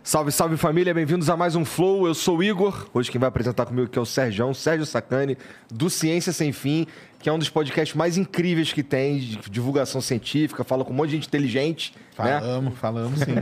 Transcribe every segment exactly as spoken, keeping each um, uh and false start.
Salve, salve família, bem-vindos a mais um Flow. Eu sou o Igor. Hoje quem vai apresentar comigo aqui é o Sérgio, Sérgio Sacani, do Ciência Sem Fim, que é um dos podcasts mais incríveis que tem, de divulgação científica, fala com um monte de gente inteligente. Falamos, né? falamos sim.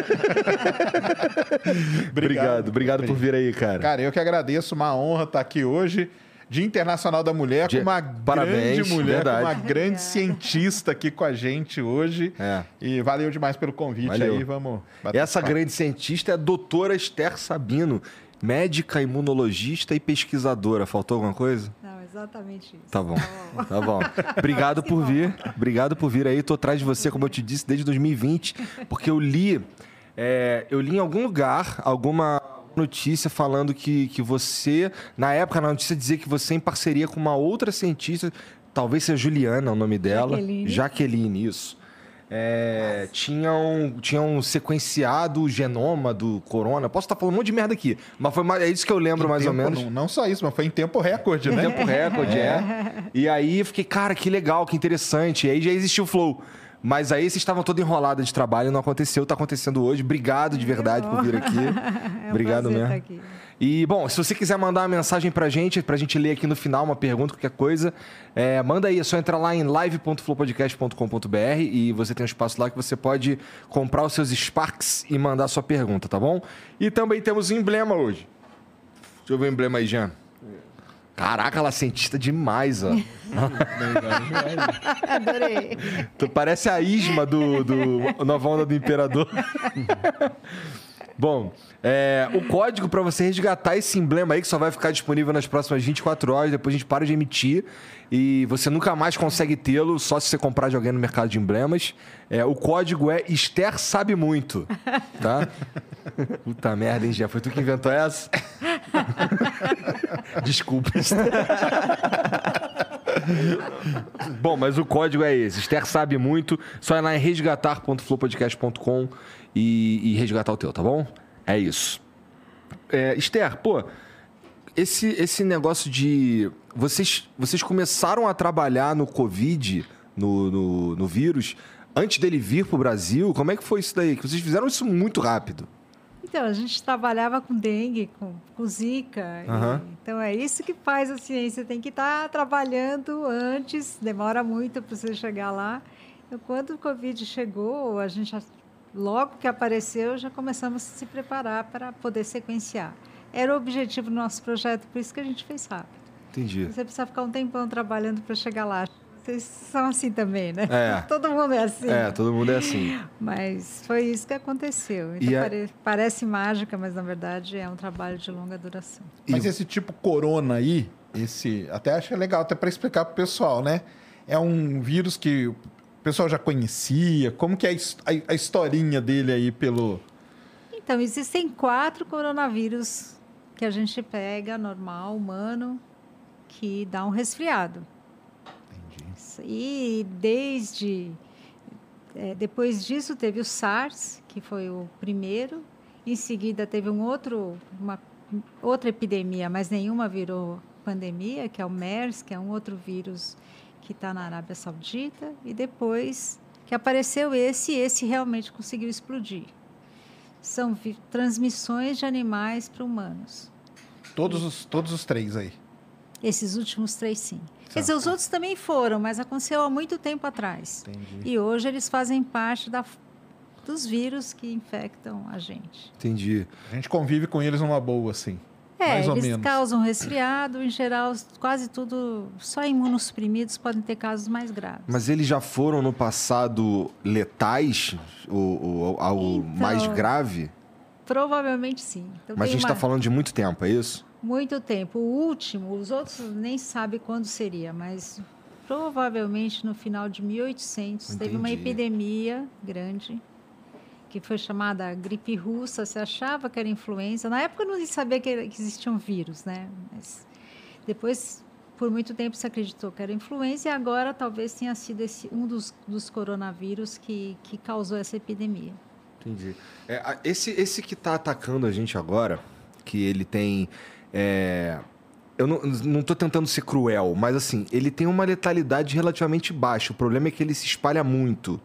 obrigado, obrigado, obrigado por vir aí, cara. Cara, eu que agradeço, uma honra estar aqui hoje. Dia Internacional da Mulher, Dia... com uma Parabéns, grande mulher, verdade. com uma grande cientista aqui com a gente hoje. É. E valeu demais pelo convite. Valeu. Aí, vamos bater Essa papo. Grande cientista é a doutora Esther Sabino, médica, imunologista e pesquisadora. Faltou alguma coisa? Não, exatamente isso. Tá bom, tá bom. Obrigado por vir, obrigado por vir aí. Tô atrás de você, como eu te disse, desde dois mil e vinte, porque eu li, é, eu li em algum lugar, alguma... notícia falando que, que você, na época, na notícia dizia que você em parceria com uma outra cientista, talvez seja Juliana o nome dela. Jaqueline. Jaqueline, isso. É, tinham, tinham sequenciado o genoma do corona. Posso estar falando um monte de merda aqui, mas foi mais, é isso que eu lembro, em mais tempo, ou menos. Não, não só isso, mas foi em tempo recorde, né? Em tempo recorde, é. E aí eu fiquei, cara, que legal, que interessante. E aí já existiu o Flow. Mas aí vocês estavam toda enrolada de trabalho, não aconteceu, está acontecendo hoje. Obrigado de verdade por vir aqui. É um Obrigado mesmo. estar aqui. E, bom, se você quiser mandar uma mensagem pra gente, pra gente ler aqui no final, uma pergunta, qualquer coisa, é, manda aí, é só entrar lá em live ponto flow podcast ponto com ponto b r e você tem um espaço lá que você pode comprar os seus Sparks e mandar a sua pergunta, tá bom? E também temos um emblema hoje. Deixa eu ver o emblema aí, Jean. Caraca, ela é cientista demais, ó. Adorei. Tu parece a Isma do, do Nova Onda do Imperador. Bom, é, o código para você resgatar esse emblema aí, que só vai ficar disponível nas próximas vinte e quatro horas, depois a gente para de emitir e você nunca mais consegue tê-lo, só se você comprar de alguém no mercado de emblemas. É, o código é Esther Sabe Muito, tá? Puta merda, hein, Gé? Foi tu que inventou essa? Desculpa, Esther. Bom, mas o código é esse. Esther Sabe Muito. Só ir lá em resgatar ponto flow podcast ponto com e, e resgatar o teu, tá bom? É isso. É, Esther, pô, esse, esse negócio de... Vocês, vocês começaram a trabalhar no Covid, no, no, no vírus, antes dele vir pro Brasil. Como é que foi isso daí? Que vocês fizeram isso muito rápido. Então, a gente trabalhava com dengue, com, com zika. Uhum. E, então, é isso que faz a ciência. Tem que estar trabalhando antes, demora muito para você chegar lá. Então, quando o Covid chegou, a gente, já, logo que apareceu, já começamos a se preparar para poder sequenciar. Era o objetivo do nosso projeto, por isso que a gente fez rápido. Entendi. Você precisa ficar um tempão trabalhando para chegar lá. Vocês são assim também, né? É. Todo mundo é assim. É, todo mundo é assim. Mas foi isso que aconteceu. Então, a... pare... parece mágica, mas na verdade é um trabalho de longa duração. Mas esse tipo corona aí, esse, até acho que é legal até para explicar para o pessoal, né? É um vírus que o pessoal já conhecia. Como que é a, a historinha dele aí pelo... Então, existem quatro coronavírus que a gente pega, normal, humano, que dá um resfriado. E desde é, depois disso teve o SARS, que foi o primeiro. Em seguida teve um outro, uma outra epidemia, mas nenhuma virou pandemia, que é o MERS, que é um outro vírus que está na Arábia Saudita. E depois que apareceu esse, esse realmente conseguiu explodir. São transmissões de animais para humanos. Todos os, todos os três aí? Esses últimos três, sim. Quer dizer, os outros também foram, mas aconteceu há muito tempo atrás. Entendi. E hoje eles fazem parte da, dos vírus que infectam a gente. Entendi. A gente convive com eles numa boa, assim. É, mais ou eles menos. causam resfriado, em geral, quase tudo, só imunossuprimidos podem ter casos mais graves. Mas eles já foram no passado letais, o, o, ao Então, mais grave? Provavelmente sim. Então, Mas a tem gente está uma... falando de muito tempo, é isso? Muito tempo. O último, os outros nem sabem quando seria, mas provavelmente no final de mil e oitocentos Entendi. Teve uma epidemia grande, que foi chamada gripe russa. Se achava que era influenza. Na época não se sabia que, era, que existia um vírus, né? Mas depois, por muito tempo, se acreditou que era influenza e agora talvez tenha sido esse, um dos, dos coronavírus que, que causou essa epidemia. Entendi. É, esse, esse que está atacando a gente agora, que ele tem... É, eu não estou tentando ser cruel, mas assim, ele tem uma letalidade relativamente baixa. O problema é que ele se espalha muito.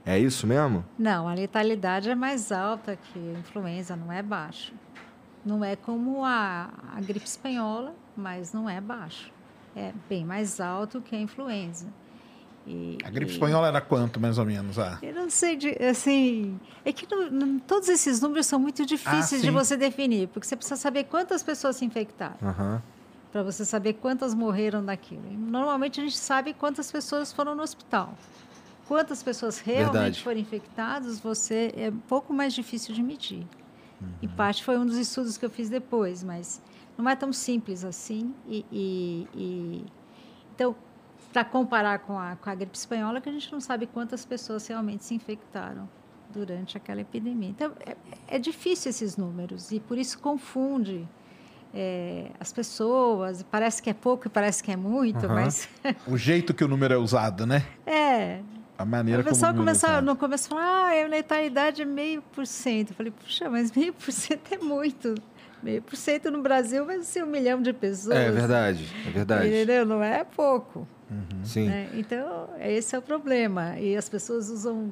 É isso mesmo? Não, a letalidade é mais alta que a influenza, não é baixo. Não é como a, a gripe espanhola, mas não é baixo. É bem mais alto que a influenza. E, A gripe e, espanhola era quanto, mais ou menos? Ah. Eu não sei, de, assim... É que não, não, todos esses números são muito difíceis Ah, de você definir, porque você precisa saber quantas pessoas se infectaram, Aham. para você saber quantas morreram daquilo. E, normalmente, a gente sabe quantas pessoas foram no hospital. Quantas pessoas realmente Verdade. foram infectadas, você é um pouco mais difícil de medir. Uhum. Em parte foi um dos estudos que eu fiz depois, mas não é tão simples assim. E, e, e... Então, para comparar com a, com a gripe espanhola, que a gente não sabe quantas pessoas realmente se infectaram durante aquela epidemia. Então, é, é difícil esses números e por isso confunde é, as pessoas. Parece que é pouco e parece que é muito, Uhum. mas O jeito que o número é usado, né? é... A maneira O como o pessoal número é começou, usado. no começo falar, ah, a letalidade é meio por cento. Eu falei, puxa, mas meio por cento é muito. Meio por cento no Brasil vai ser um milhão de pessoas. É verdade, é verdade. Entendeu? Não é pouco. Sim. Né? Então, esse é o problema. E as pessoas usam...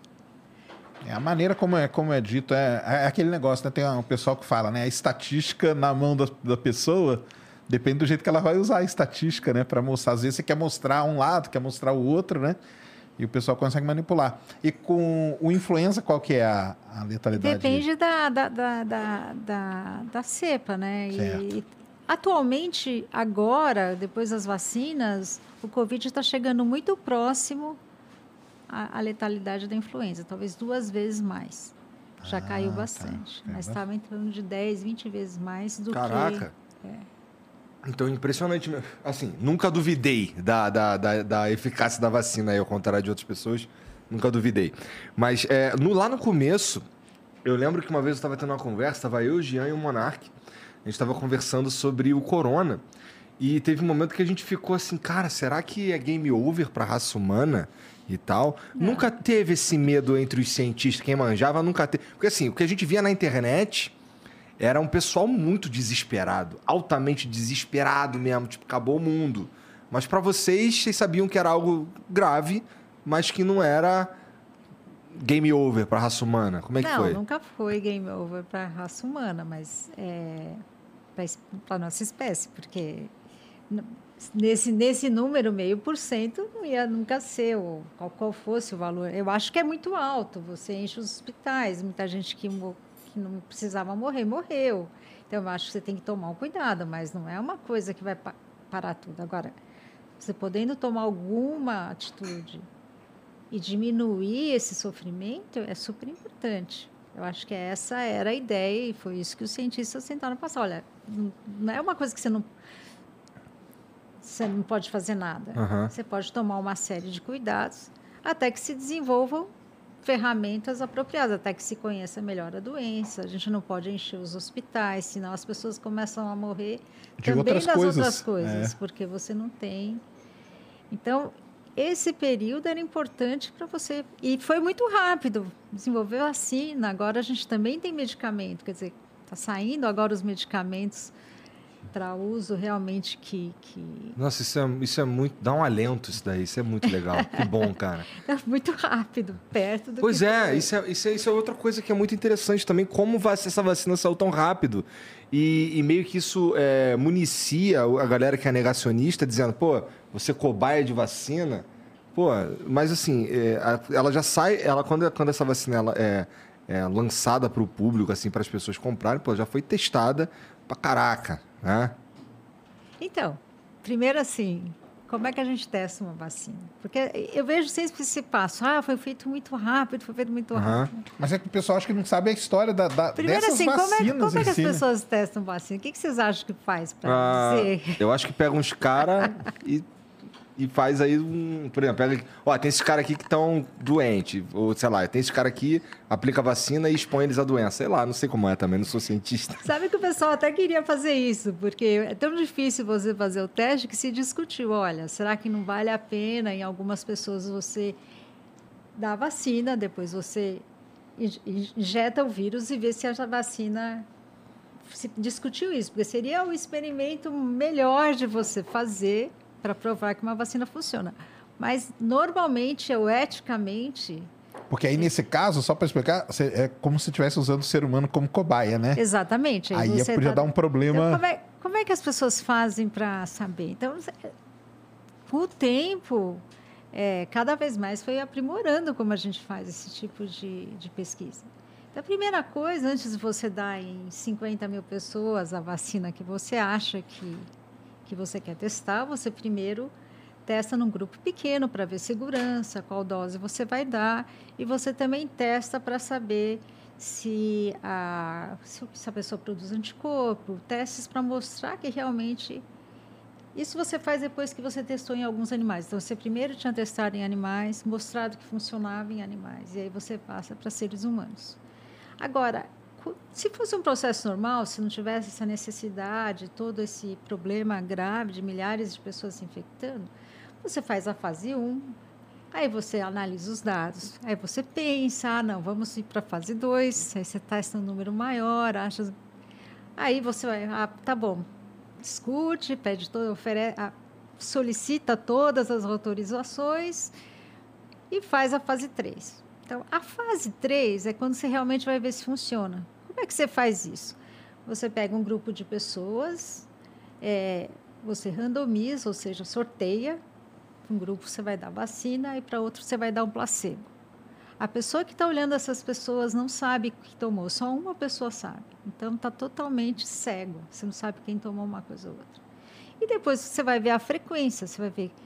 É, a maneira como é, como é dito é, é aquele negócio, né? Tem um pessoal que fala, né? A estatística na mão da, da pessoa depende do jeito que ela vai usar a estatística, né? Para mostrar. Às vezes você quer mostrar um lado, quer mostrar o outro, né? E o pessoal consegue manipular. E com o influenza, qual que é a, a letalidade? Depende da, da, da, da, da, da cepa, né? Certo. E atualmente, agora, depois das vacinas, o Covid está chegando muito próximo à, à letalidade da influenza, talvez duas vezes mais. Já Ah, caiu tá. bastante. É Mas bastante. estava entrando de dez, vinte vezes mais do Caraca. que... Então, impressionante mesmo. Assim, nunca duvidei da, da, da, da eficácia da vacina, aí, ao contrário de outras pessoas. Nunca duvidei. Mas é, no, lá no começo, eu lembro que uma vez eu estava tendo uma conversa, estava eu, o Jean e o Monark. A gente estava conversando sobre o corona. E teve um momento que a gente ficou assim, cara, será que é game over para a raça humana e tal? Não. Nunca teve esse medo entre os cientistas, quem manjava, nunca teve. Porque assim, o que a gente via na internet era um pessoal muito desesperado, altamente desesperado mesmo, tipo, acabou o mundo. Mas para vocês, vocês sabiam que era algo grave, mas que não era game over para a raça humana. Como é que Não, foi? nunca foi game over para a raça humana, mas é, para a nossa espécie, porque n- nesse, nesse número, meio por cento, não ia nunca ser, o, qual, qual fosse o valor. Eu acho que é muito alto, você enche os hospitais, muita gente que, mo- que não precisava morrer, morreu. Então, eu acho que você tem que tomar um cuidado, mas não é uma coisa que vai pa- parar tudo. Agora, você podendo tomar alguma atitude e diminuir esse sofrimento é super importante. Eu acho que essa era a ideia e foi isso que os cientistas tentaram passar. Olha, não- não é uma coisa que você não, você não pode fazer nada. Aham. Você pode tomar uma série de cuidados até que se desenvolvam ferramentas apropriadas, até que se conheça melhor a doença. A gente não pode encher os hospitais, senão as pessoas começam a morrer De também outras das coisas, outras coisas, é. porque você não tem. Então, esse período era importante para você. E foi muito rápido. Desenvolveu vacina, agora a gente também tem medicamento. Quer dizer, está saindo agora os medicamentos para uso realmente que... que... Nossa, isso é, isso é muito... Dá um alento isso daí, isso é muito legal. Que bom, cara. É muito rápido, perto do Pois que é, foi. isso é, isso é, isso é outra coisa que é muito interessante também, como vac- essa vacina saiu tão rápido. E, e meio que isso é, municia a galera que é negacionista, dizendo, pô, você é cobaia de vacina. Pô, mas assim, é, a- ela já sai, ela, quando, quando essa vacina ela é, é lançada para o público, assim, para as pessoas comprarem, pô, já foi testada pra caraca, né? Então, primeiro assim, como é que a gente testa uma vacina? Porque eu vejo sempre esse passo, ah, foi feito muito rápido, foi feito muito Aham. rápido. Mas é que o pessoal acha que não sabe a história da, da, Primeiro dessas assim, como é, vacinas como é que em as si, né? pessoas testam vacina? O que, que vocês acham que faz para Ah, dizer? eu acho que pega uns caras e, e faz aí um. Por exemplo, pega. Ó, tem esses caras aqui que estão doentes. Ou sei lá, tem esses caras aqui, aplica a vacina e expõe eles à doença. Sei lá, não sei como é também, não sou cientista. Sabe que o pessoal até queria fazer isso, porque é tão difícil você fazer o teste que se discutiu, olha, será que não vale a pena em algumas pessoas você dar a vacina, depois você in- injeta o vírus e vê se a vacina... Se discutiu isso, porque seria o experimento melhor de você fazer para provar que uma vacina funciona. Mas, normalmente, ou eticamente, Porque aí, nesse caso, só para explicar, você- é como se estivesse usando o ser humano como cobaia, né? Exatamente. Aí você podia tá- dar um problema... Então, como, é, como é que as pessoas fazem para saber? Então, você- com o tempo, é, cada vez mais foi aprimorando como a gente faz esse tipo de, de pesquisa. Então, a primeira coisa, antes de você dar em cinquenta mil pessoas a vacina que você acha que, que você quer testar, você primeiro testa num grupo pequeno para ver segurança, qual dose você vai dar, e você também testa para saber se a, se a pessoa produz anticorpo, testes para mostrar que realmente... Isso você faz depois que você testou em alguns animais. Então, você primeiro tinha testado em animais, mostrado que funcionava em animais, e aí você passa para seres humanos. Agora, se fosse um processo normal, se não tivesse essa necessidade, todo esse problema grave de milhares de pessoas se infectando, você faz a fase um, aí você analisa os dados, aí você pensa, ah, não, vamos ir para a fase dois, aí você testa um número maior, acha... Aí você vai, ah, tá bom, discute, pede todo, ofere... ah, solicita todas as autorizações e faz a fase três. Então, a fase três é quando você realmente vai ver se funciona. Como é que você faz isso? Você pega um grupo de pessoas, é, você randomiza, ou seja, sorteia. Para um grupo você vai dar vacina e para outro você vai dar um placebo. A pessoa que está olhando essas pessoas não sabe que tomou, só uma pessoa sabe. Então, está totalmente cego. Você não sabe quem tomou uma coisa ou outra. E depois você vai ver a frequência, você vai ver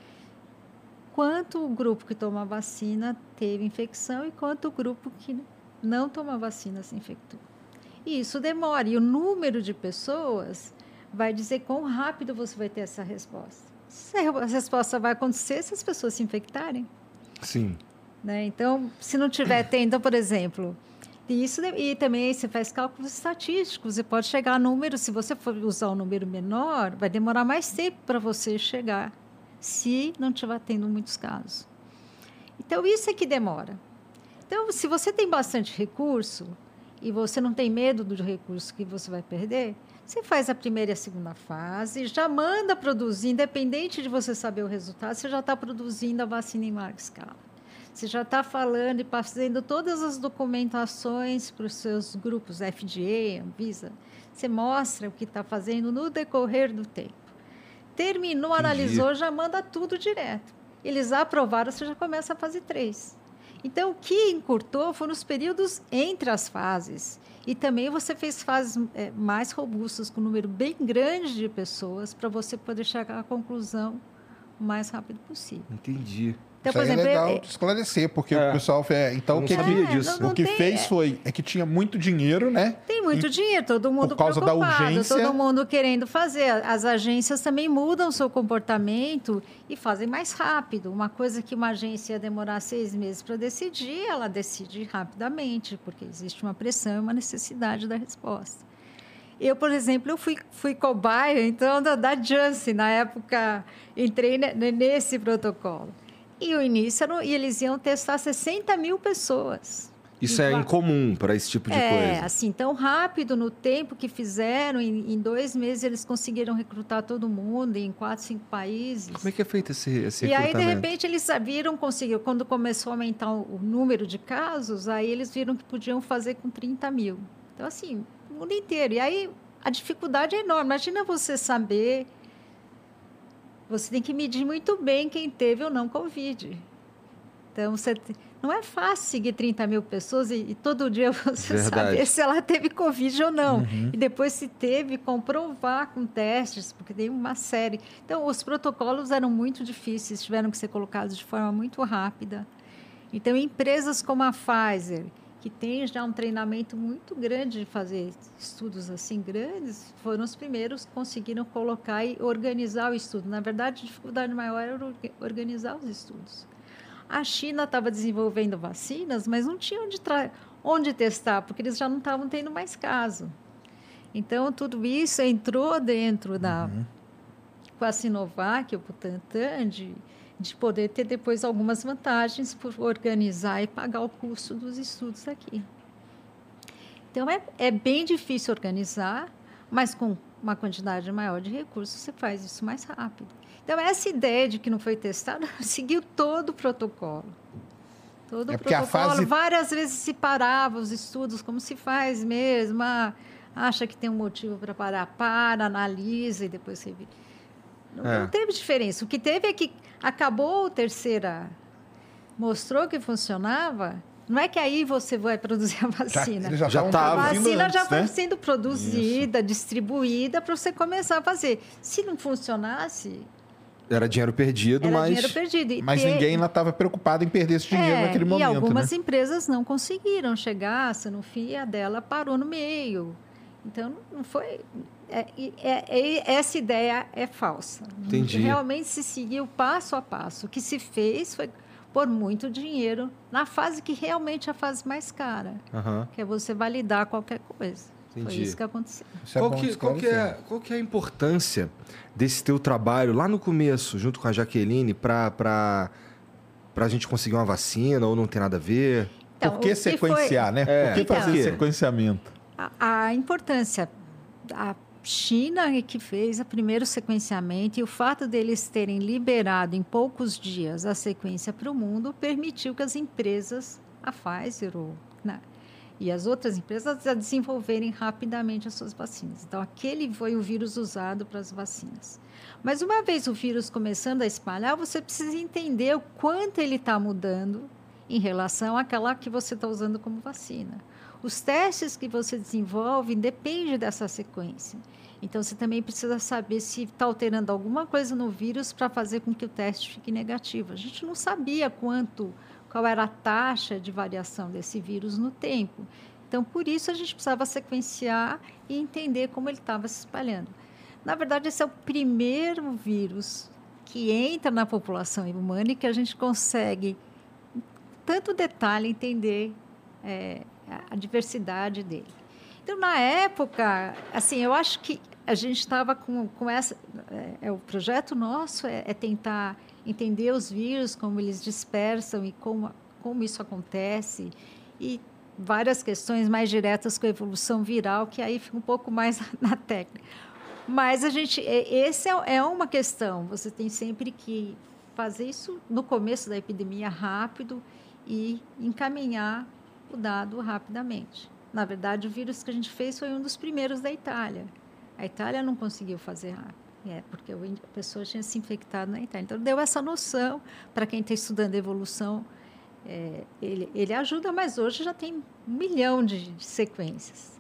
quanto o grupo que toma a vacina teve infecção e quanto o grupo que não toma a vacina se infectou. E isso demora. E o número de pessoas vai dizer quão rápido você vai ter essa resposta. A resposta vai acontecer se as pessoas se infectarem. Sim. Né? Então, se não tiver tempo, então, por exemplo, isso, e também você faz cálculos estatísticos, você pode chegar a número, se você for usar um número menor, vai demorar mais tempo para você chegar, se não estiver tendo muitos casos. Então, isso é que demora. Então, se você tem bastante recurso e você não tem medo do recurso que você vai perder, você faz a primeira e a segunda fase, já manda produzir, independente de você saber o resultado, você já está produzindo a vacina em larga escala. Você já está falando e fazendo todas as documentações para os seus grupos, F D A, Anvisa. Você mostra o que está fazendo no decorrer do tempo. Terminou, Entendi. Analisou, já manda tudo direto. Eles aprovaram, você já começa a fase três. Então, o que encurtou foram os períodos entre as fases. E também você fez fases é, mais robustas, com um número bem grande de pessoas, para você poder chegar à conclusão o mais rápido possível. Entendi. Então, Isso por aí exemplo, é legal é- de esclarecer, porque É. o pessoal... É, então, Eu o que, não que- sabia É, disso. não- o que tem- fez é- foi... É que tinha muito dinheiro, né? Tem muito dinheiro, todo mundo causa da preocupado, urgência. todo mundo querendo fazer. As agências também mudam seu comportamento e fazem mais rápido. Uma coisa que uma agência ia demorar seis meses para decidir, ela decide rapidamente, porque existe uma pressão e uma necessidade da resposta. Eu, por exemplo, eu fui, fui cobaia, então, da, da Janssen, na época, entrei ne- nesse protocolo. E o início, era, e eles iam testar sessenta mil pessoas. Isso E é va- incomum para esse tipo de é, coisa. assim, tão rápido no tempo que fizeram, em, em dois meses eles conseguiram recrutar todo mundo em quatro, cinco países. Como é que é feito esse, esse E aí, de recrutamento? repente, eles viram, conseguiu, quando começou a aumentar o, o número de casos, aí eles viram que podiam fazer com trinta mil. Então, assim, o mundo inteiro. E aí, a dificuldade é enorme. Imagina você saber... Você tem que medir muito bem quem teve ou não Covid. Então, você te- não é fácil seguir trinta mil pessoas e, e todo dia você Verdade. saber se ela teve Covid ou não. Uhum. E depois, se teve, comprovar com testes, porque tem uma série. Então, os protocolos eram muito difíceis, tiveram que ser colocados de forma muito rápida. Então, empresas como a Pfizer, que tem já um treinamento muito grande de fazer estudos assim grandes, foram os primeiros que conseguiram colocar e organizar o estudo. Na verdade, a dificuldade maior era orga- organizar os estudos. A China estava desenvolvendo vacinas, mas não tinha onde, tra- onde testar, porque eles já não estavam tendo mais caso. Então, tudo isso entrou dentro da... com a Sinovac, o Butantan, de, de poder ter depois algumas vantagens por organizar e pagar o custo dos estudos aqui. Então, é, é bem difícil organizar, mas com uma quantidade maior de recursos, você faz isso mais rápido. Então, essa ideia de que não foi testado, seguiu todo o protocolo. Todo É o porque a protocolo, fase- várias vezes se parava os estudos, como se faz mesmo, ah, acha que tem um motivo para parar, para, analisa e depois revisa. Não, É. não teve diferença. O que teve é que acabou a terceira, mostrou que funcionava, não é que aí você vai produzir a vacina. eles já Já estavam tava. A produzindo vacina antes, já foi né? sendo produzida, distribuída para você começar a fazer. Se não funcionasse, Era dinheiro perdido, era mas... dinheiro perdido. E Mas ter- ninguém lá estava preocupado em perder esse dinheiro É, naquele e momento, algumas né? empresas não conseguiram chegar, se no fim a dela parou no meio. Então, não foi... é- é- é- essa ideia é falsa. Entendi. Realmente se seguiu passo a passo. O que se fez foi pôr muito dinheiro na fase que realmente é a fase mais cara, Aham. que é você validar qualquer coisa. Foi Entendi. isso que aconteceu. Isso é Qual bom que, qual, que esclarecer. é, qual que é a importância desse teu trabalho lá no começo, junto com a Jaqueline, para a gente conseguir uma vacina ou não tem nada a ver? Então, Por o que que sequenciar, né? É, Por que então- fazer sequenciamento? A, a importância, a China é que fez o primeiro sequenciamento e o fato deles terem liberado em poucos dias a sequência para o mundo permitiu que as empresas, a Pfizer ou, né, e as outras empresas, a desenvolverem rapidamente as suas vacinas. Então, aquele foi o vírus usado para as vacinas. Mas uma vez o vírus começando a espalhar, você precisa entender o quanto ele está mudando em relação àquela que você está usando como vacina. Os testes que você desenvolve dependem dessa sequência. Então, você também precisa saber se está alterando alguma coisa no vírus para fazer com que o teste fique negativo. A gente não sabia quanto, qual era a taxa de variação desse vírus no tempo. Então, por isso, a gente precisava sequenciar e entender como ele estava se espalhando. Na verdade, esse é o primeiro vírus que entra na população humana e que a gente consegue, em tanto detalhe, entender é, a diversidade dele. Então, na época, assim, eu acho que a gente estava com, com essa... É, é, o projeto nosso é, é tentar entender os vírus, como eles dispersam e como, como isso acontece, e várias questões mais diretas com a evolução viral, que aí fica um pouco mais na técnica. Mas a gente... Esse é, é uma questão. Você tem sempre que fazer isso no começo da epidemia rápido e encaminhar o dado rapidamente. Na verdade, o vírus que a gente fez foi um dos primeiros da Itália. A Itália não conseguiu fazer rápido, é, porque a pessoa tinha se infectado na Itália. Então, deu essa noção para quem está estudando evolução. É, ele, ele ajuda, mas hoje já tem um milhão de, de sequências.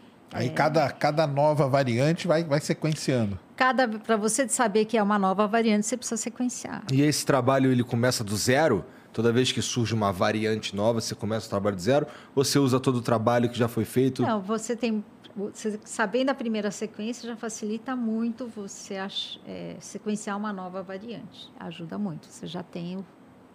Aí cada, cada nova variante vai, vai sequenciando. Cada, para você saber que é uma nova variante, você precisa sequenciar. E esse trabalho, ele começa do zero? Toda vez que surge uma variante nova, você começa o trabalho do zero? Ou você usa todo o trabalho que já foi feito? Não, você tem... Você, sabendo a primeira sequência, já facilita muito você ach, é, sequenciar uma nova variante. Ajuda muito. Você já tem o...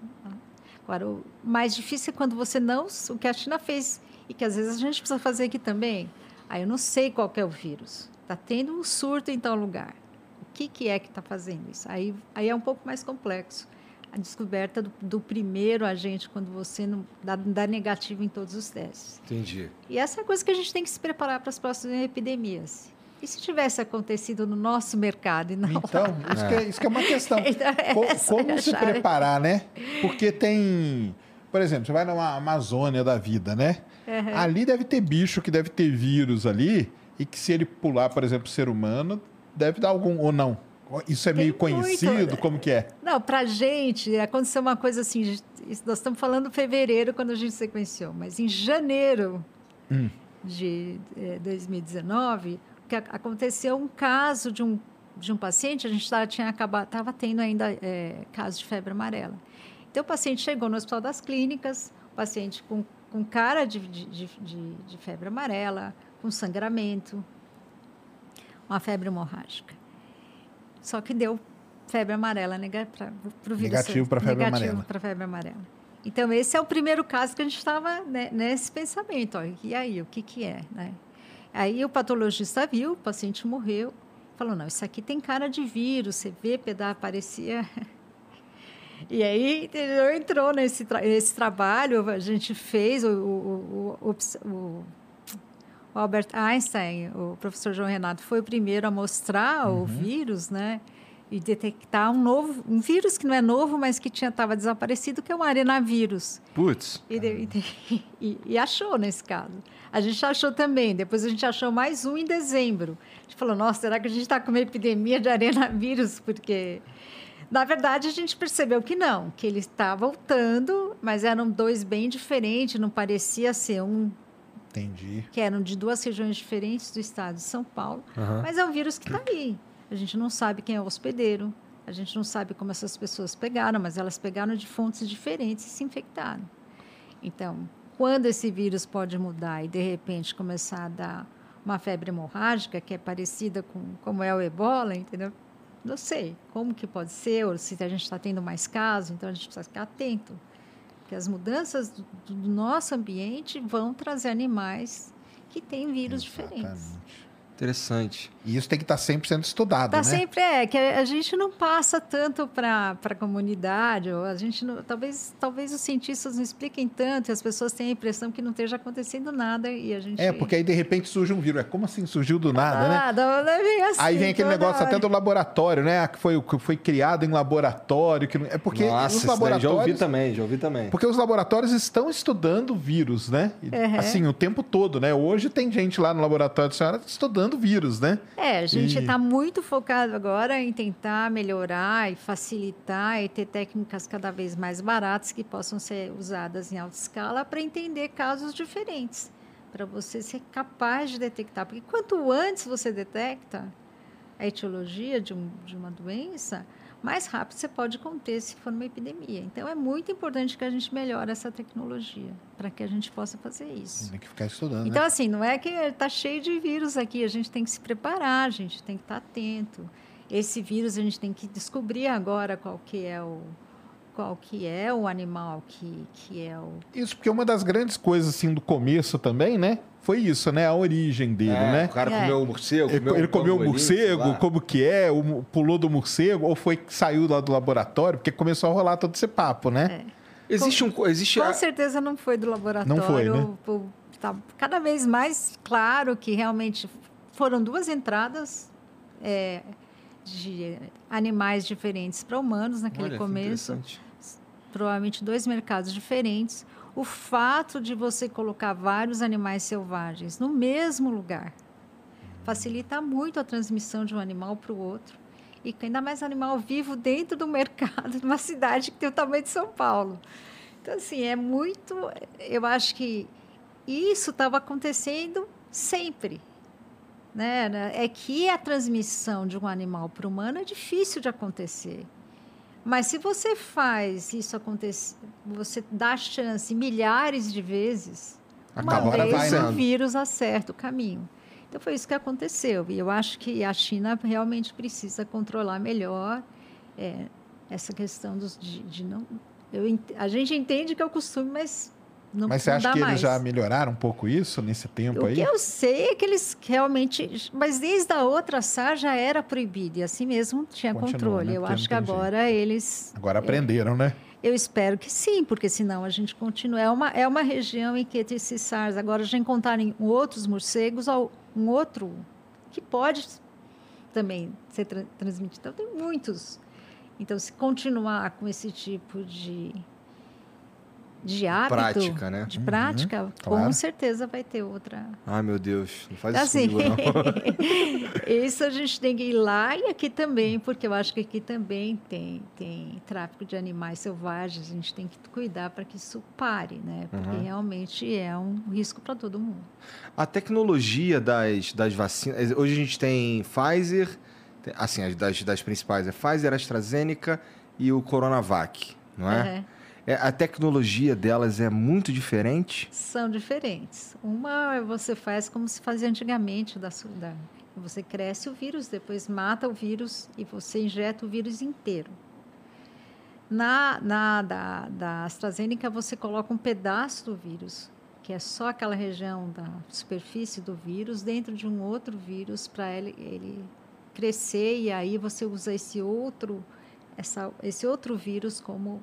Agora, o mais difícil é quando você não... O que a China fez, e que às vezes a gente precisa fazer aqui também. Aí eu não sei qual que é o vírus. Está tendo um surto em tal lugar. O que, que é que está fazendo isso? Aí, aí é um pouco mais complexo. A descoberta do, do primeiro agente, quando você não dá, dá negativo em todos os testes. Entendi. E essa é a coisa que a gente tem que se preparar para as próximas epidemias. E se tivesse acontecido no nosso mercado e não Então, lá? isso, que é, isso que é uma questão. Então, Co- essa é como a se chave. preparar, né? Porque tem... Por exemplo, você vai numa Amazônia da vida, né? Uhum. Ali deve ter bicho que deve ter vírus ali e que se ele pular, por exemplo, ser humano, deve dar algum... Ou não? Isso é Tem meio conhecido? muito. Como que é? Não, para a gente, aconteceu uma coisa assim, isso nós estamos falando em fevereiro, quando a gente sequenciou, mas em janeiro Hum. de eh, dois mil e dezenove, que a- aconteceu um caso de um, de um paciente, a gente tava, tinha acabado, estava tendo ainda eh, caso de febre amarela. Então, o paciente chegou no Hospital das Clínicas, o paciente com, com cara de, de, de, de, de febre amarela, com sangramento, uma febre hemorrágica. Só que deu febre amarela nega, para o vírus. Negativo pra febre negativo amarela. para febre amarela. Então, esse é o primeiro caso que a gente estava, né, nesse pensamento. Ó, e aí, o que, que é? Né? Aí o patologista viu, o paciente morreu, falou, não, isso aqui tem cara de vírus, você vê, pedaço, parecia... E aí ele entrou nesse, tra nesse trabalho, a gente fez, o, o, o, o, o Albert Einstein, o professor João Renato, foi o primeiro a mostrar Uhum. o vírus, né? e detectar um novo, um vírus que não é novo, mas que tinha estava desaparecido, que é um arenavírus. Putz. E, de, e, e achou nesse caso. A gente achou também. Depois a gente achou mais um em dezembro. A gente falou, nossa, será que a gente está com uma epidemia de arenavírus? Porque, na verdade, a gente percebeu que não, que ele está voltando, mas eram dois bem diferentes, não parecia ser um... Entendi. Que eram de duas regiões diferentes do estado de São Paulo. Uhum. Mas é um vírus que está aí. A gente não sabe quem é o hospedeiro, a gente não sabe como essas pessoas pegaram, mas elas pegaram de fontes diferentes e se infectaram. Então, quando esse vírus pode mudar e, de repente, começar a dar uma febre hemorrágica, que é parecida com como é o ebola, entendeu? Não sei como que pode ser, ou se a gente está tendo mais casos, então a gente precisa ficar atento. Porque as mudanças do, do nosso ambiente vão trazer animais que têm vírus Exatamente. diferentes. Interessante. E isso tem que estar sempre sendo estudado, tá né? Sempre é, que a, a gente não passa tanto para a comunidade, ou a gente não, talvez, talvez os cientistas não expliquem tanto, e as pessoas têm a impressão que não esteja acontecendo nada e a gente... É, porque aí de repente surge um vírus. É como assim surgiu do nada, ah, né? Não, não vem assim, aí vem aquele negócio hora. até do laboratório, né? Que foi, que foi criado em laboratório. Que não... É porque Nossa, os laboratórios... já ouvi também, já ouvi também. Porque os laboratórios estão estudando vírus, né? E, uhum. Assim, o tempo todo, né? Hoje tem gente lá no laboratório da senhora estudando vírus, né? É, a gente está E... muito focado agora em tentar melhorar e facilitar e ter técnicas cada vez mais baratas que possam ser usadas em alta escala para entender casos diferentes, para você ser capaz de detectar. Porque quanto antes você detecta a etiologia de, um, de uma doença, mais rápido você pode conter se for uma epidemia. Então, é muito importante que a gente melhore essa tecnologia para que a gente possa fazer isso. Tem que ficar estudando, Então, né? assim, não é que está cheio de vírus aqui, a gente tem que se preparar, a gente tem que estar atento. Esse vírus a gente tem que descobrir agora qual que é o, qual que é o animal que, que é o... Isso, porque uma das grandes coisas, assim, do começo também, né? Foi isso, né? A origem dele, é, né? O cara É. comeu o morcego, Ele comeu ele um comeu o pangolim, sei morcego, lá. como que é, o- pulou do morcego, ou foi que saiu lá do laboratório, porque começou a rolar todo esse papo, né? É. Existe um... Existe Com a- certeza não foi do laboratório. Não foi, né? Está cada vez mais claro que realmente foram duas entradas é, de animais diferentes para humanos naquele Olha, que começo. interessante. Provavelmente dois mercados diferentes. O fato de você colocar vários animais selvagens no mesmo lugar facilita muito a transmissão de um animal para o outro. E ainda mais animal vivo dentro do mercado, de uma cidade que tem o tamanho de São Paulo. Então, assim, é muito... Eu acho que isso estava acontecendo sempre. Né? É que a transmissão de um animal para o humano é difícil de acontecer. Mas se você faz isso acontecer, você dá chance milhares de vezes, Acaba uma vez vai, né? o vírus acerta o caminho. Então, foi isso que aconteceu. E eu acho que a China realmente precisa controlar melhor é, essa questão dos, de, de não... Eu, ent- a gente entende que é o costume, mas não, Mas você não acha dá que mais. eles já melhoraram um pouco isso nesse tempo O aí? que eu sei é que eles realmente... Mas desde a outra SARS já era proibido, e assim mesmo tinha Continua, controle. né? Eu Porque acho não que tem jeito. agora eles... Agora aprenderam, né? Eu espero que sim, porque senão a gente continua. É uma, é uma região em que esse SARS, agora já encontraram em outros morcegos, um outro que pode também ser tra- transmitido. Então, tem muitos. Então, se continuar com esse tipo de, de hábito, Prática, né? de prática, com claro. certeza vai ter outra. Ai, meu Deus. Não faz Assim, isso comigo, não. isso a gente tem que ir lá e aqui também, porque eu acho que aqui também tem, tem tráfico de animais selvagens, a gente tem que cuidar para que isso pare, né? Porque Uhum. realmente é um risco para todo mundo. A tecnologia das, das vacinas... Hoje a gente tem Pfizer, tem- assim, as das, das principais é Pfizer, AstraZeneca e o Coronavac, não é? Uhum. É, a tecnologia delas é muito diferente? São diferentes. Uma você faz como se fazia antigamente, da, su- da, você cresce o vírus, depois mata o vírus e você injeta o vírus inteiro. Na, na da, da AstraZeneca, você coloca um pedaço do vírus, que é só aquela região da superfície do vírus, dentro de um outro vírus para ele, ele crescer, e aí você usa esse outro, essa, esse outro vírus como,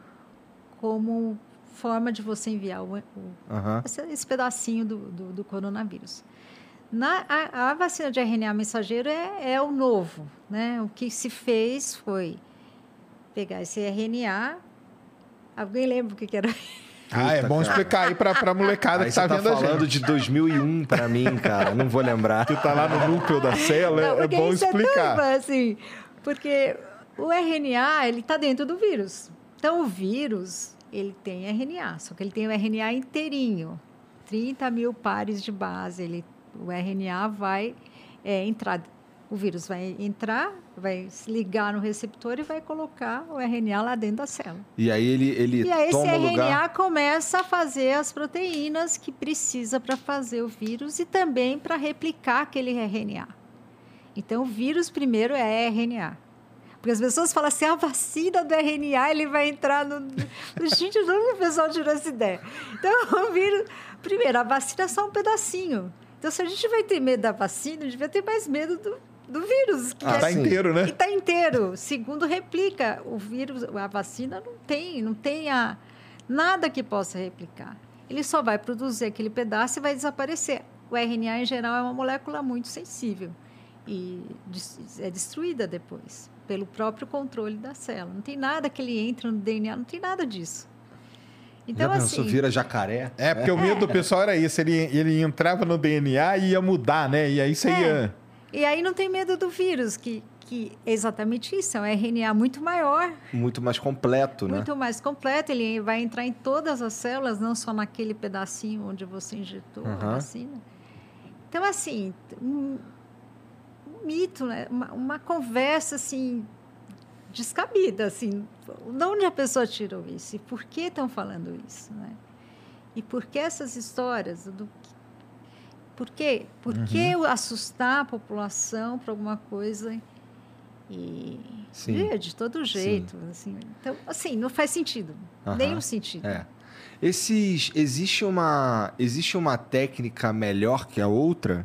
como forma de você enviar o, o Aham. esse, esse pedacinho do, do, do coronavírus. Na, a, a vacina de R N A mensageiro é, é o novo, né? O que se fez foi pegar esse R N A. Alguém lembra o que, que era? Ah, é bom explicar aí pra, pra molecada Aí que tá você tá vendo a falando gente. de dois mil e um pra mim, cara. Não vou lembrar. Que tá lá no núcleo da célula, Não, é porque bom isso explicar. É tão, assim, porque o R N A, ele está dentro do vírus. Então, o vírus, ele tem R N A, só que ele tem o R N A inteirinho. trinta mil pares de base. Ele, o R N A vai é, entrar, o vírus vai entrar, vai se ligar no receptor e vai colocar o R N A lá dentro da célula. E aí ele, ele E aí esse toma o R N A lugar... começa a fazer as proteínas que precisa para fazer o vírus e também para replicar aquele R N A. Então, o vírus primeiro é R N A. Porque as pessoas falam assim, a vacina do R N A, ele vai entrar no... Gente, não, o pessoal tirou essa ideia. Então, o vírus... Primeiro, a vacina é só um pedacinho. Então, se a gente vai ter medo da vacina, a gente vai ter mais medo do, do vírus. Que Ah, é... tá inteiro, né? E tá inteiro. Segundo, replica. O vírus, a vacina não tem, não tem a, nada que possa replicar. Ele só vai produzir aquele pedaço e vai desaparecer. O R N A, em geral, é uma molécula muito sensível e é destruída depois, pelo próprio controle da célula. Não tem nada que ele entre no D N A, não tem nada disso. Então, Já pensou, assim... vira jacaré? É, porque o medo do pessoal era isso. Ele, ele entrava no D N A e ia mudar, né? E aí você É. ia... E aí não tem medo do vírus, que, que é exatamente isso. É um R N A muito maior, Muito mais completo, né? muito mais completo. Ele vai entrar em todas as células, não só naquele pedacinho onde você injetou Uhum. a vacina. Então, assim, um, um mito, né? uma, uma conversa, assim, descabida, assim. De onde a pessoa tirou isso? E por que estão falando isso, né? E por que essas histórias? Do, por quê? Por que Uhum. assustar a população para alguma coisa... E Sim. de, de todo jeito, assim. Então, assim, não faz sentido, Aham. nenhum sentido. É. Esses, existe uma, existe uma técnica melhor que a outra?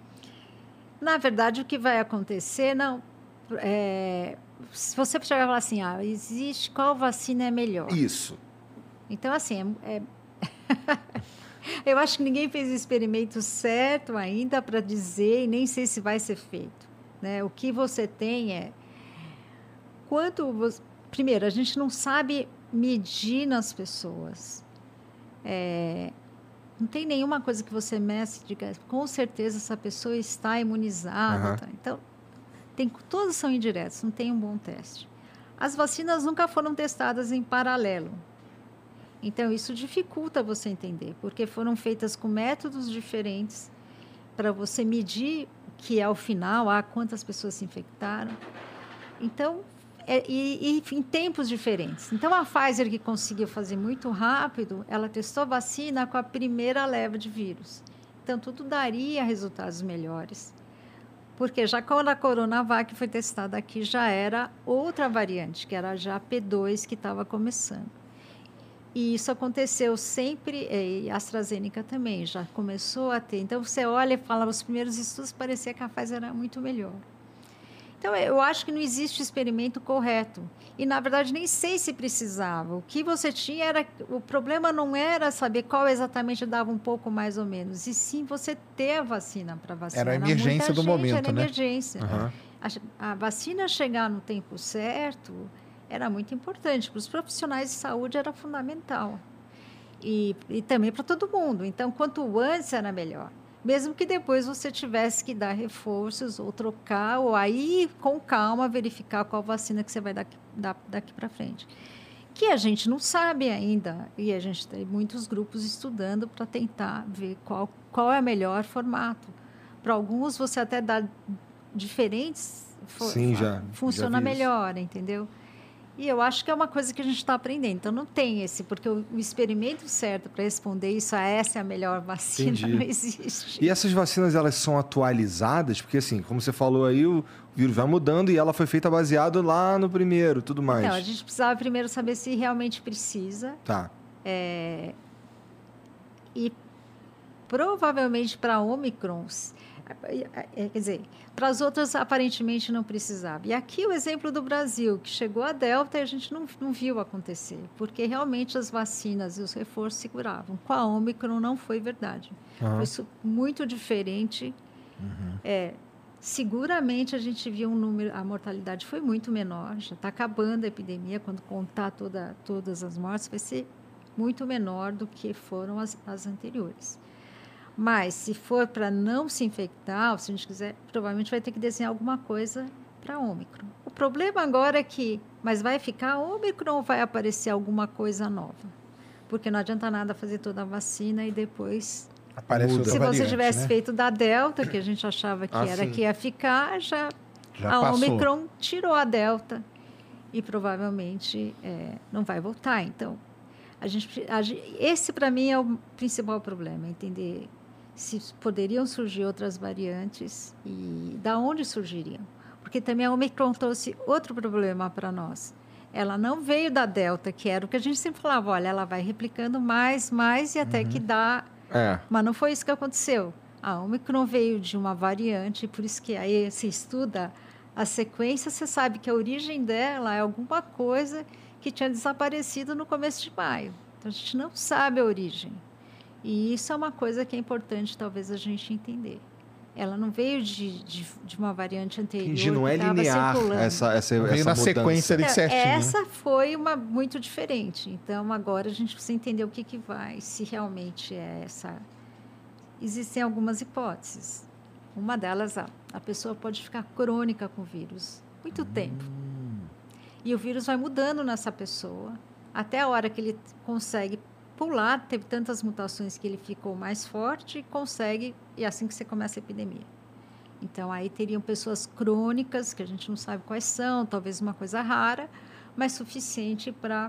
Na verdade, o que vai acontecer, não, é, se você chegar e falar assim, ah, existe, qual vacina é melhor? Isso. Então, assim, é, é eu acho que ninguém fez o experimento certo ainda para dizer, e nem sei se vai ser feito, né? O que você tem é quanto você, primeiro, a gente não sabe medir nas pessoas. É, não tem nenhuma coisa que você meça e diga, com certeza essa pessoa está imunizada. Uhum. Tá? Então, tem, todas são indiretas, não tem um bom teste. As vacinas nunca foram testadas em paralelo. Então, isso dificulta você entender, porque foram feitas com métodos diferentes para você medir que é o final, ah, quantas pessoas se infectaram. Então, é, e, e em tempos diferentes. Então, a Pfizer, que conseguiu fazer muito rápido, ela testou vacina com a primeira leva de vírus. Então, tudo daria resultados melhores. Porque já quando a Coronavac foi testada aqui, já era outra variante, que era já a P dois, que estava começando. E isso aconteceu sempre, e a AstraZeneca também já começou a ter. Então, você olha e fala, os primeiros estudos parecia que a Pfizer era muito melhor. Então, eu acho que não existe experimento correto. E, na verdade, nem sei se precisava. O que você tinha era... O problema não era saber qual exatamente dava um pouco mais ou menos, e sim você ter a vacina para vacinar. Era a emergência do momento, era né? emergência. Uhum. A, a vacina chegar no tempo certo era muito importante. Para os profissionais de saúde era fundamental. E, e também para todo mundo. Então, quanto antes era melhor. Mesmo que depois você tivesse que dar reforços ou trocar, ou aí, com calma, verificar qual vacina que você vai dar, dar daqui para frente. Que a gente não sabe ainda, e a gente tem muitos grupos estudando para tentar ver qual, qual é o melhor formato. Para alguns, você até dá diferentes, Sim, já, funciona já vi melhor, entendeu? E eu acho que é uma coisa que a gente está aprendendo. Então, não tem esse, porque o, o experimento certo para responder isso, a essa é a melhor vacina, Entendi. não existe. E essas vacinas, elas são atualizadas? Porque, assim, como você falou aí, o vírus vai mudando e ela foi feita baseado lá no primeiro, tudo mais. Então, a gente precisava primeiro saber se realmente precisa. Tá. É, e provavelmente para Omicron, quer dizer, para as outras aparentemente não precisava. E aqui o exemplo do Brasil, que chegou a Delta e a gente não, não viu acontecer, porque realmente as vacinas e os reforços seguravam. Com a Omicron não foi verdade. Uhum. Foi isso muito diferente Uhum. É, seguramente a gente viu um número, a mortalidade foi muito menor, já está acabando a epidemia, quando contar toda, todas as mortes, vai ser muito menor do que foram as, as anteriores. Mas, se for para não se infectar, ou se a gente quiser, provavelmente vai ter que desenhar alguma coisa para Ômicron. O problema agora é que, mas vai ficar Ômicron ou vai aparecer alguma coisa nova? Porque não adianta nada fazer toda a vacina e depois... Aparece outra Se variante, você tivesse né? feito da Delta, que a gente achava que Ah, era sim. que ia ficar, já, Já a passou. Ômicron tirou a Delta e provavelmente é, não vai voltar. Então, a gente, a, gen- esse para mim é o principal problema, entender se poderiam surgir outras variantes e da onde surgiriam. Porque também a Omicron trouxe outro problema para nós. Ela não veio da Delta, que era o que a gente sempre falava, olha, ela vai replicando mais, mais e até que dá... É. Mas não foi isso que aconteceu. A Omicron veio de uma variante, por isso que aí se estuda a sequência, você sabe que a origem dela é alguma coisa que tinha desaparecido no começo de maio. Então, a gente não sabe a origem. E isso é uma coisa que é importante, talvez, a gente entender. Ela não veio de, de, de uma variante anterior. Entendi, não é que tava linear circulando. essa, essa, Veio essa na mudança. sequência ali É, certinho. né? essa foi uma muito diferente. Então, agora a gente precisa entender o que, que vai, se realmente é essa. Existem algumas hipóteses. Uma delas, a, a pessoa pode ficar crônica com o vírus muito tempo. E o vírus vai mudando nessa pessoa, até a hora que ele consegue pular, teve tantas mutações que ele ficou mais forte e consegue, e é assim que você começa a epidemia. Então, aí teriam pessoas crônicas, que a gente não sabe quais são, talvez uma coisa rara, mas suficiente para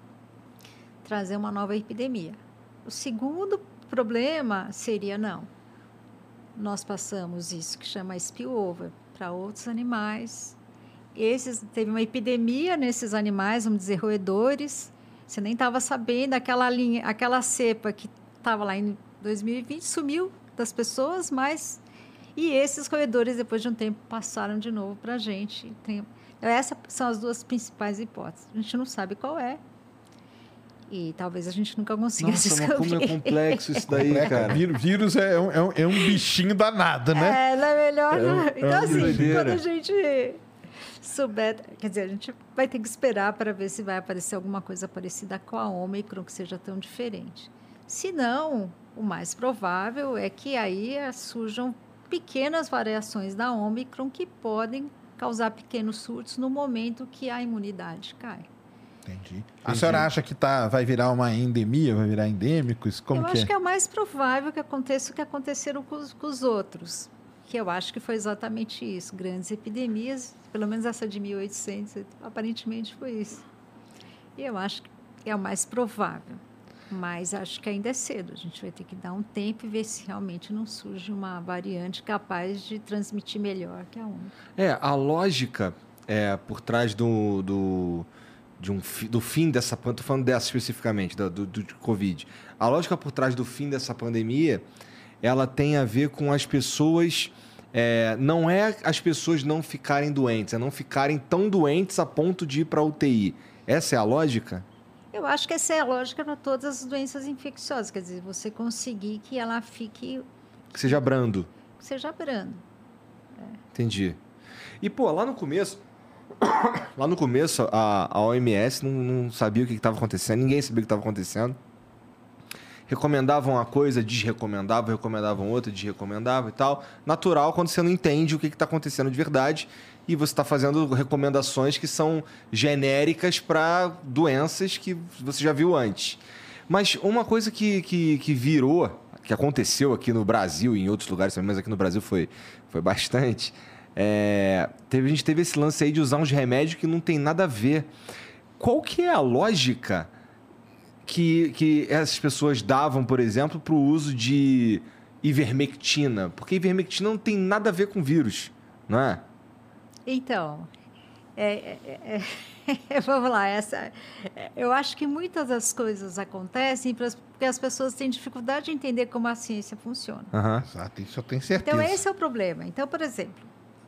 trazer uma nova epidemia. O segundo problema seria, não, nós passamos isso que chama spillover para outros animais. Esses, teve uma epidemia nesses animais, vamos dizer, roedores, você nem estava sabendo, aquela, linha, aquela cepa que estava lá em dois mil e vinte sumiu das pessoas, mas... E esses roedores, depois de um tempo, passaram de novo para a gente. Tem, essas são as duas principais hipóteses. A gente não sabe qual é. E talvez a gente nunca consiga Nossa, mas descobrir. como é complexo isso daí, É, cara. víru- Vírus é um, é, um, é um bichinho danado, né? É, não é melhor. É um- não. é Então, uma assim, doideira. quando a gente souber... Quer dizer, a gente vai ter que esperar para ver se vai aparecer alguma coisa parecida com a Ômicron, que seja tão diferente. Se não, o mais provável é que aí eh, surjam pequenas variações da Ômicron que podem causar pequenos surtos no momento que a imunidade cai. Entendi. A senhora acha que tá, vai virar uma endemia, vai virar endêmico? Isso como eu que acho é? que é o mais provável que aconteça o que aconteceram com os, com os outros, que eu acho que foi exatamente isso, grandes epidemias, pelo menos essa de mil e oitocentos, aparentemente foi isso. E eu acho que é o mais provável, mas acho que ainda é cedo, a gente vai ter que dar um tempo e ver se realmente não surge uma variante capaz de transmitir melhor que a Omicron. É, a lógica é, por trás do, do, de um, fi- do fim dessa pandemia, estou falando dessa especificamente, do, do, do Covid. A lógica por trás do fim dessa pandemia, ela tem a ver com as pessoas... É, não é as pessoas não ficarem doentes, é não ficarem tão doentes a ponto de ir para a U T I. Essa é a lógica? Eu acho que essa é a lógica para todas as doenças infecciosas, quer dizer, você conseguir que ela fique, Que seja brando. seja brando. Entendi. E, pô, lá no começo... lá no começo, a, a O M S não, não sabia o que estava acontecendo, ninguém sabia o que estava acontecendo. Recomendavam uma coisa, desrecomendavam, recomendavam outra, desrecomendavam e tal. Natural quando você não entende o que está acontecendo de verdade e você está fazendo recomendações que são genéricas para doenças que você já viu antes. Mas uma coisa que, que, que virou, que aconteceu aqui no Brasil e em outros lugares também, mas aqui no Brasil foi, foi bastante, é, teve, a gente teve esse lance aí de usar uns remédios que não tem nada a ver. Qual que é a lógica que, que essas pessoas davam, por exemplo, para o uso de ivermectina? Porque ivermectina não tem nada a ver com vírus, não é? Então, é, é, é, vamos lá, essa, eu acho que muitas das coisas acontecem porque as pessoas têm dificuldade de entender como a ciência funciona. Aham. Exato, isso eu tenho certeza. Então, esse é o problema. Então, por exemplo,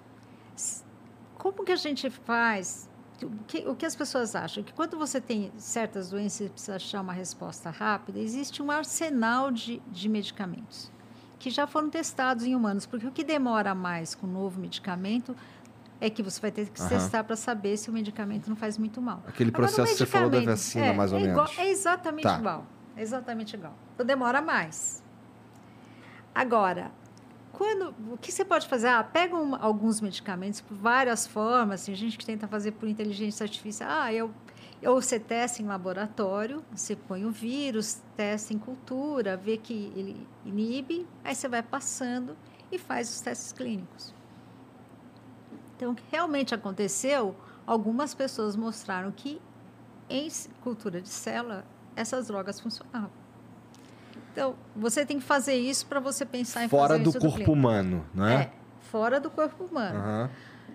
s- como que a gente faz... O que, o que as pessoas acham? Que quando você tem certas doenças e precisa achar uma resposta rápida, existe um arsenal de, de medicamentos. que já foram testados em humanos, porque o que demora mais com o novo medicamento é que você vai ter que Aham. testar para saber se o medicamento não faz muito mal. Aquele Agora, o processo que você falou da medicamento- vacina, é, mais ou é menos. igual- é exatamente Tá. igual. É exatamente igual. Então, demora mais. Agora, quando, o que você pode fazer? Ah, pega um- alguns medicamentos por várias formas. Tem gente que tenta fazer por inteligência artificial. Ah, eu, ou você testa em laboratório, você põe o vírus, testa em cultura, vê que ele inibe, aí você vai passando e faz os testes clínicos. Então, o que realmente aconteceu, algumas pessoas mostraram que em s- cultura de célula, essas drogas funcionavam. Então, você tem que fazer isso para você pensar em Fora fazer um do estudo corpo clínico. humano, não é? É, fora do corpo humano. Aham.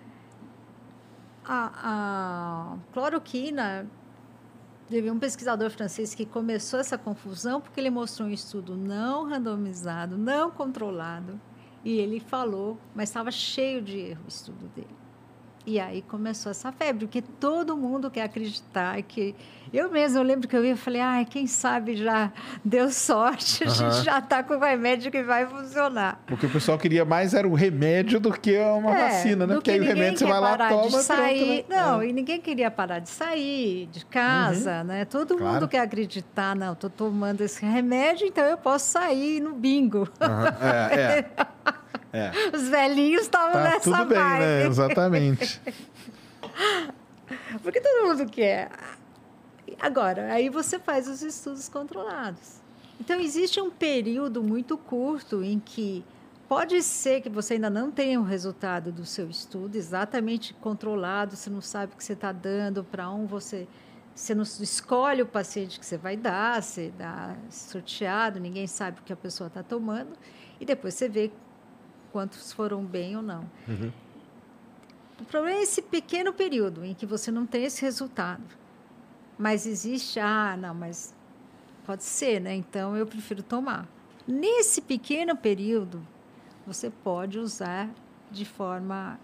A, a cloroquina, teve um pesquisador francês que começou essa confusão porque ele mostrou um estudo não randomizado, não controlado, e ele falou, mas estava cheio de erro o estudo dele. E aí começou essa febre, porque todo mundo quer acreditar que... Eu mesma, eu lembro que eu ia e falei, ai, quem sabe já deu sorte, a Aham. gente já está com o remédio que vai funcionar. Porque o pessoal queria mais era o remédio do que uma É, vacina, né? do Porque que aí o ninguém remédio você quer vai lá, parar toma de e sair. pronto, né? Não, É. e ninguém queria parar de sair de casa, né? Todo Claro. mundo quer acreditar, não, estou tomando esse remédio, então eu posso sair no bingo. Aham. É, é. É. Os velhinhos estavam Tá nessa tudo bem, vibe. né? Exatamente. Porque todo mundo quer. Agora, aí você faz os estudos controlados. Então, existe um período muito curto em que pode ser que você ainda não tenha o resultado do seu estudo exatamente controlado, você não sabe o que você está dando, para um você... Você não escolhe o paciente que você vai dar, você dá sorteado, ninguém sabe o que a pessoa está tomando, e depois você vê quantos foram bem ou não. Uhum. O problema é esse pequeno período em que você não tem esse resultado. Mas existe, ah, não, mas pode ser, né? Então eu prefiro tomar. Nesse pequeno período, você pode usar de forma,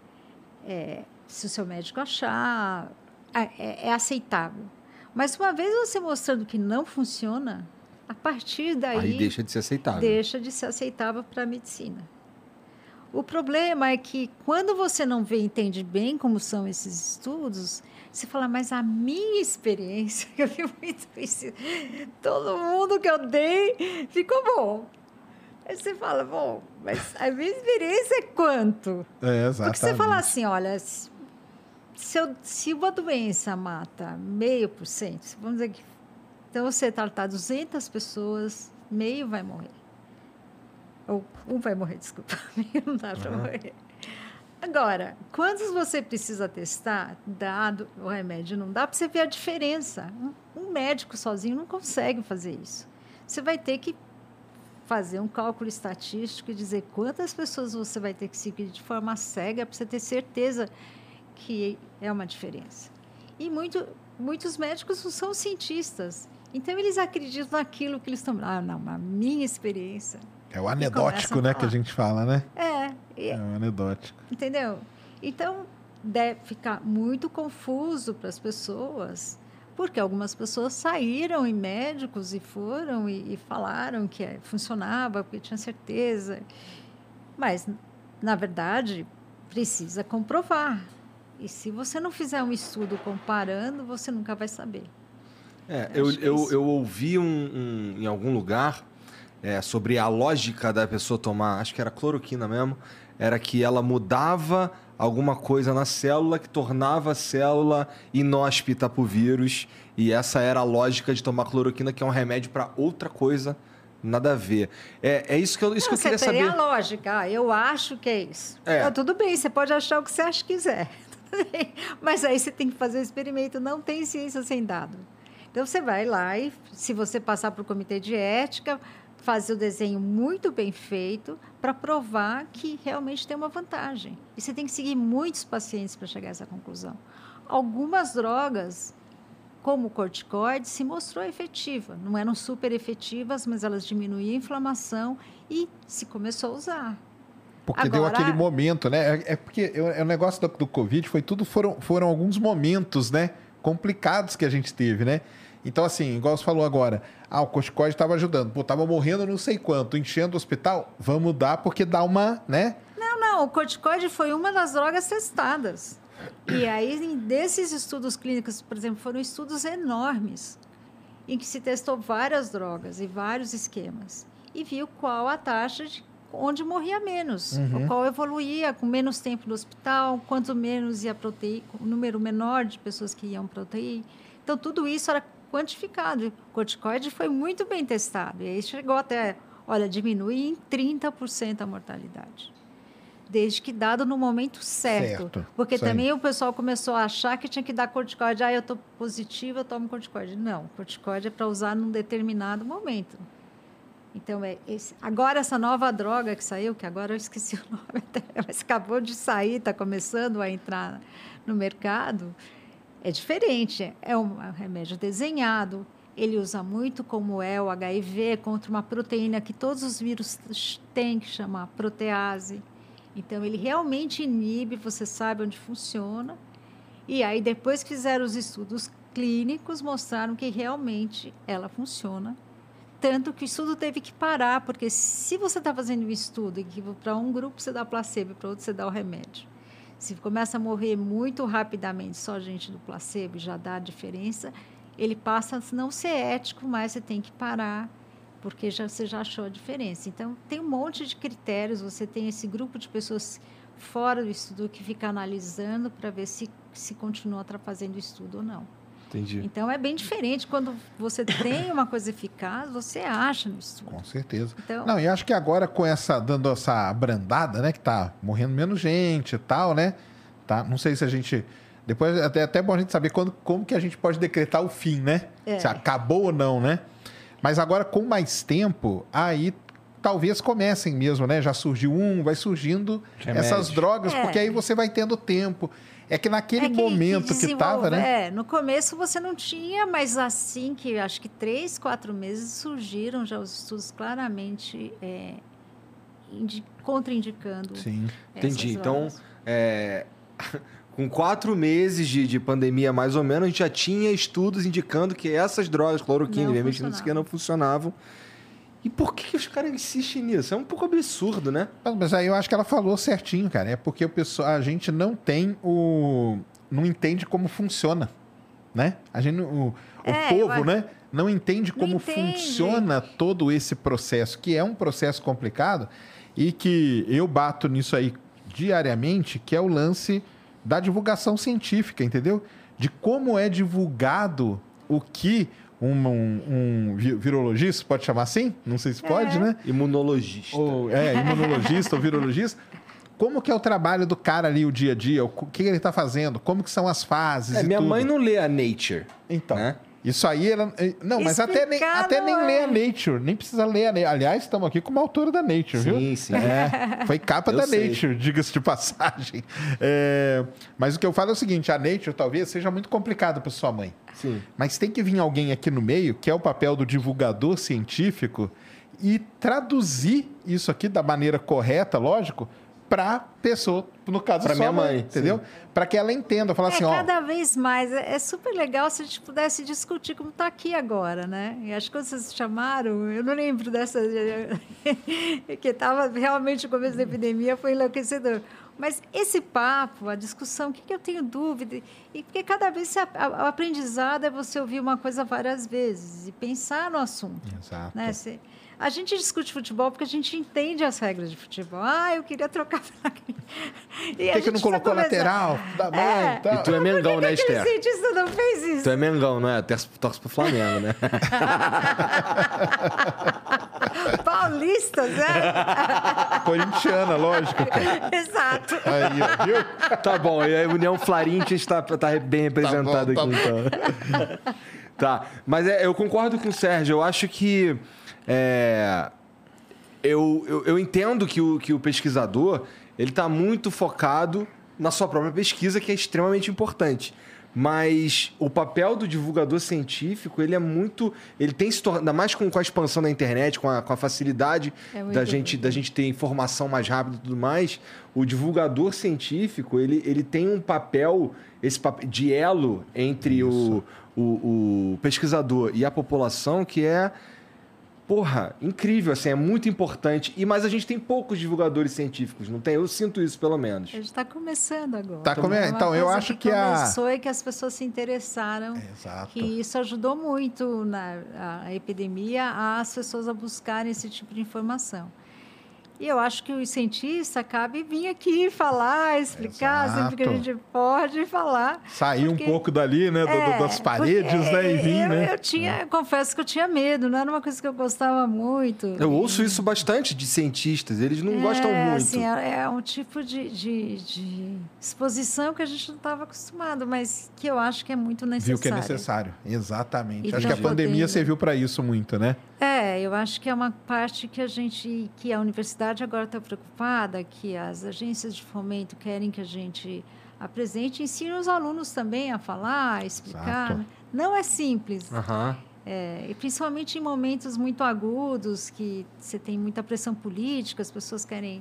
é, se o seu médico achar, é, é aceitável. Mas uma vez você mostrando que não funciona, a partir daí Aí deixa de ser aceitável. deixa de ser aceitável para a medicina. O problema é que quando você não vê e entende bem como são esses estudos, você fala, mas a minha experiência, eu vi muito isso, todo mundo que eu dei ficou bom. Aí você fala, bom, mas a minha experiência é quanto? É, exatamente. Porque você fala assim, olha, se, se, eu, se uma doença mata meio por cento, vamos dizer que... Então, você tratar duzentas pessoas, meio vai morrer. Ou um vai morrer, desculpa. Não dá para Uhum. morrer. Agora, quantos você precisa testar, dado o remédio não dá, para você ver a diferença. Um, um médico sozinho não consegue fazer isso. Você vai ter que fazer um cálculo estatístico e dizer quantas pessoas você vai ter que seguir de forma cega para você ter certeza que é uma diferença. E muito, muitos médicos não são cientistas. Então, eles acreditam naquilo que eles estão... Ah, não, a minha experiência... É o anedótico, começam a né, que a falar. gente fala, né? É, e- É o anedótico. entendeu? Então, deve ficar muito confuso para as pessoas, porque algumas pessoas saíram em médicos e foram e, e falaram que eh, funcionava, porque tinha certeza. Mas, na verdade, precisa comprovar. E se você não fizer um estudo comparando, você nunca vai saber. É, Eu eu, acho que é eu, isso. eu ouvi um, um- em algum lugar é, sobre a lógica da pessoa tomar, acho que era cloroquina mesmo, era que ela mudava alguma coisa na célula que tornava a célula inóspita para o vírus, e essa era a lógica de tomar cloroquina, que é um remédio para outra coisa, nada a ver. É, é isso que eu, isso Não, que eu queria você teria saber. a lógica, ah, eu acho que é isso. É. Ah, tudo bem, você pode achar o que você acha que quiser. Mas aí você tem que fazer o experimento, não tem ciência sem dado. Então, você vai lá e, se você passar para o comitê de ética, fazer o desenho muito bem feito para provar que realmente tem uma vantagem. E você tem que seguir muitos pacientes para chegar a essa conclusão. Algumas drogas, como o corticoide, se mostrou efetiva. Não eram super efetivas, mas elas diminuíam a inflamação e se começou a usar. Porque deu Agora- aquele momento, né? É, é porque é o negócio do, do Covid foi tudo, foram, foram alguns momentos, né? Complicados que a gente teve, né? Então, assim, igual você falou agora, ah, o corticoide estava ajudando. Pô, tava morrendo não sei quanto, enchendo o hospital, vamos dar porque dá uma, né? Não, não, o corticoide foi uma das drogas testadas. E aí, desses estudos clínicos, por exemplo, foram estudos enormes, em que se testou várias drogas e vários esquemas, e viu qual a taxa de onde morria menos, uhum. qual evoluía com menos tempo no hospital, quanto menos ia para U T I, o número menor de pessoas que iam para U T I. Então, tudo isso era quantificado. O corticoide foi muito bem testado. E aí chegou até, olha, diminui em trinta por cento a mortalidade. Desde que dado no momento certo. certo. Porque Sim. também o pessoal começou a achar que tinha que dar corticoide. Ah, eu estou positiva, eu tomo corticoide. Não, corticoide é para usar num determinado momento. Então, é esse, agora essa nova droga que saiu, que agora eu esqueci o nome, mas acabou de sair, está começando a entrar no mercado, é diferente. É um remédio desenhado, ele usa muito como é o H I V, contra uma proteína que todos os vírus têm, que chama protease. Então, ele realmente inibe, você sabe onde funciona. E aí, depois que fizeram os estudos clínicos, mostraram que realmente ela funciona. Tanto que o estudo teve que parar, porque se você está fazendo um estudo e que para um grupo você dá placebo e para outro você dá o remédio, se começa a morrer muito rapidamente só gente do placebo e já dá a diferença, ele passa a não ser ético, mas você tem que parar, porque já, você já achou a diferença. Então, tem um monte de critérios, você tem esse grupo de pessoas fora do estudo que fica analisando para ver se, se continua fazendo o estudo ou não. Entendi. Então, é bem diferente. Quando você tem uma coisa eficaz, você acha no estudo. Com certeza. Então, não, e acho que agora, com essa, dando essa abrandada, né, que tá morrendo menos gente e tal, né? Tá? Não sei se a gente... Depois, até, até é bom a gente saber quando, como que a gente pode decretar o fim, né? É. Se acabou ou não, né? Mas agora, com mais tempo, aí talvez comecem mesmo, né? Já surgiu um, vai surgindo Remédio. essas drogas, é. porque aí você vai tendo tempo. É que naquele é que, momento que estava, né? É, no começo você não tinha, mas assim que acho que três, quatro meses surgiram já os estudos claramente é, indi- contraindicando. Sim, entendi. Então, é, com quatro meses de, de pandemia, mais ou menos, a gente já tinha estudos indicando que essas drogas, cloroquina, ivermectina, não funcionavam. E por que os caras insistem nisso? É um pouco absurdo, né? Mas aí eu acho que ela falou certinho, cara. É porque o pessoal, a gente não tem o... Não entende como funciona, né? A gente, o, é, o povo, acho... né? Não entende como não funciona entende. todo esse processo, que é um processo complicado e que eu bato nisso aí diariamente, que é o lance da divulgação científica, entendeu? De como é divulgado o que... Um, um, um virologista, pode chamar assim? Não sei se pode, é. né? Imunologista. Ou, é, imunologista ou virologista. Como que é o trabalho do cara ali, o dia a dia? O que ele está fazendo? Como que são as fases é, e minha tudo? mãe não lê a Nature. Então, né? isso aí... Ela, não, mas até nem, até nem lê a Nature. Nem precisa ler a Nature. Aliás, estamos aqui com uma autora da Nature, sim, viu? Sim, sim. É, foi capa da sei. Nature, diga-se de passagem. É, mas o que eu falo é o seguinte, a Nature talvez seja muito complicado para sua mãe. Sim. Mas tem que vir alguém aqui no meio, que é o papel do divulgador científico, e traduzir isso aqui da maneira correta, lógico, para pessoa, no caso pra sua minha mãe, entendeu? Para que ela entenda, falar é, assim, ó... Cada vez mais, é, é super legal se a gente pudesse discutir como está aqui agora, né? E acho que quando vocês chamaram, eu não lembro dessa... que estava realmente no começo da epidemia, foi enlouquecedor. Mas esse papo, a discussão, o que, que eu tenho dúvida? E porque cada vez você, a, o aprendizado é você ouvir uma coisa várias vezes e pensar no assunto. Exato. Né? Você, a gente discute futebol porque a gente entende as regras de futebol. Ah, eu queria trocar pela... Por que, que não colocou começar... lateral? Da mãe, é. tá. E tu é Mengão, que né, que Esther? O cientista não fez isso. Tu é Mengão, não é? Torce pro Flamengo, né? Paulistas, né? Corintiana, lógico. Cara. Exato. Aí, ó, viu? Tá bom, e a União Florentino está, tá bem representada tá bom, tá aqui, bom. Então. Tá, mas é, eu concordo com o Sérgio. Eu acho que... É, eu, eu, eu entendo que o, que o pesquisador ele está muito focado na sua própria pesquisa, que é extremamente importante. Mas o papel do divulgador científico, ele é muito... Ele tem se tornado, ainda mais com, com a expansão da internet, com a, com a facilidade É muito da gente, da gente ter informação mais rápida e tudo mais, o divulgador científico, ele, ele tem um papel, esse papel de elo entre o, o, o pesquisador e a população que é... Porra, incrível, assim, é muito importante. E, mas a gente tem poucos divulgadores científicos, não tem? Eu sinto isso, pelo menos. A gente está começando agora. Tá come... É uma Então, eu coisa acho que que a... começou e que as pessoas se interessaram. É, exato. Que isso ajudou muito na a epidemia as pessoas a buscarem esse tipo de informação. E eu acho que o cientista cabe vir aqui falar, explicar, Exato. sempre que a gente pode falar. Sair porque, um pouco dali, né? do- é, das paredes, porque, né? E vir, eu, né? eu tinha, eu confesso que eu tinha medo, não era uma coisa que eu gostava muito. Eu ouço isso bastante de cientistas, eles não gostam É, muito. assim, é, é um tipo de, de, de exposição que a gente não estava acostumado, mas que eu acho que é muito necessário. Viu que é necessário. Exatamente. E Acho que a não pandemia podendo. serviu para isso muito, né? É, eu acho que é uma parte que a gente, que a universidade agora está preocupada, que as agências de fomento querem que a gente apresente, ensine os alunos também a falar, a explicar. Exato. Não é simples. Aham. É, e principalmente em momentos muito agudos, que você tem muita pressão política, as pessoas querem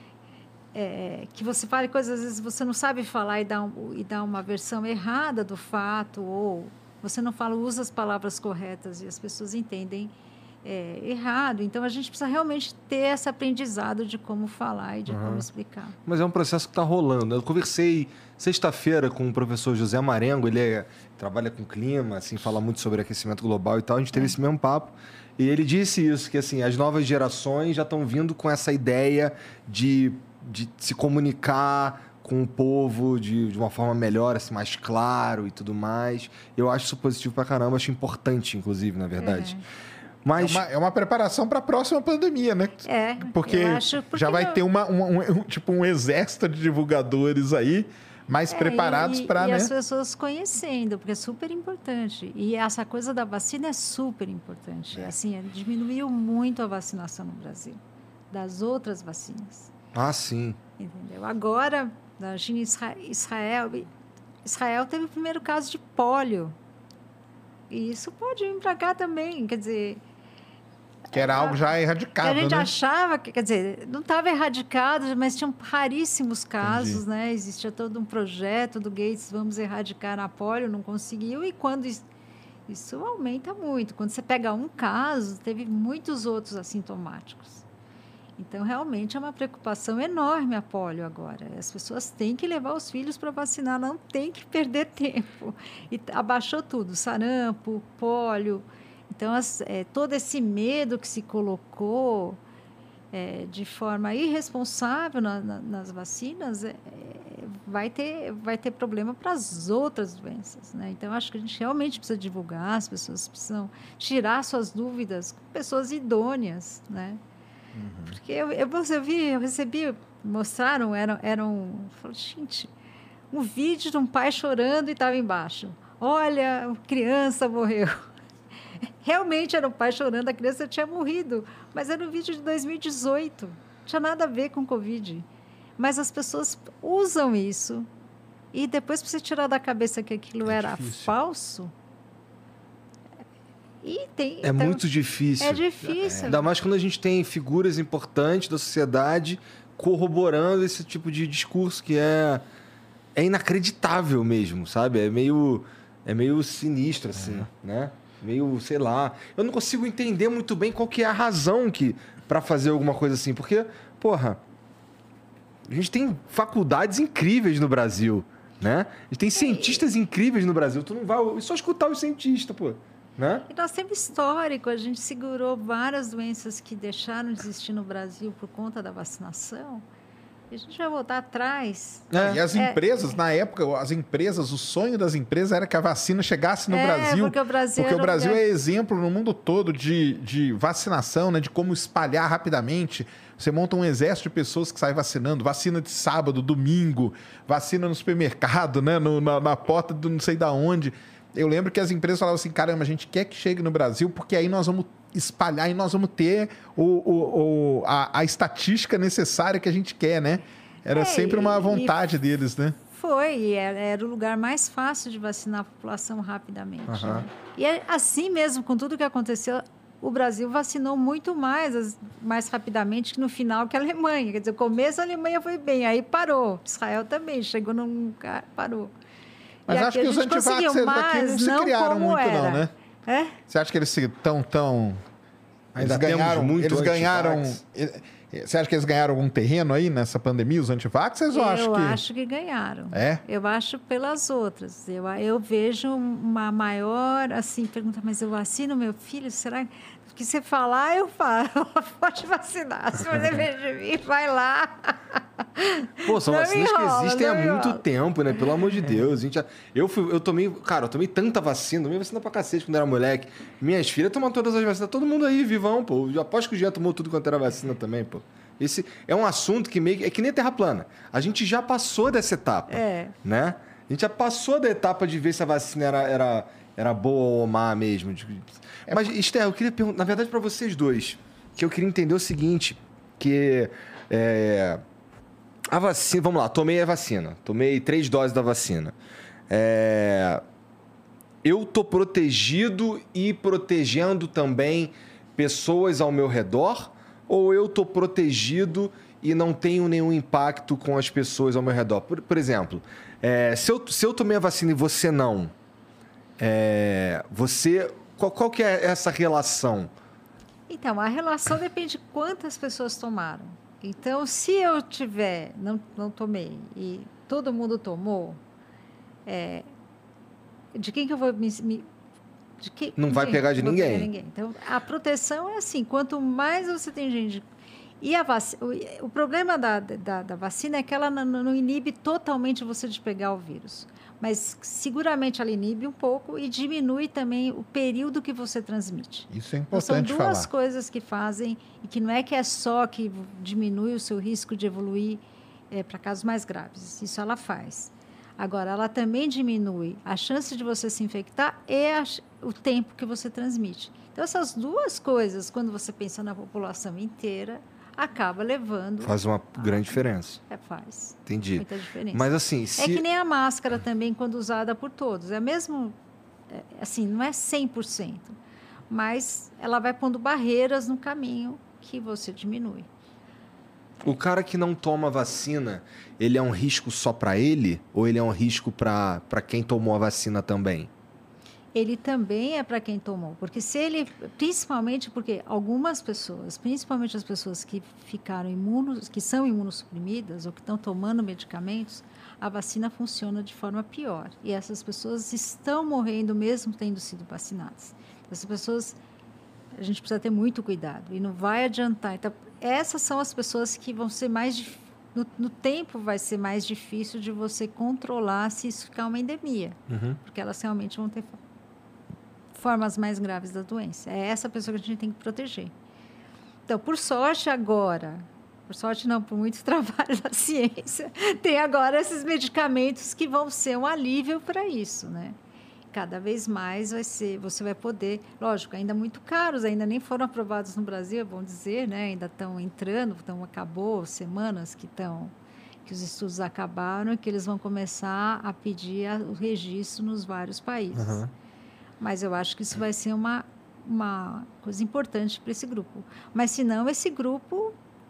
é, que você fale coisas, às vezes você não sabe falar e dá, um, e dá uma versão errada do fato, ou você não fala, usa as palavras corretas e as pessoas entendem é, errado. Então, a gente precisa realmente ter esse aprendizado de como falar e de como explicar. Mas é um processo que está rolando. Eu conversei sexta-feira com o professor José Marengo, ele é- trabalha com clima, assim, fala muito sobre aquecimento global e tal. A gente teve esse mesmo papo. E ele disse isso, que assim, as novas gerações já estão vindo com essa ideia de, de se comunicar com o povo de, de uma forma melhor, assim, mais claro e tudo mais. Eu acho isso positivo pra caramba, acho importante, inclusive, na verdade. Mas... É uma, é uma preparação para a próxima pandemia, né? É, Porque, eu acho- porque já vai não- ter uma, uma- um, um- tipo um exército de divulgadores aí, mais É, preparados e, para, e né? as pessoas conhecendo, porque é super importante. E essa coisa da vacina é super importante. Assim, diminuiu muito a vacinação no Brasil, das outras vacinas. Ah, sim. Entendeu? Agora, na China e Isra- Israel, Israel teve o primeiro caso de pólio. E isso pode vir para cá também. Quer dizer, Que era algo já que erradicado, a gente né? achava que, quer dizer, não estava erradicado, mas tinham raríssimos casos, Entendi. né? Existia todo um projeto do Gates, vamos erradicar a polio, não conseguiu, e quando isso, isso aumenta muito. Quando você pega um caso, teve muitos outros assintomáticos. Então, realmente, é uma preocupação enorme a polio agora. As pessoas têm que levar os filhos para vacinar, não tem que perder tempo. E abaixou tudo, sarampo, polio. Então, as, é, todo esse medo que se colocou é, de forma irresponsável na, na, nas vacinas, é, vai, ter, vai ter problema para as outras doenças, né? Então, acho que a gente realmente precisa divulgar, as pessoas precisam tirar suas dúvidas com pessoas idôneas, né? Uhum. Porque eu, eu, eu vi, eu recebi, mostraram, era, era um, falei, gente, um vídeo de um pai chorando e estava embaixo. Olha, a criança morreu. Realmente era o pai chorando, a criança tinha morrido, mas era um vídeo de dois mil e dezoito, não tinha nada a ver com Covid. Mas as pessoas usam isso e depois, para você tirar da cabeça que aquilo É era difícil. falso, e tem, É então, muito difícil. É difícil. Ainda mais quando a gente tem figuras importantes da sociedade corroborando esse tipo de discurso que é, é inacreditável mesmo, sabe? É meio, é meio sinistro, assim, né? Meio, sei lá... Eu não consigo entender muito bem qual que é a razão que para fazer alguma coisa assim. Porque, porra, a gente tem faculdades incríveis no Brasil, né? A gente tem cientistas incríveis no Brasil. Tu não vai... É só escutar os cientistas, pô. Né? E nós temos histórico, a gente segurou várias doenças que deixaram de existir no Brasil por conta da vacinação. E a gente vai voltar atrás. E as É. empresas, na época, as empresas, o sonho das empresas era que a vacina chegasse no É, Brasil. porque o Brasil Porque o era um Brasil lugar- é exemplo no mundo todo de, de vacinação, né? De como espalhar rapidamente. Você monta um exército de pessoas que saem vacinando. Vacina de sábado, domingo, vacina no supermercado, né? No, na, na porta do não sei da onde. Eu lembro que as empresas falavam assim, caramba, a gente quer que chegue no Brasil, porque aí nós vamos espalhar e nós vamos ter o, o, o, a, a estatística necessária que a gente quer, né? Era É, sempre uma e- vontade deles, né? foi, e era, era o lugar mais fácil de vacinar a população rapidamente. Uhum. Né? E é assim mesmo, com tudo que aconteceu, o Brasil vacinou muito mais, mais rapidamente que no final que a Alemanha. Quer dizer, no começo a Alemanha foi bem, aí parou. Israel também, chegou num lugar, parou. Mas e acho que os antivaxxers daqui não se criaram muito, era. não, né? É? Você acha que eles estão tão... Ainda eles ganharam, muito eles ganharam... Você acha que eles ganharam algum terreno aí nessa pandemia, os antivaxxers? Eu acho que... acho que ganharam. É? Eu acho pelas outras. Eu, eu vejo uma maior, assim, pergunta, mas eu vacino meu filho? Será que você falar, eu falo. Pode vacinar. Se for dever de mim, vai lá. Pô, são não vacinas enrola, que existem há muito enrola. tempo, né? Pelo amor de Deus. A gente, eu, fui, eu tomei... Cara, eu tomei tanta vacina. Tomei vacina pra cacete quando era moleque. Minhas filhas tomam todas as vacinas. Todo mundo aí, vivão, pô. Eu aposto que o Jean tomou tudo quanto era vacina também, pô. Esse é um assunto que meio... É que nem a Terra plana. A gente já passou dessa etapa. É. Né? A gente já passou da etapa de ver se a vacina era, era, era boa ou má mesmo. É, mas, Esther, eu queria perguntar... Na verdade, para vocês dois, que eu queria entender o seguinte, que... É, a vacina... Vamos lá, tomei a vacina. Tomei três doses da vacina. É, eu tô protegido e protegendo também pessoas ao meu redor? Ou eu tô protegido e não tenho nenhum impacto com as pessoas ao meu redor? Por, por exemplo, é, se, eu, se eu tomei a vacina e você não, é, você... Qual, qual que é essa relação? Então, a relação depende de quantas pessoas tomaram. Então, se eu tiver, não, não tomei, e todo mundo tomou, é, de quem que eu vou me... me de que, não vai de, pegar de ninguém. Pegar ninguém. Então, a proteção é assim, quanto mais você tem gente... E a vac... o, o problema da, da, da vacina é que ela não, não inibe totalmente você de pegar o vírus. Mas seguramente ela inibe um pouco e diminui também o período que você transmite. Isso é então, importante são duas falar. coisas que fazem, e que não é que é só que diminui o seu risco de evoluir é, para casos mais graves. Isso ela faz. Agora, ela também diminui a chance de você se infectar e a, o tempo que você transmite. Então, essas duas coisas, quando você pensa na população inteira, acaba levando... Faz uma a... grande diferença. É, faz. Entendi. Muita diferença. Mas assim... Se... É que nem a máscara também, quando usada por todos. É mesmo... É, assim, não é cem por cento. Mas ela vai pondo barreiras no caminho que você diminui. O cara que não toma vacina, ele é um risco só para ele? Ou ele é um risco para quem tomou a vacina também? Ele também é para quem tomou. Porque se ele... Principalmente porque algumas pessoas, principalmente as pessoas que ficaram imunos, que são imunossuprimidas ou que estão tomando medicamentos, a vacina funciona de forma pior. E essas pessoas estão morrendo mesmo tendo sido vacinadas. Essas pessoas... A gente precisa ter muito cuidado e não vai adiantar. Então, essas são as pessoas que vão ser mais... No, no tempo vai ser mais difícil de você controlar se isso ficar uma endemia. Uhum. Porque elas realmente vão ter formas mais graves da doença. É essa pessoa que a gente tem que proteger. Então, por sorte agora... Por sorte não, por muito trabalho da ciência, tem agora esses medicamentos que vão ser um alívio para isso, né? Cada vez mais vai ser, você vai poder, lógico, ainda muito caros, ainda nem foram aprovados no Brasil, é bom dizer, né? Ainda estão entrando, então acabou semanas que estão, que os estudos acabaram e que eles vão começar a pedir a, o registro nos vários países. Uhum. Mas eu acho que isso vai ser uma, uma coisa importante para esse grupo. Mas se não, esse grupo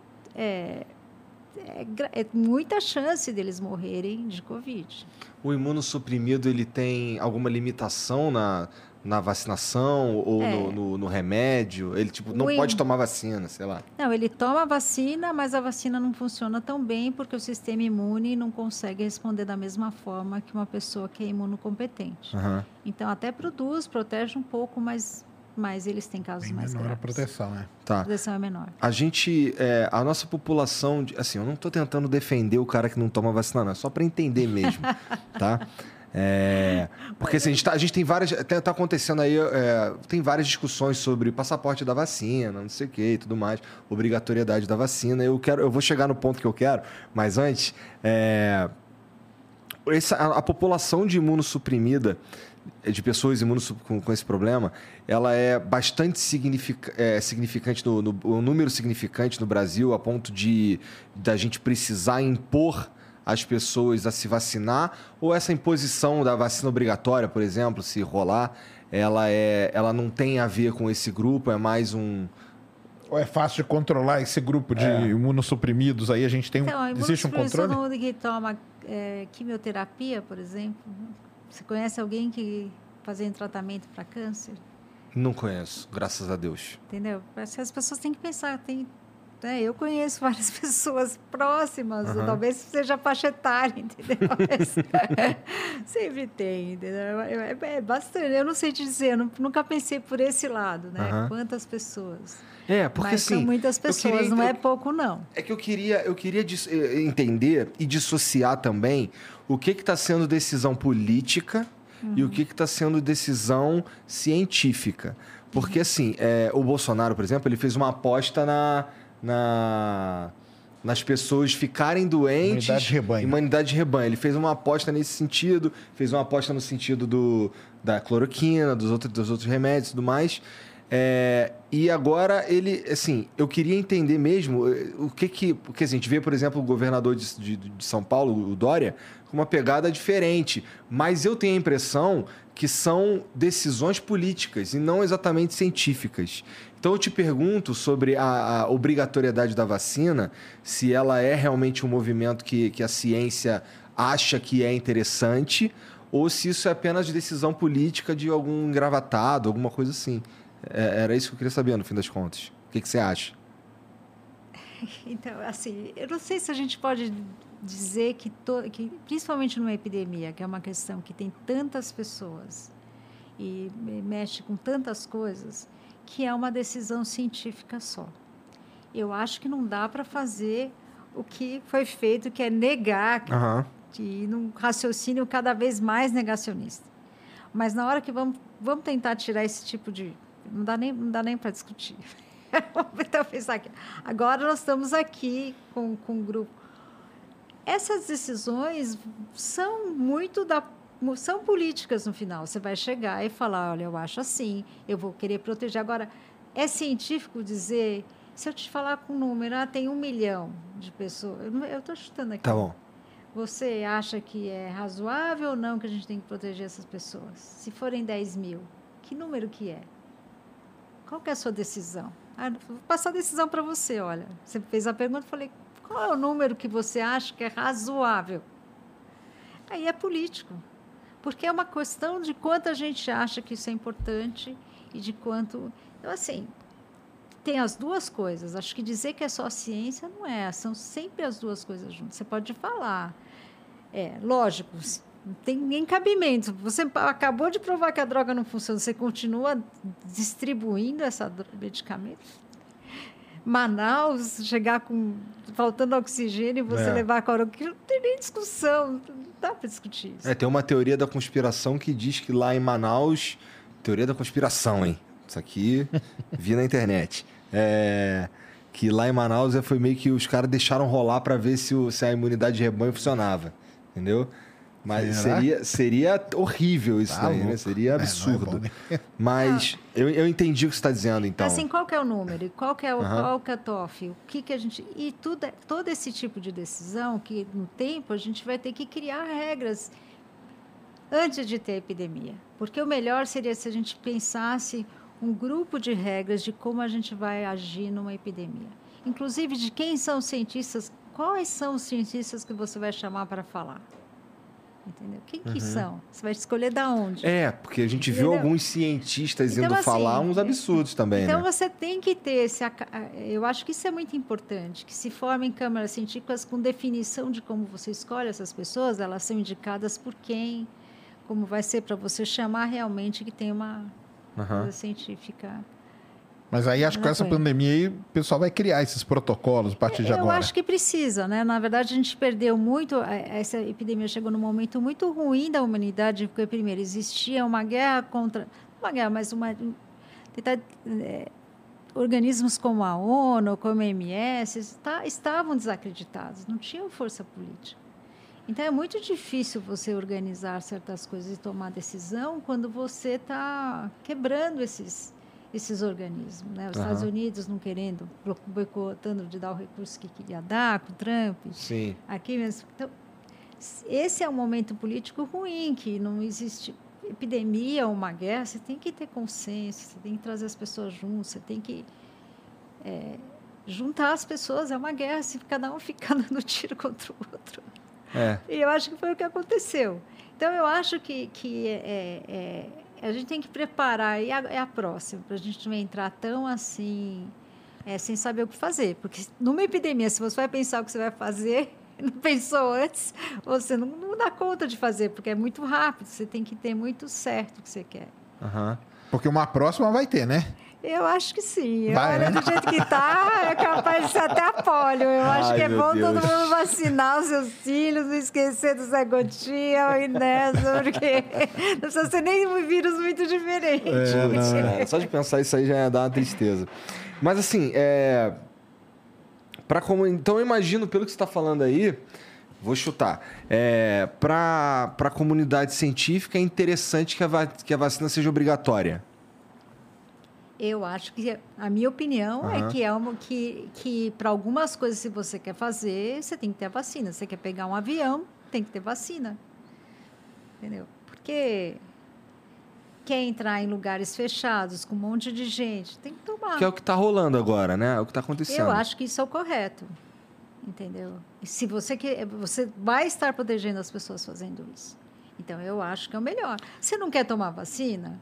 é, é, é muita chance deles morrerem de Covid. O imunossuprimido, ele tem alguma limitação na, na vacinação ou é. no, no, no remédio? Ele, tipo, não o pode im... tomar vacina, sei lá. Não, ele toma vacina, mas a vacina não funciona tão bem porque o sistema imune não consegue responder da mesma forma que uma pessoa que é imunocompetente. Uhum. Então, até produz, protege um pouco, mas... mas eles têm casos Bem mais menor graves. A proteção, né? Tá. A proteção é menor. A gente, é, a nossa população, assim, eu não estou tentando defender o cara que não toma vacina, não, é só para entender mesmo, tá? É, porque assim, a, gente tá, a gente tem várias, tá, tá acontecendo aí, é, tem várias discussões sobre passaporte da vacina, não sei o que e tudo mais, obrigatoriedade da vacina. Eu quero, eu vou chegar no ponto que eu quero, mas antes, é, essa, a, a população de imunossuprimida, de pessoas imunos com, com esse problema, ela é bastante signific, é, significante, no, no, um número significante no Brasil, a ponto de da gente precisar impor as pessoas a se vacinar? Ou essa imposição da vacina obrigatória, por exemplo, se rolar, ela, é, ela não tem a ver com esse grupo, é mais um... Ou é fácil de controlar esse grupo de é. imunossuprimidos? Aí a gente tem um, então, existe um controle? Todo mundo que toma é, quimioterapia, por exemplo, você conhece alguém que fazia tratamento para câncer? Não conheço, graças a Deus. Entendeu? Parece que as pessoas têm que pensar, tem... É, eu conheço várias pessoas próximas, uhum. talvez seja faixa etária, entendeu? Mas, sempre tem, entendeu? É, é bastante, eu não sei te dizer, eu nunca pensei por esse lado, né? Uhum. Quantas pessoas. É, porque Mas assim... são muitas pessoas, queria, não é eu, pouco, não. É que eu queria, eu queria dis, entender e dissociar também o que está sendo decisão política uhum. e o que está sendo decisão científica. Porque, uhum. assim, é, o Bolsonaro, por exemplo, ele fez uma aposta na... Na, nas pessoas ficarem doentes. Imunidade de rebanho. Imunidade de rebanho. Ele fez uma aposta nesse sentido, fez uma aposta no sentido do, da cloroquina, dos outros, dos outros remédios e tudo mais. É, e agora ele, assim, eu queria entender mesmo o que que... Porque assim, a gente vê, por exemplo, o governador de, de, de São Paulo, o Dória, com uma pegada diferente. Mas eu tenho a impressão que são decisões políticas e não exatamente científicas. Então, eu te pergunto sobre a, a obrigatoriedade da vacina, se ela é realmente um movimento que, que a ciência acha que é interessante ou se isso é apenas decisão política de algum engravatado, alguma coisa assim. É, era isso que eu queria saber, no fim das contas. O que, que você acha? Então, assim, eu não sei se a gente pode dizer que, to, que, principalmente numa epidemia, que é uma questão que tem tantas pessoas e mexe com tantas coisas, que é uma decisão científica só. Eu acho que não dá para fazer o que foi feito, que é negar, uhum. que num raciocínio cada vez mais negacionista. Mas na hora que vamos, vamos tentar tirar esse tipo de... Não dá nem, não dá nem para discutir. Então, pensar aqui. Agora nós estamos aqui com, com um grupo. Essas decisões são muito da... São políticas no final. Você vai chegar e falar, olha, eu acho assim, eu vou querer proteger. Agora, é científico dizer, se eu te falar com um número, ah, tem um milhão de pessoas, eu estou chutando aqui. Tá bom. Você acha que é razoável ou não que a gente tem que proteger essas pessoas? Se forem dez mil, que número que é? Qual que é a sua decisão? Ah, vou passar a decisão para você, olha. Você fez a pergunta, eu falei, qual é o número que você acha que é razoável? Aí é político. Porque é uma questão de quanto a gente acha que isso é importante e de quanto... Então, assim, tem as duas coisas. Acho que dizer que é só ciência não é. São sempre as duas coisas juntas. Você pode falar. É, lógico, não tem encabimento. Você acabou de provar que a droga não funciona. Você continua distribuindo essa medicamento. Manaus, chegar com faltando oxigênio e você é. levar a cloroquina, não tem nem discussão, não dá para discutir isso. É, tem uma teoria da conspiração que diz que lá em Manaus... Teoria da conspiração, hein? Isso aqui vi na internet. É, que lá em Manaus foi meio que os caras deixaram rolar para ver se, o, se a imunidade de rebanho funcionava, entendeu? Mas seria, seria horrível isso tá daí, louco. Né? Seria absurdo. É, não é bom, né? Mas eu, eu entendi o que você está dizendo, então. Assim, qual que é o número? Qual que é o, uhum. qual que é o T O F? O que, que a gente... E tudo, todo esse tipo de decisão, que no tempo a gente vai ter que criar regras antes de ter a epidemia. Porque o melhor seria se a gente pensasse um grupo de regras de como a gente vai agir numa epidemia. Inclusive de quem são os cientistas, quais são os cientistas que você vai chamar para falar. Entendeu? Quem que uhum. são? Você vai escolher da onde? É, porque a gente Entendeu? viu alguns cientistas então, indo assim, falar uns absurdos também, então né? você tem que ter esse... Eu acho que isso é muito importante, que se formem câmaras científicas com definição de como você escolhe essas pessoas, elas são indicadas por quem, como vai ser para você chamar realmente que tem uma uhum. coisa científica. Mas aí acho que com essa pandemia aí, o pessoal vai criar esses protocolos a partir de eu agora. Eu acho que precisa, né? Na verdade, a gente perdeu muito... Essa epidemia chegou num momento muito ruim da humanidade, porque, primeiro, existia uma guerra contra... Uma guerra, mas uma... Tentar, é, organismos como a ONU, como a O M S, tá, estavam desacreditados, não tinham força política. Então, é muito difícil você organizar certas coisas e tomar decisão quando você está quebrando esses... esses organismos, né? Os uhum. Estados Unidos não querendo, boicotando de dar o recurso que queria dar com o Trump. Sim. Aqui mesmo. Então, esse é um momento político ruim, que não existe epidemia ou uma guerra, você tem que ter consenso, você tem que trazer as pessoas juntas, você tem que é, juntar as pessoas, é uma guerra, se cada um ficar dando tiro contra o outro. É. E eu acho que foi o que aconteceu. Então, eu acho que, que é, é, a gente tem que preparar, e a, é a próxima, para a gente não entrar tão assim, é, sem saber o que fazer. Porque numa epidemia, se você vai pensar o que você vai fazer, não pensou antes, você não, não dá conta de fazer, porque é muito rápido, você tem que ter muito certo o que você quer. Uhum. Porque uma próxima vai ter, né? Eu acho que sim. Vai, Olha, né? do jeito que está, é capaz de ser até a polio. Eu Ai, acho que é meu bom Deus. todo mundo vacinar os seus filhos, não esquecer do Zé Gotinha e nessa, porque não precisa ser nem um vírus muito diferente. É, não, cara, só de pensar isso aí já dá uma tristeza. Mas assim, é... pra como... então eu imagino, pelo que você está falando aí, vou chutar, é... para a comunidade científica é interessante que a, va... que a vacina seja obrigatória. Eu acho que, a minha opinião Uhum. é que é uma que, que para algumas coisas, se você quer fazer, você tem que ter a vacina. Você quer pegar um avião, tem que ter vacina. Entendeu? Porque quer entrar em lugares fechados, com um monte de gente, tem que tomar. Que é o que está rolando agora, né? É o que está acontecendo. Eu acho que isso é o correto. Entendeu? E se você quer, você vai estar protegendo as pessoas fazendo isso. Então, eu acho que é o melhor. Você não quer tomar vacina?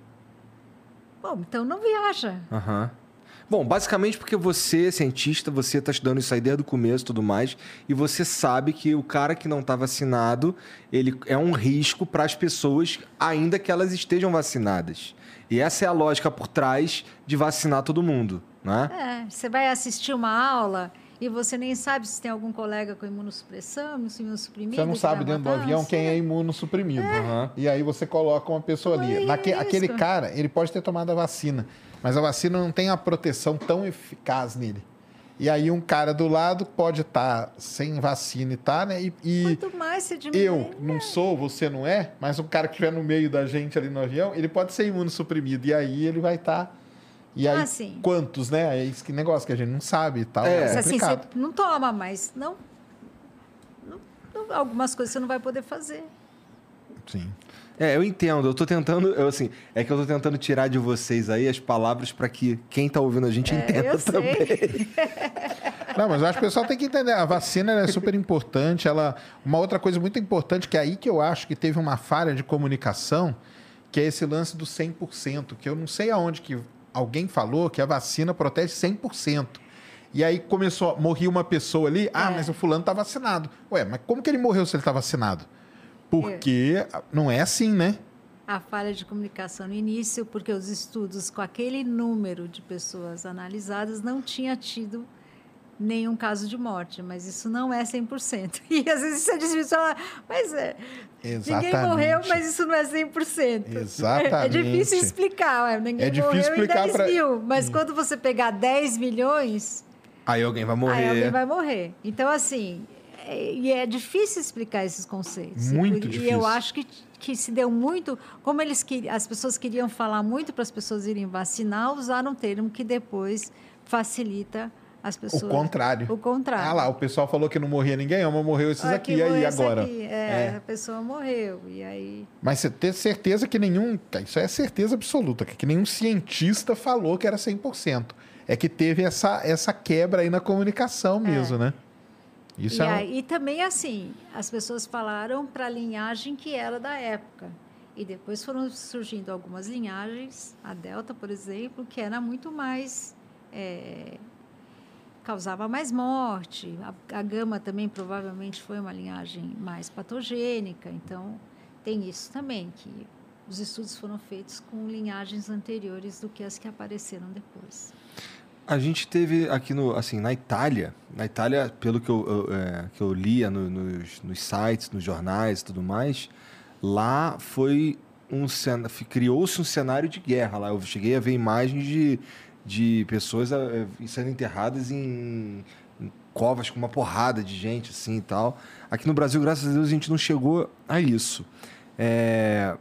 Bom, então não viaja. Uhum. Bom, basicamente porque você, cientista, você está estudando isso aí desde o começo e tudo mais, e você sabe que o cara que não está vacinado, ele é um risco para as pessoas, ainda que elas estejam vacinadas. E essa é a lógica por trás de vacinar todo mundo, né? É, você vai assistir uma aula e você nem sabe se tem algum colega com imunossupressão, imunossuprimido. Você não que sabe vai dentro do matar, avião não quem sei. é imunossuprimido. Uhum. E aí você coloca uma pessoa ali. É Naque, isso. aquele cara, ele pode ter tomado a vacina, mas a vacina não tem a proteção tão eficaz nele. E aí um cara do lado pode estar sem vacina e tá, né? E, e Quanto mais você diminui... eu não sou, você não é, mas o cara que estiver no meio da gente ali no avião, ele pode ser imunossuprimido. E aí ele vai estar... E aí, Ah, sim. quantos, né? É esse que negócio que a gente não sabe e tal. É. É, Mas assim, você complicado. não toma, mas não, não- não- algumas coisas você não vai poder fazer. Sim. É, eu entendo. Eu tô tentando, eu, assim, é que eu tô tentando tirar de vocês aí as palavras para que quem tá ouvindo a gente entenda eu também. sei. Não, mas eu acho que o pessoal tem que entender. A vacina ela é super importante. Ela, uma outra coisa muito importante, que é aí que eu acho que teve uma falha de comunicação, que é esse lance do cem por cento, que eu não sei aonde que alguém falou que a vacina protege cem por cento. E aí começou, morria uma pessoa ali, ah, É. mas o fulano tá vacinado. Ué, mas como que ele morreu se ele tá vacinado? Porque não é assim, né? A falha de comunicação no início, porque os estudos com aquele número de pessoas analisadas não tinha tido nenhum caso de morte, mas isso não é cem por cento. E às vezes você diz isso, fala, mas é, Exatamente. ninguém morreu, mas isso não é cem por cento. Exatamente. É difícil explicar, ué, ninguém É difícil morreu explicar em dez pra- mil, mas quando você pegar dez milhões, Aí alguém vai morrer. aí alguém vai morrer. Então, assim, é, e é difícil explicar esses conceitos. Muito e, difícil. E eu acho que, que se deu muito, como eles que, as pessoas queriam falar muito para as pessoas irem vacinar, usaram um termo que depois facilita as pessoas. O contrário. O contrário. Ah lá, o pessoal falou que não morria ninguém, mas morreu esses Ah, aqui, que e aí morreu esse agora? aqui. É, a pessoa morreu. E aí. Mas você ter certeza que nenhum... Isso é certeza absoluta, que nenhum cientista falou que era cem por cento. É que teve essa, essa quebra aí na comunicação mesmo, né? Isso e, é... um- aí, e também, assim, as pessoas falaram para a linhagem que era da época. E depois foram surgindo algumas linhagens, a Delta, por exemplo, que era muito mais. É, causava mais morte. A, a Gama também provavelmente foi uma linhagem mais patogênica. Então, tem isso também, que os estudos foram feitos com linhagens anteriores do que as que apareceram depois. A gente teve aqui no, assim, na Itália, na Itália, pelo que eu, eu, é, que eu lia no- nos, nos sites, nos jornais e tudo mais, lá foi um cena- criou-se um cenário de guerra lá. Eu cheguei a ver imagens de, de pessoas é, sendo enterradas em, em covas com uma porrada de gente assim e tal. Aqui no Brasil, graças a Deus, a gente não chegou a isso. É,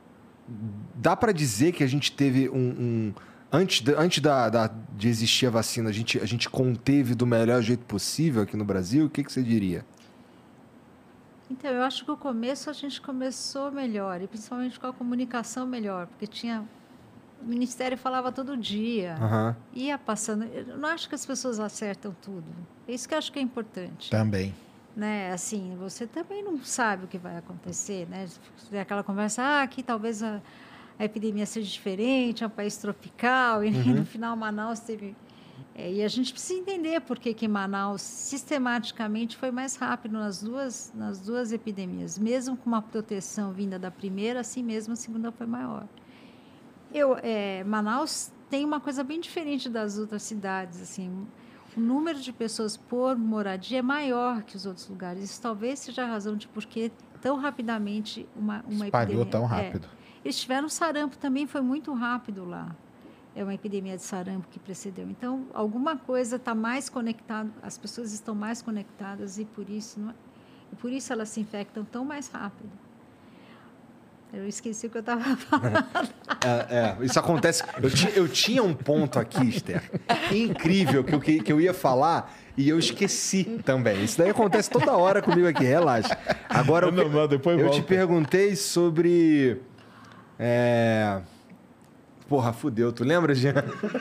dá para dizer que a gente teve um... um Antes, de, antes da, da- de existir a vacina, a gente, a gente conteve do melhor jeito possível aqui no Brasil? O que, que você diria? Então, eu acho que o começo a gente começou melhor, e principalmente com a comunicação melhor, porque tinha... O Ministério falava todo dia, Uhum. ia passando. Eu não acho que as pessoas acertam tudo. É isso que eu acho que é importante. Também. Né? Assim, você também não sabe o que vai acontecer, né? Tem aquela conversa, ah, aqui talvez a, a epidemia seja diferente, é um país tropical, e Uhum. no final Manaus teve... É, e a gente precisa entender por que que Manaus sistematicamente foi mais rápido nas duas, nas duas epidemias. Mesmo com uma proteção vinda da primeira, assim mesmo a segunda foi maior. Eu, é, Manaus tem uma coisa bem diferente das outras cidades, assim, o número de pessoas por moradia é maior que os outros lugares. Isso talvez seja a razão de por que tão rapidamente uma, uma Espalhou epidemia... tão rápido. É. Eles tiveram sarampo também, foi muito rápido lá. É uma epidemia de sarampo que precedeu. Então, alguma coisa está mais conectada, as pessoas estão mais conectadas e por isso, não é? E por isso elas se infectam tão mais rápido. Eu esqueci o que eu estava falando. É, é, isso acontece. Eu, ti, eu tinha um ponto aqui, Esther, incrível, que eu, que, que eu ia falar e eu esqueci também. Isso daí acontece toda hora comigo aqui, relaxa. Agora, Não, eu, não, depois eu volta. te perguntei sobre... É... Porra, fudeu. Tu lembra, Jean?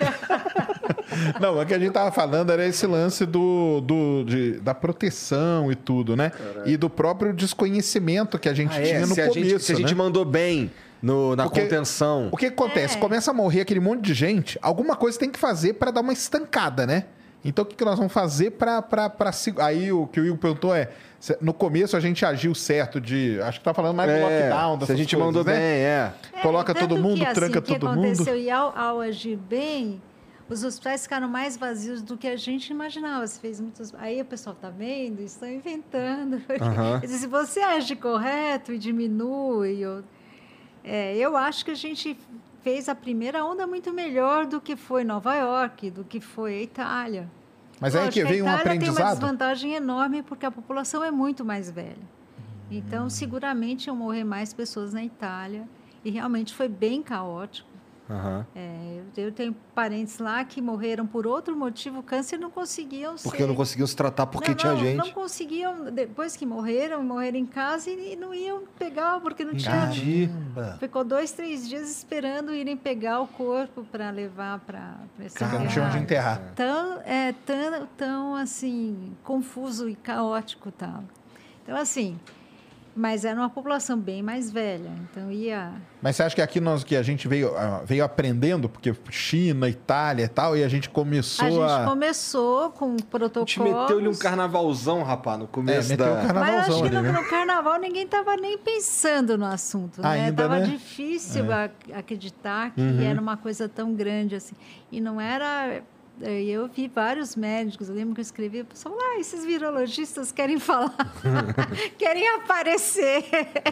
Não, o que a gente tava falando era esse lance do, do, de, da proteção e tudo, né? Caralho. E do próprio desconhecimento que a gente Ah, tinha é? no se a começo, gente, Se a gente né? mandou bem no, na Porque contenção. O que, que acontece? É. Começa a morrer aquele monte de gente, alguma coisa tem que fazer para dar uma estancada, né? Então, o que, que nós vamos fazer para... Aí, o que o Igor perguntou é... No começo, a gente agiu certo de... Acho que tá falando mais do É, lockdown, dessas se a gente coisas, mandou né? bem, é. Coloca É, tanto todo mundo, que, assim, tranca o que todo aconteceu, mundo. E ao, ao agir bem, os hospitais ficaram mais vazios do que a gente imaginava. Você fez muitos... Aí o pessoal está vendo, estão inventando. Uhum. Quer dizer, se você age correto e diminui... Eu, é, eu acho que a gente fez a primeira onda muito melhor do que foi Nova York, do que foi a Itália. Mas aí que veio um a Itália tem uma aprendizado. desvantagem enorme porque a população é muito mais velha. Então, seguramente iam morrer mais pessoas na Itália. E realmente foi bem caótico. Uhum. É, eu, eu tenho parentes lá que morreram por outro motivo, câncer, não conseguiam Porque ser... não conseguiam se tratar porque não, tinha não, gente. Não conseguiam, depois que morreram, morreram em casa e, e não iam pegar, porque não tinha... Entendi. Ficou dois, três dias esperando irem pegar o corpo para levar para esse Porque não tinha onde enterrar. Tão, é, tão, tão, assim, confuso e caótico tal. Então, assim... Mas era uma população bem mais velha, então ia... Mas você acha que aqui nós, que a gente veio, veio aprendendo, porque China, Itália e tal, e a gente começou a... A gente começou com protocolos... A gente meteu-lhe um carnavalzão, rapaz, no começo É, meteu da... um Mas carnavalzão acho que ali, no, né? no carnaval ninguém estava nem pensando no assunto, né? Ainda, Tava né? difícil É. a- acreditar que Uhum. era uma coisa tão grande assim. E não era... Eu vi vários médicos, eu lembro que eu escrevi, o pessoal, ah, esses virologistas querem falar, querem aparecer.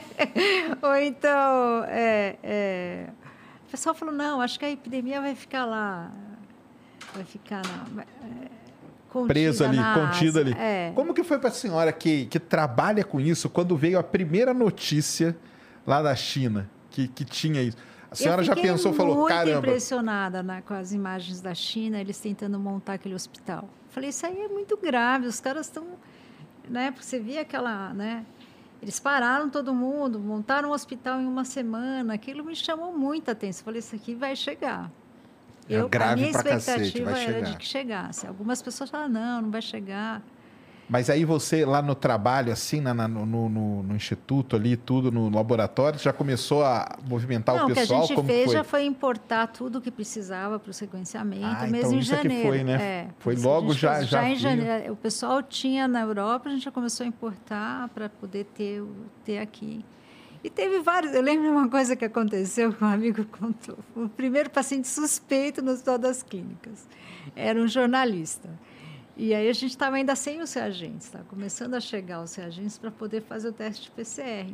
Ou então, é, é, o pessoal falou, não, acho que a epidemia vai ficar lá, vai ficar na, é, contida Presa ali, na contida Ásia. ali. É. Como que foi para a senhora que, que trabalha com isso, quando veio a primeira notícia lá da China, que, que tinha isso? A senhora já pensou, falou, muito caramba... impressionada né, com as imagens da China, eles tentando montar aquele hospital. Falei, isso aí é muito grave, os caras estão... Né, porque você via aquela... Né, eles pararam todo mundo, montaram um hospital em uma semana, aquilo me chamou muita atenção. Falei, isso aqui vai chegar. É Eu, grave a minha pra cacete, expectativa vai era chegar. de que chegasse. Algumas pessoas falaram, não, não vai chegar. Mas aí você, lá no trabalho, assim, na, na- no, no- no instituto ali, tudo, no laboratório, já começou a movimentar Não, o o que a pessoal? gente Como fez foi? já foi importar tudo o que precisava para o sequenciamento, Ah, mesmo então em isso é que janeiro. foi, né? É, Foi por isso a logo gente já- fez já em vinha. janeiro. O pessoal tinha na Europa, a gente já começou a importar para poder ter, o- ter aqui. E teve vários. Eu lembro de uma coisa que aconteceu que um amigo contou. O primeiro paciente suspeito no Hospital das Clínicas era um jornalista. E aí a gente estava ainda sem os reagentes, estava começando a chegar os reagentes para poder fazer o teste de P C R.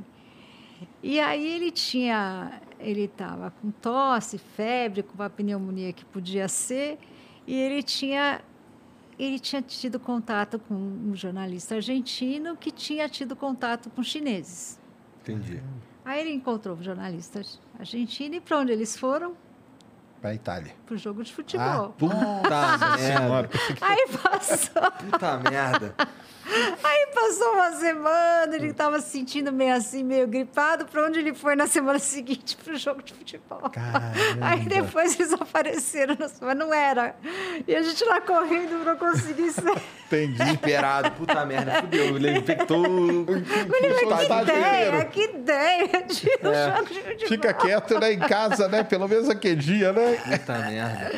E aí ele tinha, ele estava com tosse, febre, com uma pneumonia que podia ser, e ele tinha, ele tinha tido contato com um jornalista argentino que tinha tido contato com chineses. Entendi. Aí ele encontrou o jornalista argentino e para onde eles foram? Para a Itália. Para o jogo de Ah, futebol. Puta merda. Senhora. Aí passou. Puta merda. Aí passou uma semana, ele estava se sentindo meio assim, meio gripado. Para onde ele foi na semana seguinte? Para o jogo de futebol. Caramba. Aí depois eles apareceram, mas não era. E a gente lá correndo para conseguir ser. Entendi. Desesperado, puta merda, fudeu. Ele infectou o Que ideia, que ideia de um É. jogo de futebol. Fica quieto, né, em casa, né? Pelo menos aquele dia, né? Puta merda.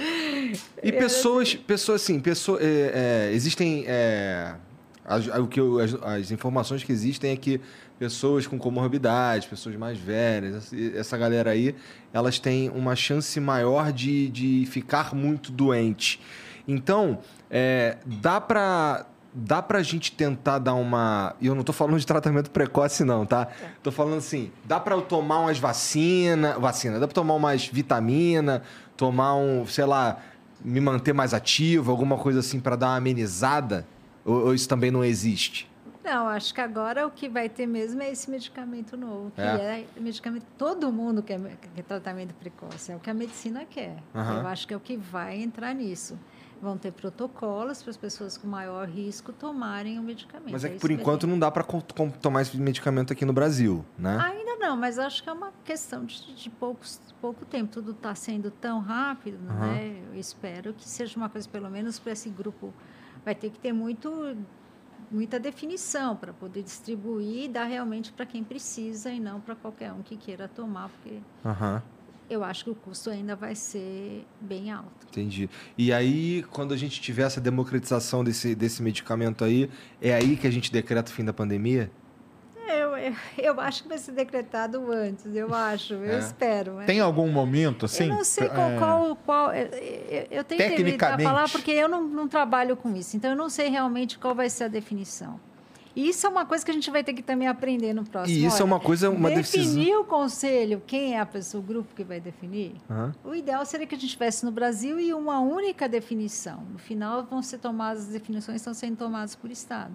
E pessoas, pessoas assim, pessoas, é, é, existem... É, as, o que eu- as, as informações que existem é que pessoas com comorbidades, pessoas mais velhas, essa- essa galera aí, elas têm uma chance maior de, de ficar muito doente. Então, é, dá pra... Dá pra gente tentar dar uma... E eu não tô falando de tratamento precoce, não, tá? Tô falando assim, dá pra eu tomar umas vacinas... Vacina, dá pra tomar umas vitamina, tomar um, sei lá, me manter mais ativo, alguma coisa assim pra dar uma amenizada? Ou, ou isso também não existe? Não, acho que agora o que vai ter mesmo é esse medicamento novo, que É. é, medicamento todo mundo quer, quer tratamento precoce, é o que a medicina quer. Aham. Eu acho que é o que vai entrar nisso. Vão ter protocolos para as pessoas com maior risco tomarem o medicamento. Mas é que isso por enquanto tem. não dá pra com- com- tomar esse medicamento aqui no Brasil, né? Ainda não, mas acho que é uma questão de, de poucos, pouco tempo. Tudo está sendo tão rápido, Aham. né? Eu espero que seja uma coisa, pelo menos para esse grupo, vai ter que ter muito, muita definição para poder distribuir e dar realmente para quem precisa e não para qualquer um que queira tomar, porque Aham. eu acho que o custo ainda vai ser bem alto. Entendi. E aí, quando a gente tiver essa democratização desse, desse medicamento aí, é aí que a gente decreta o fim da pandemia? Eu, eu, eu acho que vai ser decretado antes, eu acho, eu É. espero. mas- Tem algum momento, assim? eu não sei qual... é, qual, qual eu, eu, eu tenho que evitar Tecnicamente. falar porque eu não, não trabalho com isso, então eu não sei realmente qual vai ser a definição. E isso é uma coisa que a gente vai ter que também aprender no próximo. E isso é Olha, uma coisa, uma decisão... definir o conselho, quem é a pessoa, o grupo que vai definir, Aham. o ideal seria que a gente tivesse no Brasil e uma única definição. No final, vão ser tomadas, as definições estão sendo tomadas por Estado.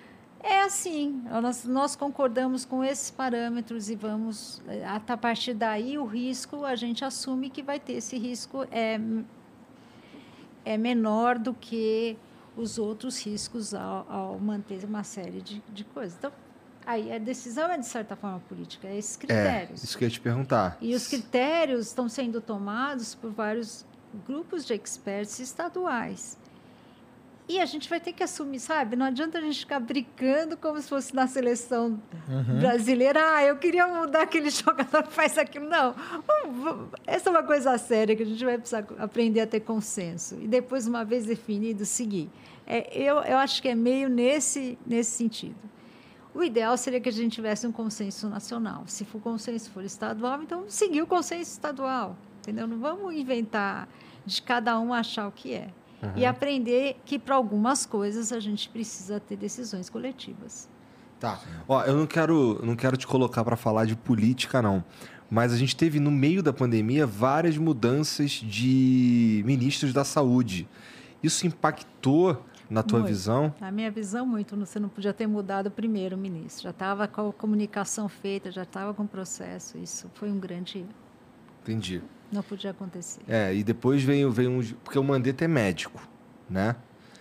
É assim, nós, nós concordamos com esses parâmetros e vamos, a partir daí, o risco, a gente assume que vai ter esse risco é, é menor do que os outros riscos ao, ao manter uma série de, de coisas. Então, aí a decisão é, de certa forma, política, é esses É, critérios. isso que eu ia te perguntar. E os critérios estão sendo tomados por vários grupos de experts estaduais. E a gente vai ter que assumir, sabe? Não adianta a gente ficar brincando como se fosse na seleção brasileira. Ah, eu queria mudar aquele jogador que faz aquilo. Não. Vamos- vamos- Essa é uma coisa séria que a gente vai precisar aprender a ter consenso. E depois, uma vez definido, seguir. É, eu, eu acho que é meio nesse, nesse sentido. O ideal seria que a gente tivesse um consenso nacional. Se o consenso for estadual, então seguir o consenso estadual. Entendeu? Não vamos inventar de cada um achar o que é. Uhum. E aprender que, para algumas coisas, a gente precisa ter decisões coletivas. Tá. Ó, eu não quero, não quero te colocar para falar de política, não. Mas a gente teve, no meio da pandemia, várias mudanças de ministros da saúde. Isso impactou na tua Muito. visão? Na minha visão, muito. Você não podia ter mudado o primeiro ministro. Já estava com a comunicação feita, já estava com o processo. Isso foi um grande erro. Entendi. Não podia acontecer. É, e depois veio, veio um... Porque o Mandetta é médico, né?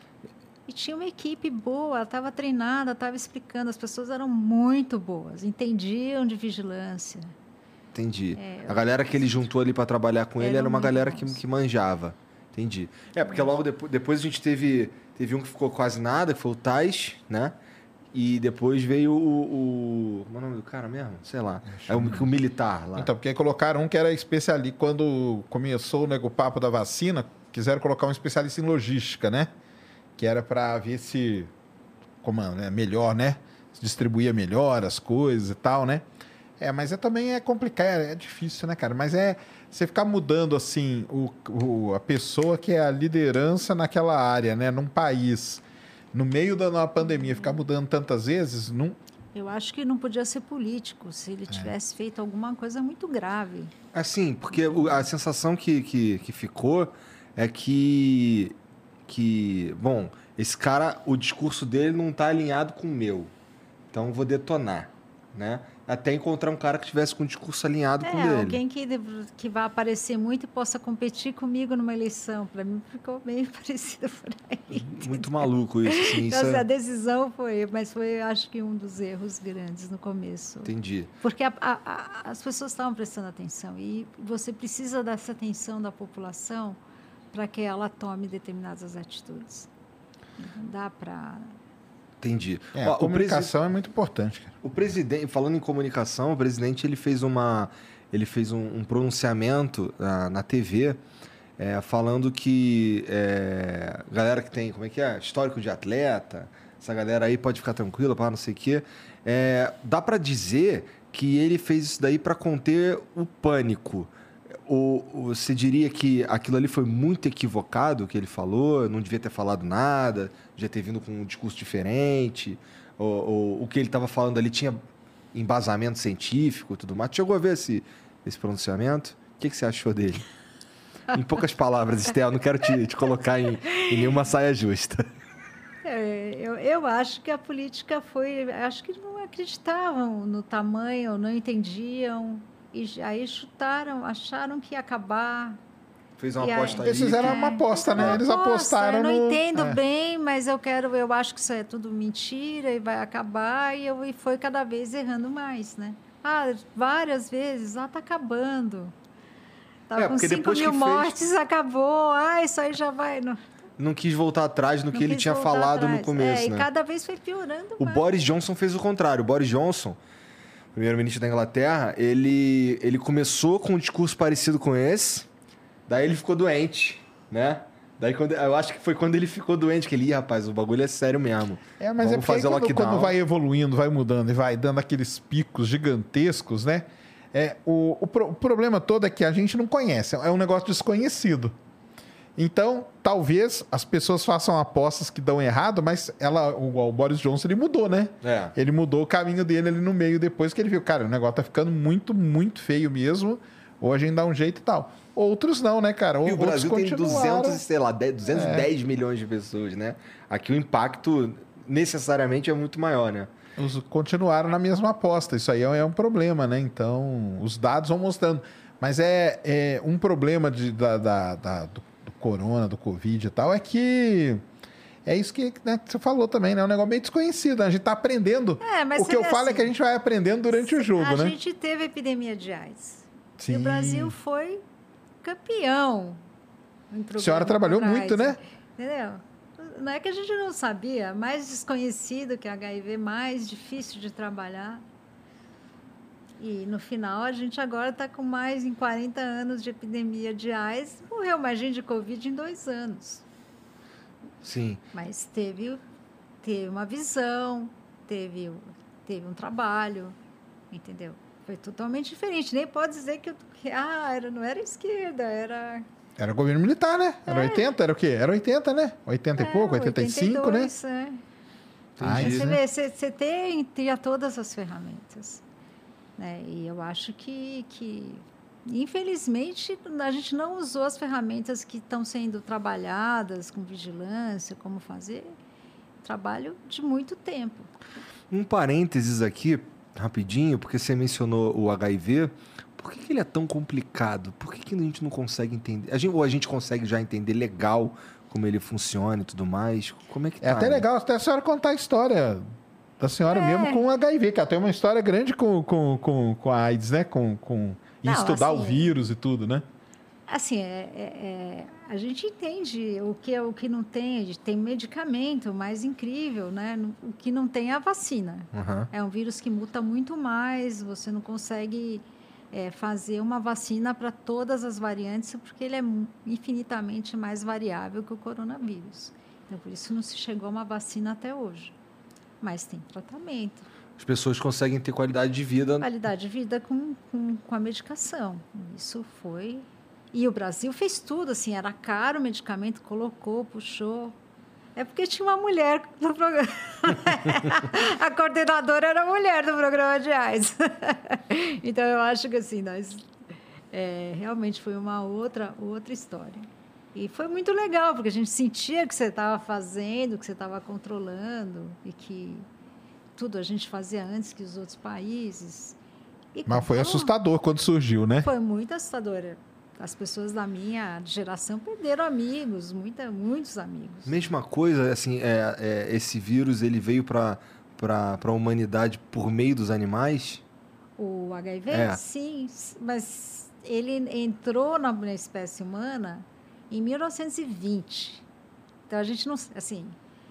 E tinha uma equipe boa, ela estava treinada, estava explicando. As pessoas eram muito boas, entendiam de vigilância. Entendi. É, a galera que ele juntou ali para trabalhar com ele Eram era uma muito galera que, bons. que manjava. Entendi. É, porque logo depois, depois a gente teve, teve um que ficou quase nada, que foi o Tais, né? E depois veio o... o como é o nome do cara mesmo? Sei lá. É o, o militar lá. Então, porque colocaram um que era especialista. Quando começou né, o papo da vacina, quiseram colocar um especialista em logística, né? Que era para ver se. Como é, né, melhor, né? Se distribuía melhor as coisas e tal, né? É, mas é, também é complicado, é difícil, né, cara? Mas é você ficar mudando, assim, o, o, a pessoa que é a liderança naquela área, né? Num país, no meio da numa pandemia, ficar mudando tantas vezes, não. Eu acho que não podia ser político se ele tivesse feito alguma coisa muito grave. Assim, porque o- a sensação que, que, que ficou é que, que, bom, esse cara, o discurso dele não está alinhado com o meu. Então, eu vou detonar, né? Até encontrar um cara que tivesse com um discurso alinhado com o É, dele. alguém que, que vai aparecer muito e possa competir comigo numa eleição. Para mim ficou bem parecido por aí. Muito maluco isso, assim. Então, Isso assim, é... a decisão foi, mas foi, acho que um dos erros grandes no começo. Entendi. Porque a, a, a, as pessoas estavam prestando atenção e você precisa dessa atenção da população para que ela tome determinadas atitudes. Não dá para... Entendi. É, Ó, a comunicação o é muito importante, cara. O presidente, falando em comunicação, o presidente ele fez uma, ele fez um, um pronunciamento na, na T V, é, falando que é, galera que tem, como é que é, histórico de atleta, essa galera aí pode ficar tranquila, para não sei o quê. É, dá para dizer que ele fez isso daí para conter o pânico. Ou você diria que aquilo ali foi muito equivocado, o que ele falou, não devia ter falado nada, devia ter vindo com um discurso diferente, ou, ou o que ele estava falando ali tinha embasamento científico e tudo mais. Chegou a ver esse, esse pronunciamento? O que, que você achou dele? Em poucas palavras, Estel, não quero te, te colocar em, em nenhuma saia justa. É, eu, eu acho que a política foi... Acho que não acreditavam no tamanho, não entendiam... E aí chutaram, acharam que ia acabar. Fez uma E aposta aí- aí. Eles fizeram É, uma aposta, fizeram né? uma Eles aposta. apostaram Eu não no... entendo é. bem, mas eu quero, eu acho que isso é tudo mentira e vai acabar. E, eu, e foi cada vez errando mais, né? Ah, várias vezes, ah, tá acabando. Tava É, com porque cinco depois mil que fez- mortes, acabou. Ah, isso aí já vai. Não, Não quis voltar atrás no não que ele quis tinha voltar falado no atrás. começo, É, né? E cada vez foi piorando O mais. Boris Johnson fez o contrário. O Boris Johnson, primeiro-ministro da Inglaterra, ele, ele começou com um discurso parecido com esse, daí ele ficou doente, né? Daí quando, eu acho que foi quando ele ficou doente que ele, Ih, rapaz, o bagulho é sério mesmo. É, mas Vamos é porque fazer aí quando, lockdown. quando vai evoluindo, vai mudando e vai dando aqueles picos gigantescos, né? É, o, o, pro- o problema todo é que a gente não conhece, é um negócio desconhecido. Então, talvez as pessoas façam apostas que dão errado, mas ela, o, o Boris Johnson, ele mudou, né? É. Ele mudou o caminho dele ali no meio depois que ele viu, cara, o negócio tá ficando muito, muito feio mesmo. Hoje a gente dá um jeito e tal. Outros não, né, cara? E o Outros Brasil tem continuaram. duzentos, sei lá, dez, duzentos e dez milhões de pessoas, né? Aqui o impacto necessariamente é muito maior, né? Os continuaram na mesma aposta. Isso aí é um problema, né? Então, os dados vão mostrando. Mas é, é um problema de, da, da, da- do, do corona, do Covid e tal, é que é isso que, né, que você falou também, né? É um negócio meio desconhecido, né? A gente tá aprendendo. É, mas O você que eu vê falo é assim, que a gente vai aprendendo durante o jogo, a né? gente teve epidemia de AIDS. E Sim. o Brasil foi campeão. em A senhora programa trabalhou contra muito, AIDS. né? Entendeu? Não é que a gente não sabia, mais desconhecido que H I V, mais difícil de trabalhar. E no final a gente agora está com mais em quarenta anos de epidemia de AIDS. Morreu mais gente de Covid em dois anos. Sim. Mas teve, teve uma visão, teve, teve um trabalho, entendeu? Foi totalmente diferente. Nem pode dizer que, eu, que ah, era, não era esquerda, era... Era governo militar, né? Era oitenta, era o quê? Era oitenta, né? oitenta e pouco, é, oitenta e cinco, né? oitenta e dois, é. Ah, Entendi. Você né? vê, você, você tem, tem todas as ferramentas. Né? E eu acho que, que, infelizmente, a gente não usou as ferramentas que estão sendo trabalhadas com vigilância, como fazer trabalho de muito tempo. Um parênteses aqui, rapidinho, porque você mencionou o H I V. Por que, que ele é tão complicado? Por que, que a gente não consegue entender? A gente, ou a gente consegue já entender legal como ele funciona e tudo mais? Como é que É tá? até legal até a senhora contar a história da senhora É. mesmo com o H I V, que ela tem uma história grande com, com, com, com a AIDS, né? Com, com em Não, estudar o assim, vírus e tudo, né? Assim, é, é- é- a gente entende o que é o que não tem. A gente tem medicamento, mais incrível, né? O que não tem é a vacina. Aham. É um vírus que muta muito mais, você não consegue é, fazer uma vacina para todas as variantes, porque ele é mu- infinitamente mais variável que o coronavírus. Então, por isso não se chegou a uma vacina até hoje. Mas tem tratamento, As pessoas conseguem ter qualidade de vida. qualidade de vida com, com, com a medicação. Isso foi... E o Brasil fez tudo, assim, era caro o medicamento, colocou, puxou. É porque tinha uma mulher no programa. A coordenadora era mulher do programa de AIDS. Então, eu acho que, assim, nós... é, realmente foi uma outra, outra história. E foi muito legal, porque a gente sentia que você estava fazendo, que você estava controlando, e que tudo a gente fazia antes que os outros países. E Mas foi como- assustador quando surgiu, né? Foi muito assustador. As pessoas da minha geração perderam amigos, muita, muitos amigos. Mesma coisa, assim, é, é, esse vírus ele veio para a humanidade por meio dos animais? O H I V? É. Sim, s- mas ele entrou na, na espécie humana em mil novecentos e vinte. Então, a gente não... Assim,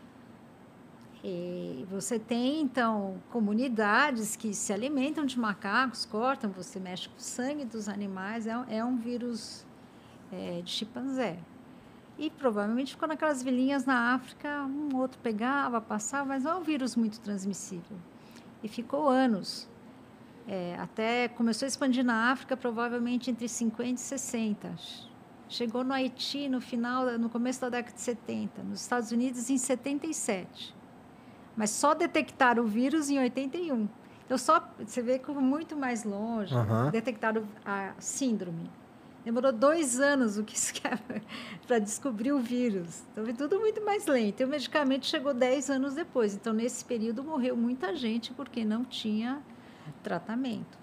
eh, você tem, então, comunidades que se alimentam de macacos, cortam, você mexe com o sangue dos animais, é, um- é um vírus eh, de chimpanzé. E provavelmente ficou naquelas vilinhas na África, um outro pegava, passava, mas não é um vírus muito transmissível. E ficou anos. É, até começou a expandir na África, provavelmente entre cinquenta e sessenta. Chegou no Haiti no final, da- no começo da década de setenta. Nos Estados Unidos, em setenta e sete. Mas só detectaram o vírus em oitenta e um. Então, só, você vê como muito mais longe, Aham. detectaram a síndrome. Demorou dois anos o que isso quer para descobrir o vírus. Então, foi tudo muito mais lento. E o medicamento chegou dez anos depois. Então, nesse período, morreu muita gente porque não tinha tratamento.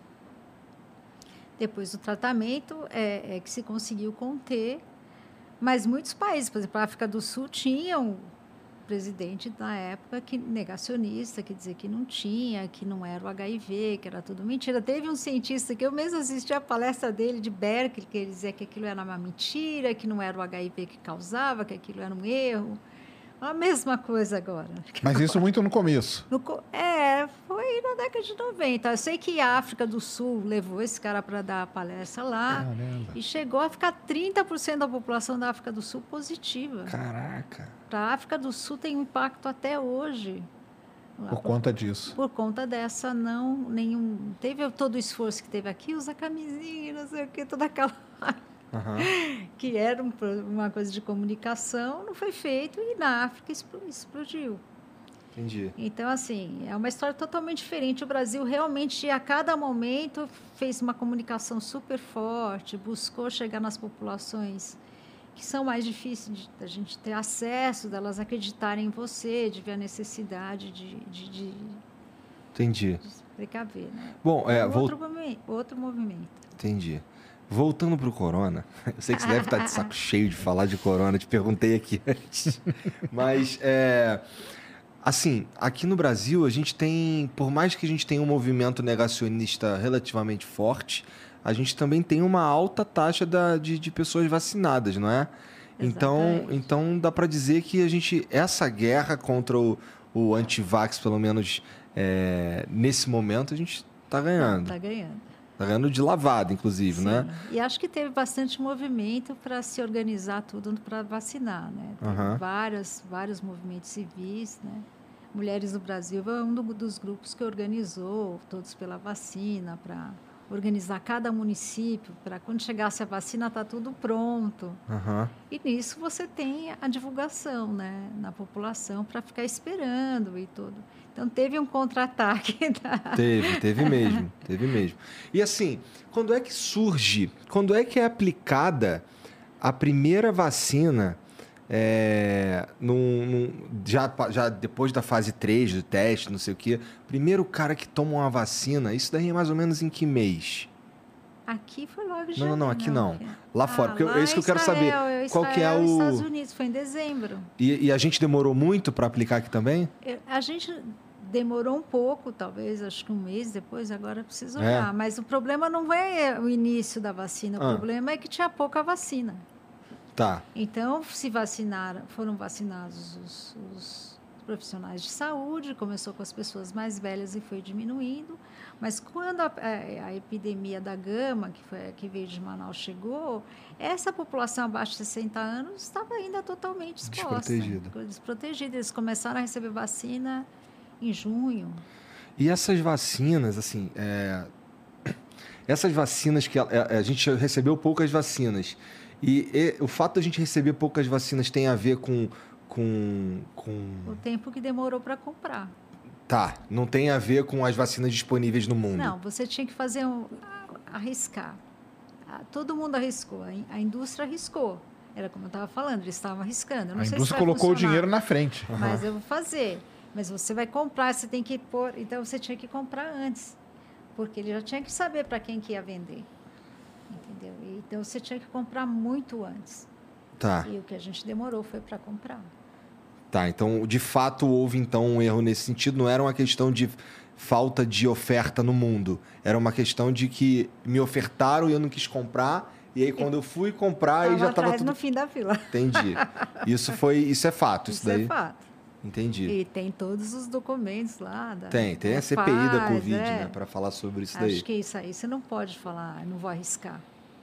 Depois do tratamento é, é que se conseguiu conter, mas muitos países, por exemplo, a África do Sul tinha um presidente na época que negacionista, que dizia que não tinha, que não era o H I V, que era tudo mentira. Teve um cientista que eu mesmo assisti a palestra dele de Berkeley, que ele dizia que aquilo era uma mentira, que não era o H I V que causava, que aquilo era um erro. A mesma coisa agora. Mas isso muito no começo. No co- é, foi na década de noventa. Eu sei que a África do Sul levou esse cara para dar a palestra lá Caramba. e chegou a ficar trinta por cento da população da África do Sul positiva. Caraca. Para a África do Sul tem um impacto até hoje. Lá Por conta disso. por conta dessa não nenhum teve todo o esforço que teve aqui, usa camisinha, não sei o que, toda aquela Aham. que era um pro- uma coisa de comunicação, não foi feito e na África explo- explodiu. Entendi. Então, assim, é uma história totalmente diferente. O Brasil realmente, a cada momento, fez uma comunicação super forte, buscou chegar nas populações que são mais difíceis de, da gente ter acesso, delas acreditarem em você, de ver a necessidade de, de, de, Entendi. de se precaver. Né? Bom, é, vou... outro, movi- outro movimento. Entendi. Voltando pro corona, eu sei que você deve estar de saco cheio de falar de corona, te perguntei aqui antes. Mas, é, assim, aqui no Brasil, a gente tem, por mais que a gente tenha um movimento negacionista relativamente forte, a gente também tem uma alta taxa da, de, de pessoas vacinadas, não é? Então, Exatamente. então dá para dizer que a gente, essa guerra contra o, o antivax, pelo menos é, nesse momento, a gente está ganhando. Está ganhando. Está ganhando de lavada, inclusive, Sim. né? E acho que teve bastante movimento para se organizar tudo para vacinar, né? Teve Aham. várias, vários movimentos civis, né? Mulheres do Brasil é um do- dos grupos que organizou Todos pela Vacina, para organizar cada município, para quando chegasse a vacina tá tudo pronto. Aham. E nisso você tem a divulgação, né, na população para ficar esperando e tudo. Então teve um contra-ataque da... Teve, teve mesmo, teve mesmo. E assim, quando é que surge, quando é que é aplicada a primeira vacina, é, num- num- já, pa- já depois da fase três do teste, não sei o quê, primeiro cara que toma uma vacina, isso daí é mais ou menos em que mês? Aqui foi logo de Não, não, não, janeiro, aqui não. aqui. Lá fora, porque eu- é isso que eu quero saber. Israel, Qual que é Israel e o- Estados Unidos, foi em dezembro. E, e a gente demorou muito para aplicar aqui também? Eu- A gente demorou um pouco, talvez, acho que um mês depois, agora preciso É. olhar. Mas o problema não é o início da vacina, o Ah. problema é que tinha pouca vacina. Tá. Então, se vacinaram, foram vacinados os, os profissionais de saúde, começou com as pessoas mais velhas e foi diminuindo. Mas quando a, a- a epidemia da gama, que, foi, a que veio de Manaus, chegou, essa população abaixo de sessenta anos estava ainda totalmente exposta. Desprotegida. ficou desprotegida. Eles começaram a receber vacina em junho. E essas vacinas, assim, é, essas vacinas que a, a- a gente recebeu poucas vacinas. E, e o fato de a gente receber poucas vacinas tem a ver com, com, com... O tempo que demorou para comprar. Tá, não tem a ver com as vacinas disponíveis no mundo. Não, você tinha que fazer um, arriscar. Ah, Todo mundo arriscou, a in- a indústria arriscou. Era como eu estava falando, eles estavam arriscando. Eu não A sei se indústria vai colocou o funcionar, dinheiro na frente. Mas eu vou fazer. Mas você vai comprar, você tem que pôr. Então você tinha que comprar antes. porque ele já tinha que saber para quem que ia vender. Entendeu? Então, você tinha que comprar muito antes. Tá. E o que a gente demorou foi para comprar. Tá, então, de fato, houve então um erro nesse sentido. Não era uma questão de falta de oferta no mundo. Era uma questão de que me ofertaram e eu não quis comprar. E aí, quando eu fui comprar, aí já estava tudo... no fim da fila. Entendi. Isso, foi, isso é fato, isso, Isso daí? é fato. Entendi. E tem todos os documentos lá. Da, Tem, tem da a C P I da Paz, Covid, é. né? Para falar sobre isso Acho daí. que isso aí você não pode falar, não vou arriscar.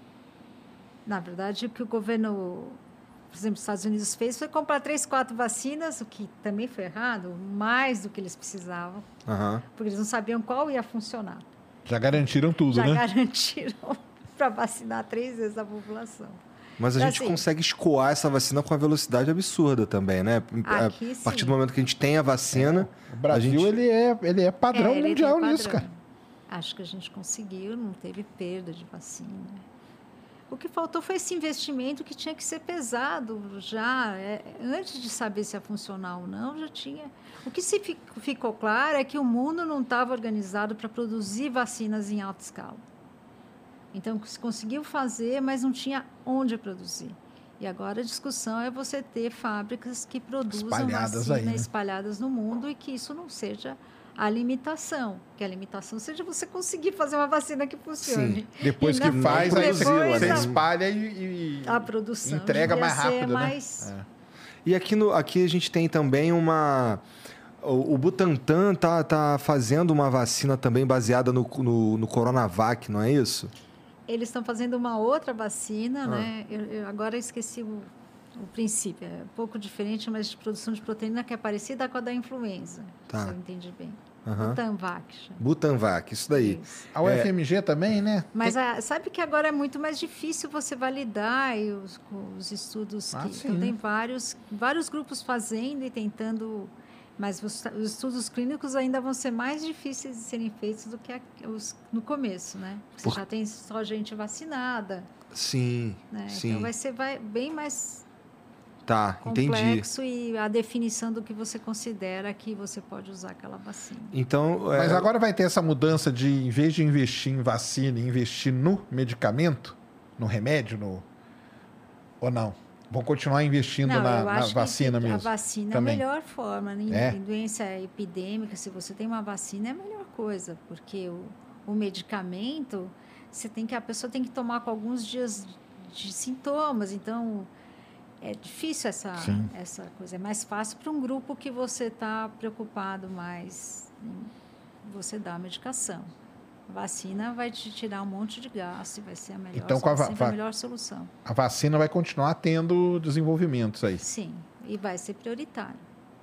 Na verdade, o que o governo, por exemplo, dos Estados Unidos fez foi comprar três, quatro vacinas, o que também foi errado, mais do que eles precisavam, Aham. porque eles não sabiam qual ia funcionar. Já garantiram tudo, Já né? garantiram para vacinar três vezes a população. Mas a Então, gente assim, consegue escoar essa vacina com uma velocidade absurda também, né? Aqui, a partir sim. do momento que a gente tem a vacina, O Brasil, a gente... ele, é, ele é padrão É, ele mundial tem nisso, padrão. cara. Acho que a gente conseguiu, não teve perda de vacina. O que faltou foi esse investimento que tinha que ser pesado já. É, antes de saber se ia funcionar ou não, já tinha. O que se fi- ficou claro é que o mundo não estava organizado para produzir vacinas em alta escala. Então, se conseguiu fazer, mas não tinha onde produzir. E agora a discussão é você ter fábricas que produzam Espalhadas vacina aí, né? espalhadas no mundo e que isso não seja a limitação. Que a limitação seja você conseguir fazer uma vacina que funcione. Sim. Depois E que na- faz, aí você, depois você a- espalha e, e A produção entrega devia mais ser rápido, mais- né? E aqui, no, aqui a gente tem também uma... O, o Butantan tá, tá fazendo uma vacina também baseada no, no, no Coronavac, não é isso? Eles estão fazendo uma outra Ah. vacina, né? Eu, eu agora esqueci o, o princípio. É um pouco diferente, mas de produção de proteína que é parecida com a da influenza. Tá. Se eu entendi bem. Aham. Butanvac. chama. Butanvac, isso daí. Isso. A U F M G também, né? Mas a- sabe que agora é muito mais difícil você validar e os, os estudos Ah, que sim, então, tem né? vários vários grupos fazendo e tentando, mas os, os estudos clínicos ainda vão ser mais difíceis de serem feitos do que a- os, no começo, né? Você Por- já tem só gente vacinada, Sim, né? sim. Então vai ser vai, bem mais Tá, entendi. complexo e a definição do que você considera que você pode usar aquela vacina. Então, é, Mas agora vai ter essa mudança de, em vez de investir em vacina, investir no medicamento, no remédio, no... ou não? Vão continuar investindo Não, na, eu na acho que vacina que mesmo? A vacina também. é a melhor forma. Em, É? em doença epidêmica, se você tem uma vacina, é a melhor coisa, porque o, o medicamento, você tem que, a pessoa tem que tomar com alguns dias de sintomas, então é difícil essa, Sim. essa coisa. É mais fácil para um grupo que você está preocupado mais em você dar a medicação. A vacina vai te tirar um monte de gasto e vai ser a melhor, Então, com a va- sempre a va- melhor solução. A vacina vai continuar tendo desenvolvimentos aí. Sim, e vai ser prioritário.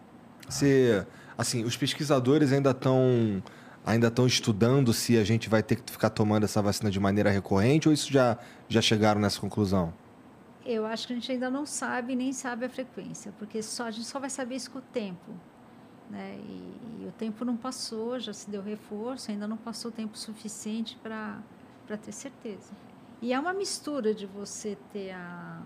você, assim, os pesquisadores ainda estão ainda estão estudando se a gente vai ter que ficar tomando essa vacina de maneira recorrente ou isso já, já chegaram nessa conclusão? Eu acho que a gente ainda não sabe, nem sabe a frequência, porque só, a gente só vai saber isso com o tempo. Né? E, e o tempo não passou, já se deu reforço, ainda não passou tempo suficiente para ter certeza. E é uma mistura de você ter a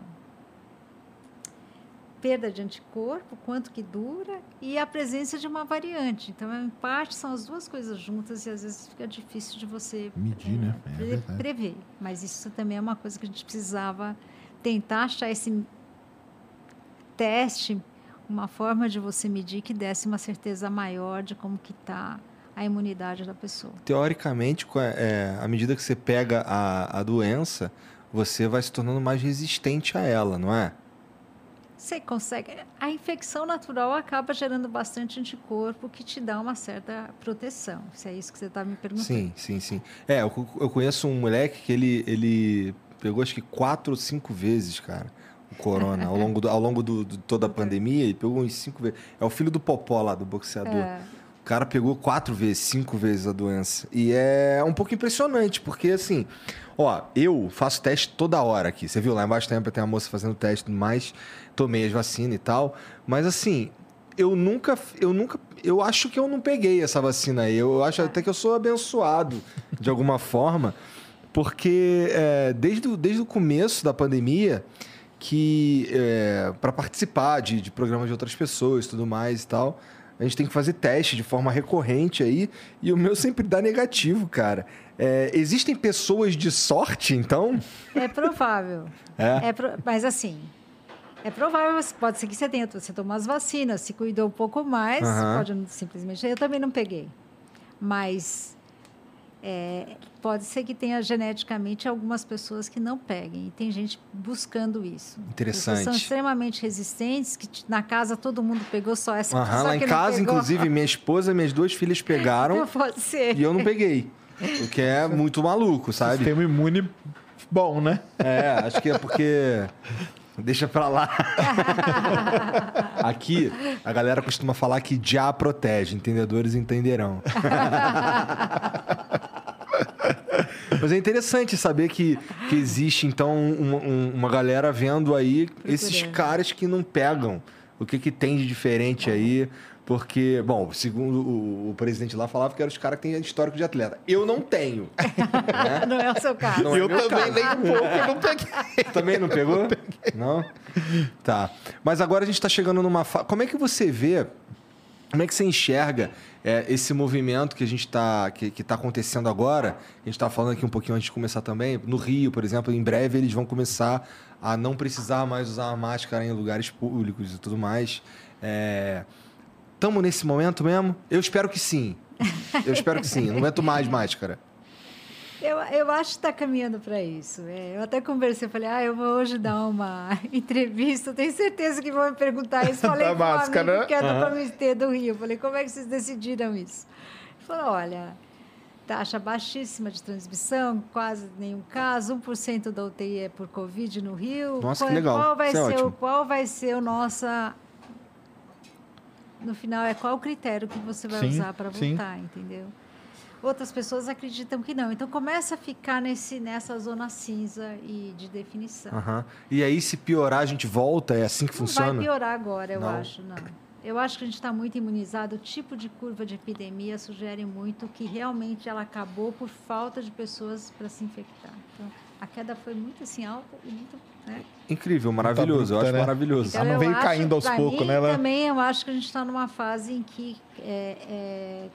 perda de anticorpo, quanto que dura, e a presença de uma variante. Então, em parte, são as duas coisas juntas e às vezes fica difícil de você Medir, né? É pre- verdade. prever. Mas isso também é uma coisa que a gente precisava tentar achar esse teste, uma forma de você medir que desse uma certeza maior de como que está a imunidade da pessoa. Teoricamente, co- é, à medida que você pega a, a doença, você vai se tornando mais resistente a ela, não é? Você consegue... A infecção natural acaba gerando bastante anticorpo que te dá uma certa proteção. Se é isso que você está me perguntando. Sim, sim, sim. É, eu, co- eu conheço um moleque que ele, ele pegou acho que quatro ou cinco vezes, cara, o corona. Ao longo, do, ao longo do, de toda a pandemia, ele pegou uns cinco vezes. É o filho do Popó lá, do boxeador. É. O cara pegou quatro vezes, cinco vezes a doença. E é um pouco impressionante, porque assim, ó, eu faço teste toda hora aqui. Você viu lá embaixo tem, tem a moça fazendo teste e tudo mais, tomei as vacinas e tal. Mas assim, eu nunca, eu nunca, eu acho que eu não peguei essa vacina aí. Eu acho até que eu sou abençoado de alguma forma, porque é, desde, o- desde o começo da pandemia, que é, para participar de, de programas de outras pessoas e tudo mais e tal, A gente tem que fazer teste de forma recorrente aí. E o meu sempre dá negativo, cara. É, existem pessoas de sorte, então? É provável. É? É pro... Mas assim, é provável, pode ser que você tenha, você tomou as vacinas, se cuidou um pouco mais, Aham. pode simplesmente... Eu também não peguei. Mas é, pode ser que tenha geneticamente algumas pessoas que não peguem. E tem gente buscando isso. Interessante. Pessoas são extremamente resistentes, que t- na casa todo mundo pegou só essa Aham, pessoa lá em que não casa, pegou. inclusive, minha esposa e minhas duas filhas pegaram Não pode ser. e eu não peguei. O que é muito maluco, sabe? Sistema imune bom, né? É, acho que é porque... Deixa pra lá. Aqui, a galera costuma falar que já protege. Entendedores entenderão. Mas é interessante saber que, que existe, então, um- um- uma galera vendo aí esses caras que não pegam. O que, que tem de diferente aí? Porque, bom, segundo o, o presidente lá, falava que eram os caras que têm histórico de atleta. Eu não tenho. Né? Não é o seu caso. Não é eu meu também caso. nem um pouco, eu não peguei. Também não pegou? Não? Tá. Mas agora a gente está chegando numa fase... Como é que você vê, como é que você enxerga é, esse movimento que a gente está que, que tá acontecendo agora? A gente está falando aqui um pouquinho antes de começar também. No Rio, por exemplo, em breve eles vão começar a não precisar mais usar a máscara em lugares públicos e tudo mais. É... Estamos nesse momento mesmo? Eu espero que sim. Eu espero que sim. Eu não aguento mais máscara. Eu, eu acho que está caminhando para isso. É, eu até conversei, falei, ah, eu vou hoje dar uma entrevista, eu tenho certeza que vão me perguntar isso. Falei Da com um máscara. amigo que é do Aham. Comitê do Rio. Eu falei, como é que vocês decidiram isso? Ele falou, olha, taxa baixíssima de transmissão, quase nenhum caso, um por cento da U T I é por Covid no Rio. Nossa, que qual, legal. Qual vai, Isso é ser o, ótimo. qual vai ser o nossa... No final, é qual o critério que você vai Sim, usar para sim. votar, entendeu? Outras pessoas acreditam que não. Então, começa a ficar nesse, nessa zona cinza e de definição. Aham. E aí, se piorar, a gente volta? É assim que Não funciona? vai piorar agora, eu Não. acho, não. Eu acho que a gente está muito imunizado. O tipo de curva de epidemia sugere muito que realmente ela acabou por falta de pessoas para se infectar. Então, a queda foi muito assim alta e muito... Né? Incrível, maravilhoso. Eu bruta, acho né? maravilhoso. Ela não eu veio acho, caindo aos pra poucos, mim, né? Ela- Também eu acho que a gente está numa fase em que é, é,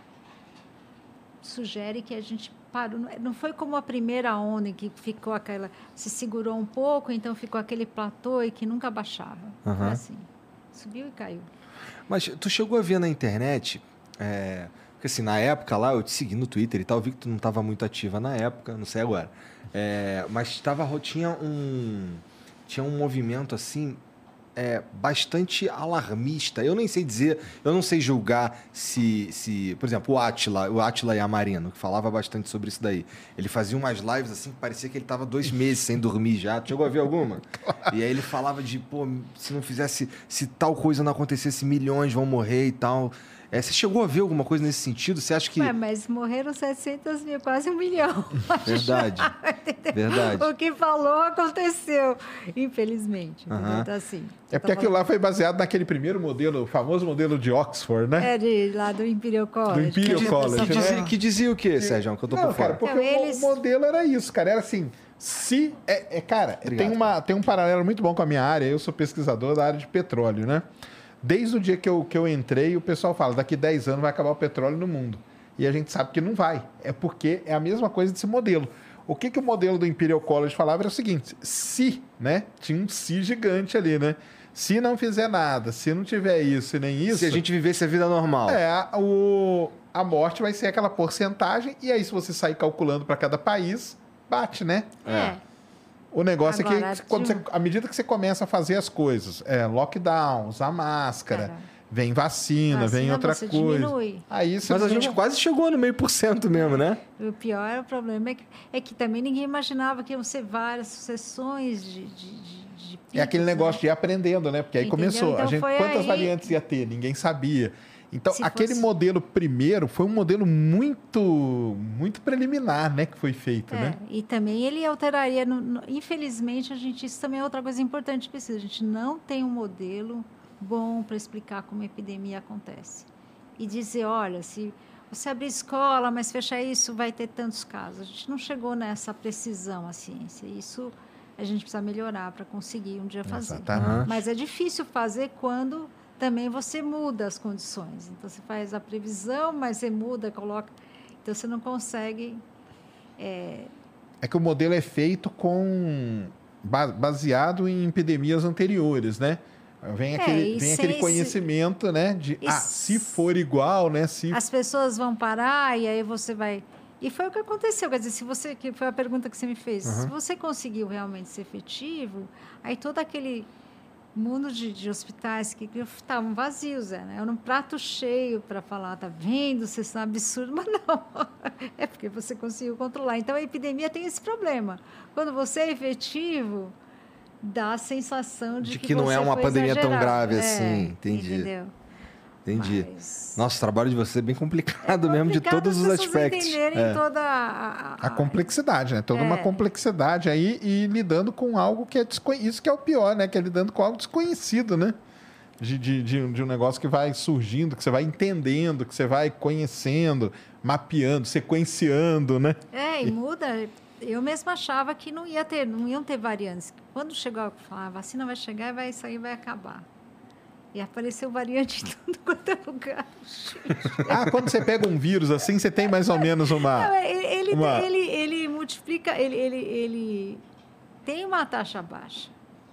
sugere que a gente parou. Não foi como a primeira onda em que ficou aquela... Se segurou um pouco, então ficou aquele platô e que nunca baixava. Foi Aham. assim. Subiu e caiu. Mas tu chegou a ver na internet... é, porque assim, na época lá, eu te segui no Twitter e tal, eu vi que tu não estava muito ativa na época, não sei agora. É, mas tava, tinha um... Tinha um movimento assim... É, bastante alarmista. Eu nem sei dizer, eu não sei julgar se, se por exemplo, o Átila, o Átila Yamarino, que falava bastante sobre isso daí. Ele fazia umas lives assim que parecia que ele estava dois meses sem dormir já. Tu chegou a ver alguma? E aí ele falava de, pô, se não fizesse, se tal coisa não acontecesse, milhões vão morrer e tal. É, você chegou a ver alguma coisa nesse sentido? Você acha que... Ué, mas morreram setecentos mil, quase um milhão. Verdade. Verdade. O que falou aconteceu, infelizmente. Aham. Então, assim, É porque aquilo lá foi baseado naquele primeiro modelo, o famoso modelo de Oxford, né? É de, lá do Imperial College. Do Imperial que a College, Que pessoa dizia, né? que dizia o quê, Sérgio? Que eu tô Não, por fora. cara, porque Então, o- eles- o modelo era isso, cara. Era assim, se... É, é, cara, Obrigado. tem, uma, tem um paralelo muito bom com a minha área. Eu sou pesquisador da área de petróleo, né? Desde o dia que eu, que eu entrei, o pessoal fala, daqui dez anos vai acabar o petróleo no mundo. E a gente sabe que não vai. É porque é a mesma coisa desse modelo. O que, que o modelo do Imperial College falava era o seguinte, se, né? Tinha um se gigante ali, né? Se não fizer nada, se não tiver isso e nem isso... Se a gente vivesse a vida normal. É, a, o, a morte vai ser aquela porcentagem, e aí se você sair calculando para cada país, bate, né? É. O negócio Agora, é que, quando de você, um- à medida que você começa a fazer as coisas, é, lockdown, usar máscara, Cara. vem vacina, vem Vacina outra você coisa. diminui. Aí você Mas a gente diminui. quase chegou no meio por cento mesmo, né? O pior problema é que, é que também ninguém imaginava que iam ser várias sucessões de, de, de, de É aquele picos, negócio né? de ir aprendendo, né? Porque aí Entendeu? começou. Então a gente, foi quantas aí- variantes ia ter? Ninguém sabia. Então, Se aquele fosse- modelo primeiro foi um modelo muito, muito preliminar, né? Que foi feito, É, né? e também ele alteraria. no- no- infelizmente, a gente, isso também é outra coisa importante de pesquisa. A gente não tem um modelo bom para explicar como a epidemia acontece. E dizer, olha, se você abrir escola, mas fechar isso, vai ter tantos casos. A gente não chegou nessa precisão, a ciência. Isso a gente precisa melhorar para conseguir um dia fazer. Exatamente. Mas é difícil fazer quando também você muda as condições. Então, você faz a previsão, mas você muda, coloca... Então, você não consegue... É, é que o modelo é feito com... baseado em epidemias anteriores, né? Vem aquele, é, vem aquele conhecimento, se, né? De, ah, se for igual, né? Se... As pessoas vão parar e aí você vai... E foi o que aconteceu. Quer dizer, se você... Que foi a pergunta que você me fez. Uhum. Se você conseguiu realmente ser efetivo, aí todo aquele mundo de, de hospitais que estavam vazios, né? Era um prato cheio para falar, tá vendo? Vocês são absurdos, mas não. É porque você conseguiu controlar. Então, a epidemia tem esse problema. Quando você é efetivo... dá a sensação de, de que, que não é uma pandemia exagerado. tão grave é, assim, entendi. Entendeu? Entendi. Mas... Nossa, o trabalho de você é bem complicado, é mesmo, de todos os aspectos. entenderem é. toda a, a... a complexidade, né? Toda é. uma complexidade aí e lidando com algo que é desconhecido. Isso que é o pior, né? Que é lidando com algo desconhecido, né? De, de, de, de um negócio que vai surgindo, que você vai entendendo, que você vai conhecendo, mapeando, sequenciando, né? É, e muda... Eu mesma achava que não ia ter, não iam ter variantes. Quando chegou a falar, a vacina vai chegar e vai sair, vai acabar. E apareceu variante em tudo quanto é lugar. Ah, quando você pega um vírus assim, você tem mais ou menos uma... Não, ele, uma... ele, ele multiplica, ele, ele, ele tem uma taxa baixa.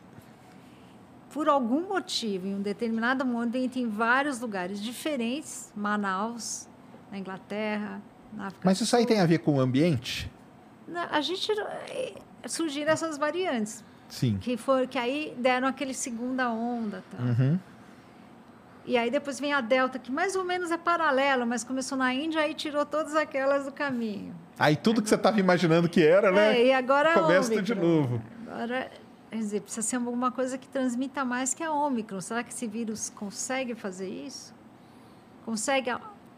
Por algum motivo, em um determinado momento, em vários lugares diferentes, Manaus, na Inglaterra, na África Mas isso aí tem a ver com o ambiente? A gente surgiram essas variantes. Sim. Que, for, que aí deram aquele segunda onda. Tá? Uhum. E aí depois vem a Delta, que mais ou menos é paralelo, mas começou na Índia e tirou todas aquelas do caminho. Aí tudo agora, que você estava imaginando que era, né? É, e agora começa tudo de novo. Agora, quer dizer, precisa ser alguma coisa que transmita mais que a Ômicron. Será que esse vírus consegue fazer isso? Consegue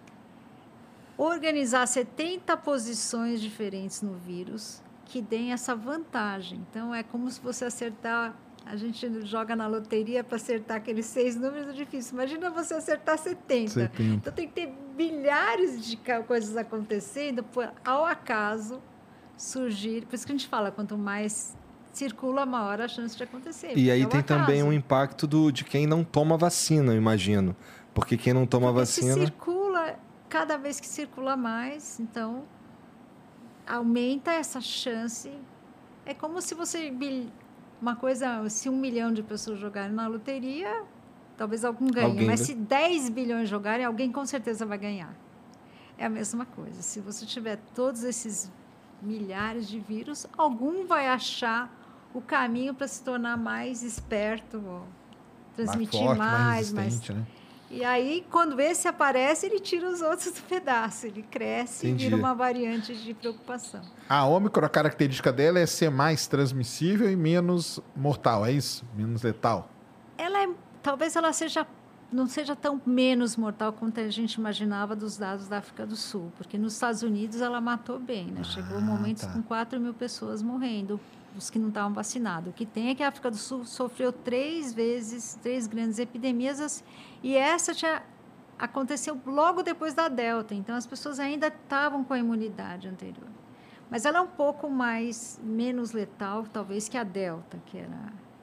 organizar setenta posições diferentes no vírus que deem essa vantagem. Então, é como se você acertar... A gente joga na loteria para acertar aqueles seis números, é difícil. Imagina você acertar setenta. setenta. Então, tem que ter milhares de coisas acontecendo por, ao acaso, surgir... Por isso que a gente fala, quanto mais circula, maior a chance de acontecer. E aí é tem acaso. também um impacto do, de quem não toma vacina, eu imagino. Porque quem não toma Porque vacina... se circula... Cada vez que circula mais, então, aumenta essa chance. É como se você... Uma coisa, se um milhão de pessoas jogarem na loteria, talvez algum ganhe. Alguém, mas né? se dez bilhões jogarem, alguém com certeza vai ganhar. É a mesma coisa. Se você tiver todos esses milhares de vírus, algum vai achar o caminho para se tornar mais esperto, transmitir mais, forte, mais. mais, mais... né? E aí, quando esse aparece, ele tira os outros do pedaço. Ele cresce Entendi. e vira uma variante de preocupação. A Ômicron, a característica dela é ser mais transmissível e menos mortal, é isso? Menos letal? Ela é, talvez ela seja, não seja tão menos mortal quanto a gente imaginava dos dados da África do Sul. Porque nos Estados Unidos ela matou bem, né? Chegou Ah, momentos tá. com quatro mil pessoas morrendo, os que não estavam vacinados. O que tem é que a África do Sul sofreu três vezes, três grandes epidemias, e essa tinha, aconteceu logo depois da Delta. Então, as pessoas ainda estavam com a imunidade anterior. Mas ela é um pouco mais, menos letal, talvez, que a Delta, que era...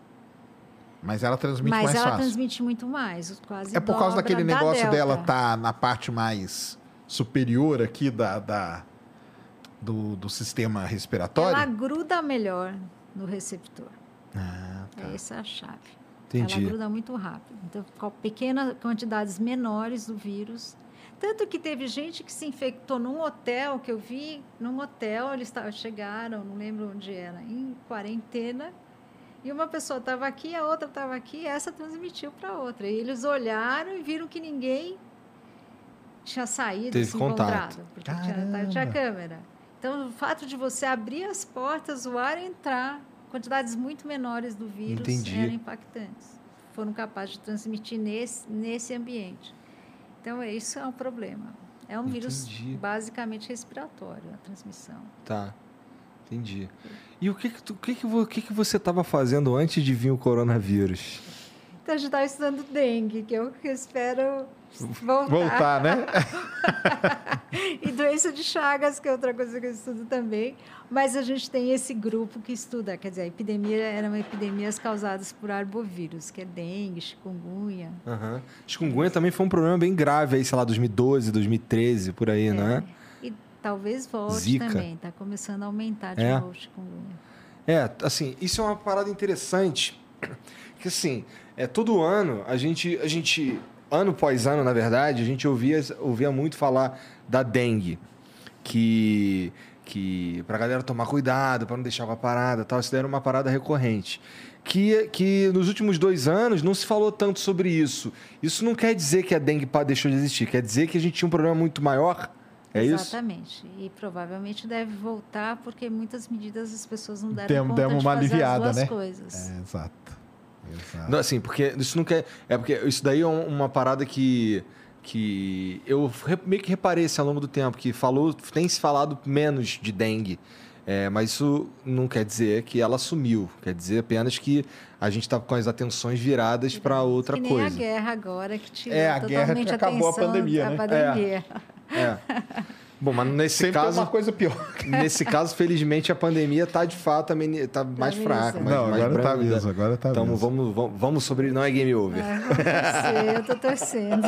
Mas ela transmite Mas mais ela fácil. transmite muito mais, quase É por causa dobra daquele da negócio Delta. dela tá na parte mais superior aqui da, da, do, do sistema respiratório? Ela gruda melhor no receptor. Ah, tá. Essa é a chave. Entendi. Ela gruda muito rápido. Então, com pequenas quantidades menores do vírus. Tanto que teve gente que se infectou num hotel, que eu vi, num hotel, eles tavam, chegaram, não lembro onde era, em quarentena, e uma pessoa estava aqui, a outra estava aqui, e essa transmitiu para a outra. E eles olharam e viram que ninguém tinha saído, Teve se contato. encontrado, porque tinha, tinha câmera. Então, o fato de você abrir as portas, o ar entrar, quantidades muito menores do vírus Entendi. eram impactantes. Foram capazes de transmitir nesse, nesse ambiente. Então, isso é um problema. É um vírus Entendi. basicamente respiratório, a transmissão. Tá, entendi. E o que que, tu, o que, que, vo- o que, que você estava fazendo antes de vir o coronavírus? Então, a gente está estudando dengue, que eu que eu espero voltar. Voltar, né? E doença de Chagas, que é outra coisa que eu estudo também. Mas a gente tem esse grupo que estuda, quer dizer, a epidemia eram epidemias causadas por arbovírus, que é dengue, chikungunya. Uhum. Chikungunya também foi um problema bem grave aí, sei lá, dois mil e doze, dois mil e treze, por aí, É. não é? E talvez volte Zika. também, está começando a aumentar de É. novo o chikungunya. É, assim, isso é uma parada interessante, que assim, é, todo ano, a gente, a gente, ano após ano, na verdade, a gente ouvia, ouvia muito falar da dengue, que, que pra galera tomar cuidado, para não deixar uma parada e tal, isso daí era uma parada recorrente. Que, que nos últimos dois anos não se falou tanto sobre isso. Isso não quer dizer que a dengue pa- deixou de existir, quer dizer que a gente tinha um problema muito maior. É isso? Exatamente. E provavelmente deve voltar porque muitas medidas as pessoas não deram Demos- conta demos de uma fazer aliviada, as duas né? coisas. É, exato. Exato. Não, assim, porque isso não quer. É porque isso daí é um- uma parada que. que eu re- meio que reparei assim, ao longo do tempo, que falou, tem se falado menos de dengue. É, mas isso não quer dizer que ela sumiu. Quer dizer apenas que a gente está com as atenções viradas para outra que nem coisa. a guerra agora que tirou É, a guerra totalmente que a acabou a atenção pandemia, da né? pandemia. É. Bom, mas nesse Sempre caso. tem uma coisa pior. Nesse caso, felizmente, a pandemia está de fato ameni- tá mais mesmo. fraca. Mais, Não, mais agora tá branda. mesmo, agora tá Tamo, mesmo. vamos, vamos, vamos sobre. Não é game over. Ah, vamos torcer, eu estou torcendo.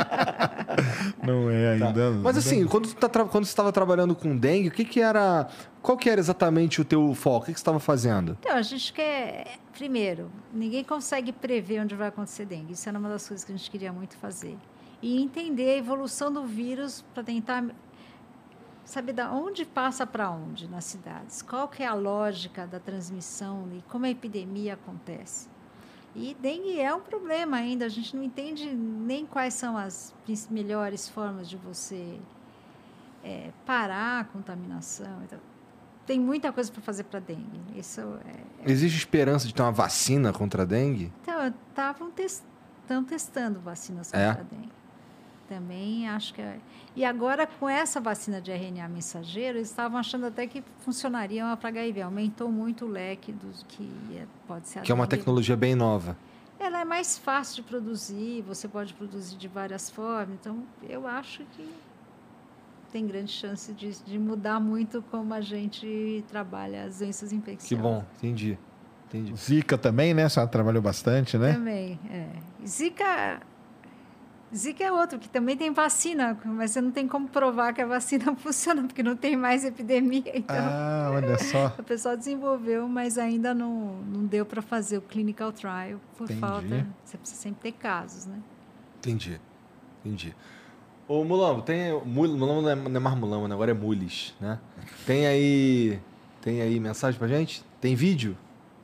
Não é Tá. ainda. Mas assim, quando, tu tá tra- quando você estava trabalhando com dengue, o que, que era. Qual que era exatamente o teu foco? O que, que você estava fazendo? Então, a gente quer... Primeiro, ninguém consegue prever onde vai acontecer dengue. Isso era uma das coisas que a gente queria muito fazer. E entender a evolução do vírus para tentar saber da onde passa para onde nas cidades. Qual que é a lógica da transmissão e como a epidemia acontece. E dengue é um problema ainda. A gente não entende nem quais são as prin- melhores formas de você é, parar a contaminação. Então, tem muita coisa para fazer para dengue. Isso é, Existe esperança de ter uma vacina contra a dengue? Então, estavam tes testando vacinas É? contra a dengue. Também acho que... É... E agora, com essa vacina de R N A mensageiro, eles estavam achando até que funcionaria para H I V. Aumentou muito o leque dos que é- pode ser a Que é uma dengue. tecnologia bem nova. Ela é mais fácil de produzir, você pode produzir de várias formas. Então, eu acho que tem grande chance de, de mudar muito como a gente trabalha as doenças infecciosas. Que bom, entendi. entendi. Zika também, né? A senhora trabalhou bastante, né? Também, é. Zika, Zika é outro, que também tem vacina, mas você não tem como provar que a vacina funciona, porque não tem mais epidemia. Então, Ah, olha só. o pessoal desenvolveu, mas ainda não, não deu para fazer o clinical trial por Entendi. falta. Você precisa sempre ter casos, né? Entendi. Entendi. Ô, Mulambo, tem. Mul- Mulambo não é, não é mais Mulambo, né? Agora é Mules, né? Tem aí. Tem aí mensagem pra gente? Tem vídeo?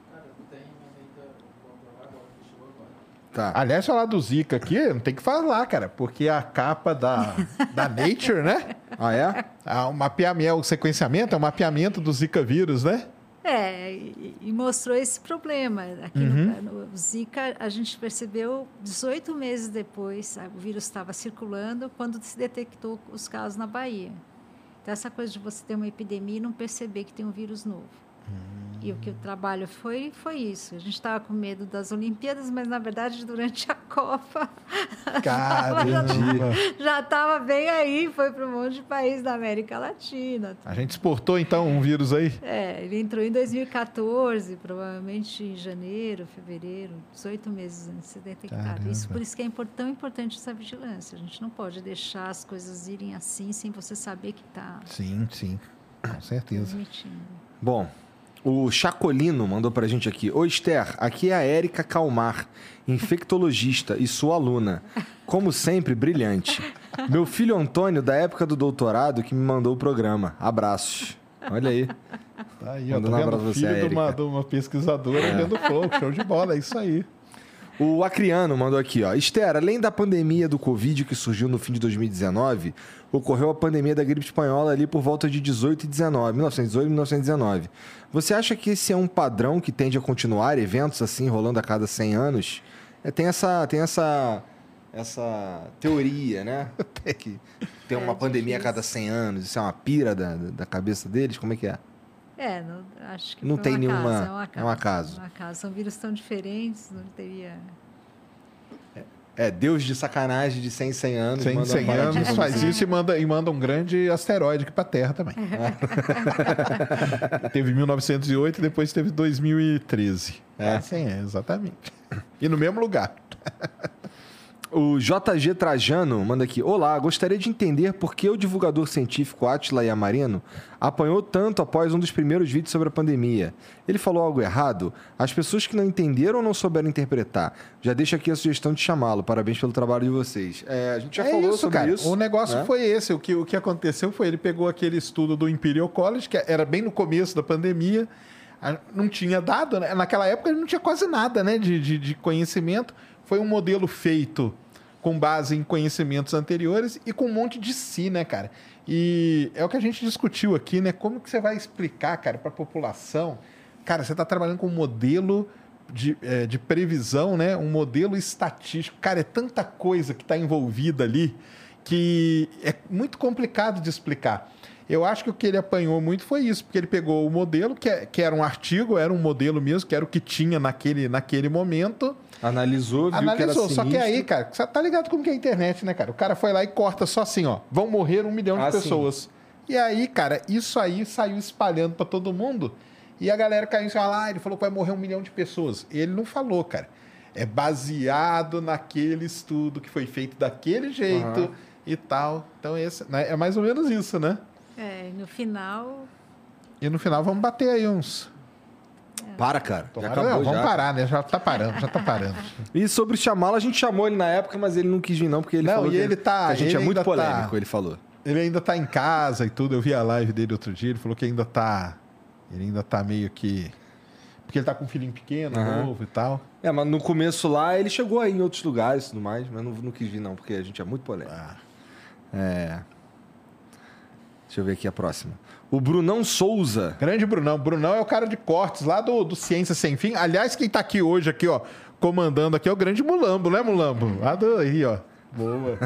Tá. Aliás, falar do Zika aqui, não tem que falar, cara, porque a capa da, da Nature, né? Ah, é? Ah, o mapeamento, o sequenciamento é o mapeamento do Zika vírus, né? É, e, e mostrou esse problema. Aqui Uhum. no, no Zika, a gente percebeu dezoito meses depois, sabe, o vírus estava circulando quando se detectou os casos na Bahia. Então, essa coisa de você ter uma epidemia e não perceber que tem um vírus novo. E o que o trabalho foi, foi isso. A gente estava com medo das Olimpíadas, mas, na verdade, durante a Copa, Caramba. já estava bem aí, foi para um monte de país da América Latina. A gente exportou, então, um vírus aí? É, ele entrou em dois mil e quatorze, provavelmente em janeiro, fevereiro, dezoito meses antes de ser detectado. Caramba. Isso, por isso que é impor- tão importante essa vigilância. A gente não pode deixar as coisas irem assim sem você saber que está Sim, sim. Com certeza. transmitindo. Bom, o Chacolino mandou pra gente aqui. Oi, Esther, aqui é a Érica Calmar, infectologista e sua aluna. Como sempre, brilhante. Meu filho Antônio, da época do doutorado, que me mandou o programa. Abraços. Olha aí. Tá aí, ó, Mandando tá um vendo? abraço pra você, Filho de uma, Érica. de uma pesquisadora dentro do Flow. Show de bola, é isso aí. O Acriano mandou aqui, ó. Esther, além da pandemia do Covid que surgiu no fim de dois mil e dezenove, ocorreu a pandemia da gripe espanhola ali por volta de dezoito e dezenove, mil novecentos e dezoito e mil novecentos e dezenove. Você acha que esse é um padrão que tende a continuar, eventos assim rolando a cada cem anos? É, tem essa, tem essa, essa teoria, né? Que tem uma É pandemia a difícil. cada cem anos, isso é uma pira da, da cabeça deles? Como é que é? É, não, acho que Não foi tem um nenhuma- acaso, é um acaso. é um acaso. É um acaso. São vírus tão diferentes, não teria... É, Deus de sacanagem de cem em cem anos. cem, manda cem uma parada anos de faz coisa. isso e manda, e manda um grande asteroide aqui para a Terra também. Teve mil novecentos e oito e depois teve dois mil e treze. É. É, sim, é, exatamente. E no mesmo lugar. O J G Trajano manda aqui. Olá, gostaria de entender por que o divulgador científico Átila Yamarino apanhou tanto após um dos primeiros vídeos sobre a pandemia. Ele falou algo errado? As pessoas que não entenderam ou não souberam interpretar? Já deixo aqui a sugestão de chamá-lo. Parabéns pelo trabalho de vocês. É, a gente já é falou isso, sobre cara. isso. O negócio né? foi esse. O que, o que aconteceu foi ele pegou aquele estudo do Imperial College, que era bem no começo da pandemia. Não tinha dado, né? Naquela época ele não tinha quase nada, né, de, de, de conhecimento. Foi um modelo feito com base em conhecimentos anteriores e com um monte de si, né, cara? E é o que a gente discutiu aqui, né? Como que você vai explicar, cara, para a população? Cara, você está trabalhando com um modelo de, é, de previsão, né? Um modelo estatístico. Cara, é tanta coisa que está envolvida ali que é muito complicado de explicar. Eu acho que o que ele apanhou muito foi isso, porque ele pegou o modelo, que, é, que era um artigo, era um modelo mesmo, que era o que tinha naquele, naquele momento. Analisou, viu Analisou, que era só que aí, cara, você tá ligado como que é a internet, né, cara? O cara foi lá e corta só assim, ó, vão morrer um milhão de Ah, pessoas. Sim. E aí, cara, isso aí saiu espalhando para todo mundo e a galera caiu em cima lá, ah, ele falou que vai morrer um milhão de pessoas. Ele não falou, cara. É baseado naquele estudo que foi feito daquele jeito uhum. e tal. Então, esse, né, é mais ou menos isso, né? É, no final... E no final vamos bater aí uns... Para, cara. Tomara, já acabou, não, vamos já. parar, né? Já tá parando, já tá parando. E sobre chamá-lo, a gente chamou ele na época, mas ele não quis vir não, porque ele não, falou e que ele tá, que a gente ele é muito polêmico, tá, ele falou. Ele ainda tá em casa e tudo. Eu vi a live dele outro dia, ele falou que ainda tá... Ele ainda tá meio que... Porque ele tá com um filhinho pequeno, uhum. novo e tal. É, mas no começo lá, ele chegou aí em outros lugares e tudo mais, mas não, não quis vir não, porque a gente é muito polêmico. Ah. É... Deixa eu ver aqui a próxima. O Brunão Souza. Grande Brunão. Brunão é o cara de cortes lá do, do Ciência Sem Fim. Aliás, quem tá aqui hoje, aqui, ó, comandando aqui é o grande Mulambo, né, Mulambo? Lá do, aí, ó. Boa.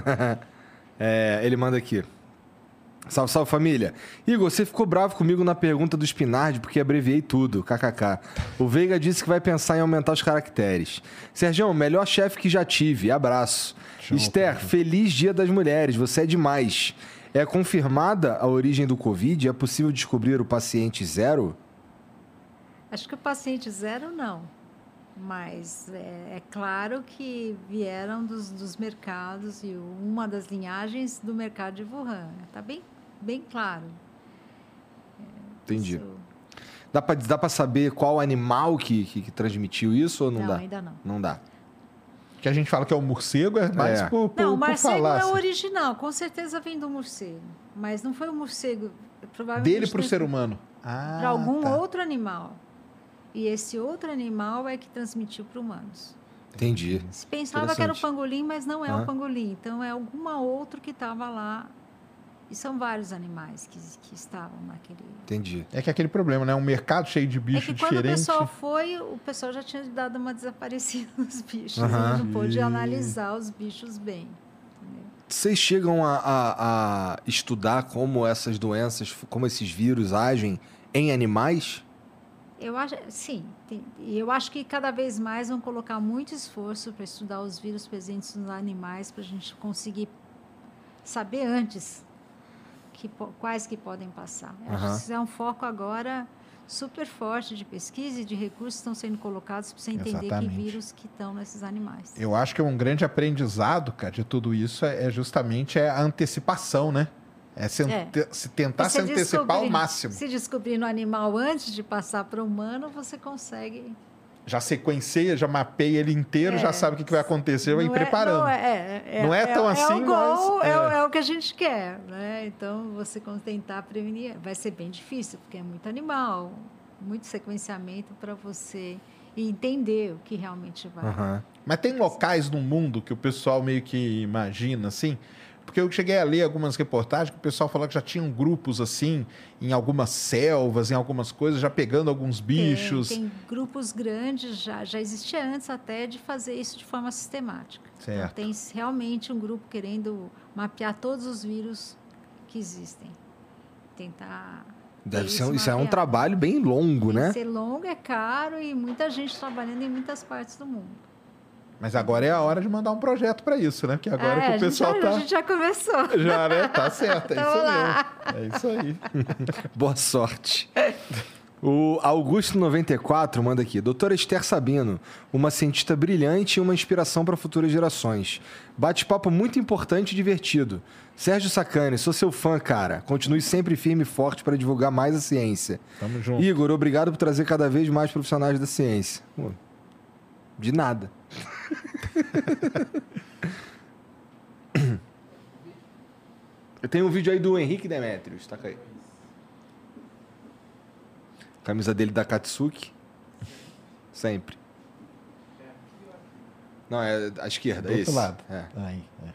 é, ele manda aqui. Salve, salve, família. Igor, você ficou bravo comigo na pergunta do Spinardi porque abreviei tudo, kkk. O Veiga disse que vai pensar em aumentar os caracteres. Sergião, melhor chefe que já tive. Abraço. Show, Esther, cara. Feliz Dia das Mulheres. Você é demais. É confirmada a origem do Covid? É possível descobrir o paciente zero? Acho que o paciente zero não. Mas é, é claro que vieram dos, dos mercados e uma das linhagens do mercado de Wuhan. Está bem, bem claro. É, Entendi. Isso... Dá para dá para saber qual animal que, que, que transmitiu isso ou não, não dá? Não, ainda não. Não dá. Que a gente fala que é o morcego, é mais é. por, por, não, o morcego falar, é o assim. original, com certeza vem do morcego. Mas não foi o morcego, provavelmente... Dele para o ser humano. Ah, para algum tá. outro animal. E esse outro animal é que transmitiu para humanos. Entendi. Se pensava que era o pangolim, mas não é ah. o pangolim. Então, é alguma outra que estava lá. E são vários animais que, que estavam naquele... Entendi. É que é aquele problema, né? Um mercado cheio de bicho diferente. É que diferente. quando o pessoal foi, o pessoal já tinha dado uma desaparecida nos bichos. Uhum. Ele não pôde analisar os bichos bem. Entendeu? Vocês chegam a, a, a estudar como essas doenças, como esses vírus agem em animais? Eu acho, sim. Tem, eu acho que cada vez mais vão colocar muito esforço para estudar os vírus presentes nos animais, para a gente conseguir saber antes que, quais que podem passar. Eu uhum. acho que isso é um foco agora super forte de pesquisa e de recursos que estão sendo colocados para você entender Exatamente. Que vírus que estão nesses animais. Eu acho que um grande aprendizado, cara, de tudo isso é, é justamente a antecipação, né? É se, é. Ante se tentar se antecipar ao máximo. Se descobrir no animal antes de passar para o humano, você consegue... Já sequencia, já mapeia ele inteiro, é. já sabe o que, que vai acontecer, vai ir preparando. Não é, é, não é, é tão é, assim, é o gol, mas... É. É, é o que a gente quer, né? Então, você tentar prevenir, vai ser bem difícil, porque é muito animal, muito sequenciamento para você entender o que realmente vai... Uhum. Mas tem locais no mundo que o pessoal meio que imagina, assim... Porque eu cheguei a ler algumas reportagens que o pessoal falou que já tinham grupos assim, em algumas selvas, em algumas coisas, já pegando alguns bichos. Tem, tem grupos grandes, já, já existia antes até de fazer isso de forma sistemática. Certo. Então, tem realmente um grupo querendo mapear todos os vírus que existem. Tentar... Deve ser, isso, isso é um trabalho bem longo, Tem né? Ser longo, é caro e muita gente trabalhando em muitas partes do mundo. Mas agora é a hora de mandar um projeto para isso, né? Porque agora é, que o pessoal já, tá... A gente já começou. Já, né? Tá certo, é Então, isso lá. mesmo. É isso aí. Boa sorte. O Augusto noventa e quatro manda aqui. Doutora Esther Sabino, uma cientista brilhante e uma inspiração para futuras gerações. Bate-papo muito importante e divertido. Sérgio Sacani, sou seu fã, cara. Continue sempre firme e forte para divulgar mais a ciência. Tamo junto. Igor, obrigado por trazer cada vez mais profissionais da ciência. Pô, de nada. Eu tenho um vídeo aí do Henrique Demetrios, tá aí. Camisa dele da Katsuki. Sempre. Não, é a esquerda, Do é outro esse. lado. É. Aí, é.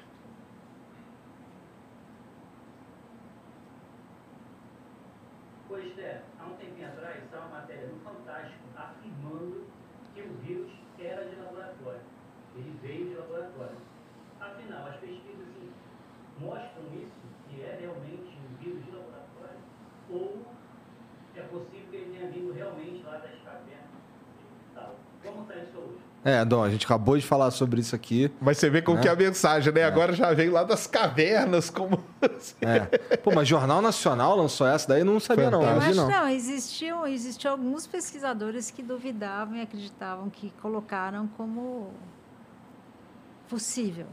Pois é, há um tempinho atrás, saiu uma matéria no Fantástico afirmando que o vírus era de laboratório. Ele veio de laboratório. Afinal, as pesquisas assim, mostram isso, que é realmente um vírus de laboratório, ou é possível que ele tenha vindo realmente lá das cavernas e tal. Como está isso hoje? É, Dom, a gente acabou de falar sobre isso aqui. Mas você vê como É. que é a mensagem, né? Agora já veio lá das cavernas, como... É. Pô, mas Jornal Nacional lançou essa daí, eu não sabia não. Eu Fantástico. Hoje acho não. não, existiam, existiam alguns pesquisadores que duvidavam e acreditavam que colocaram como possível.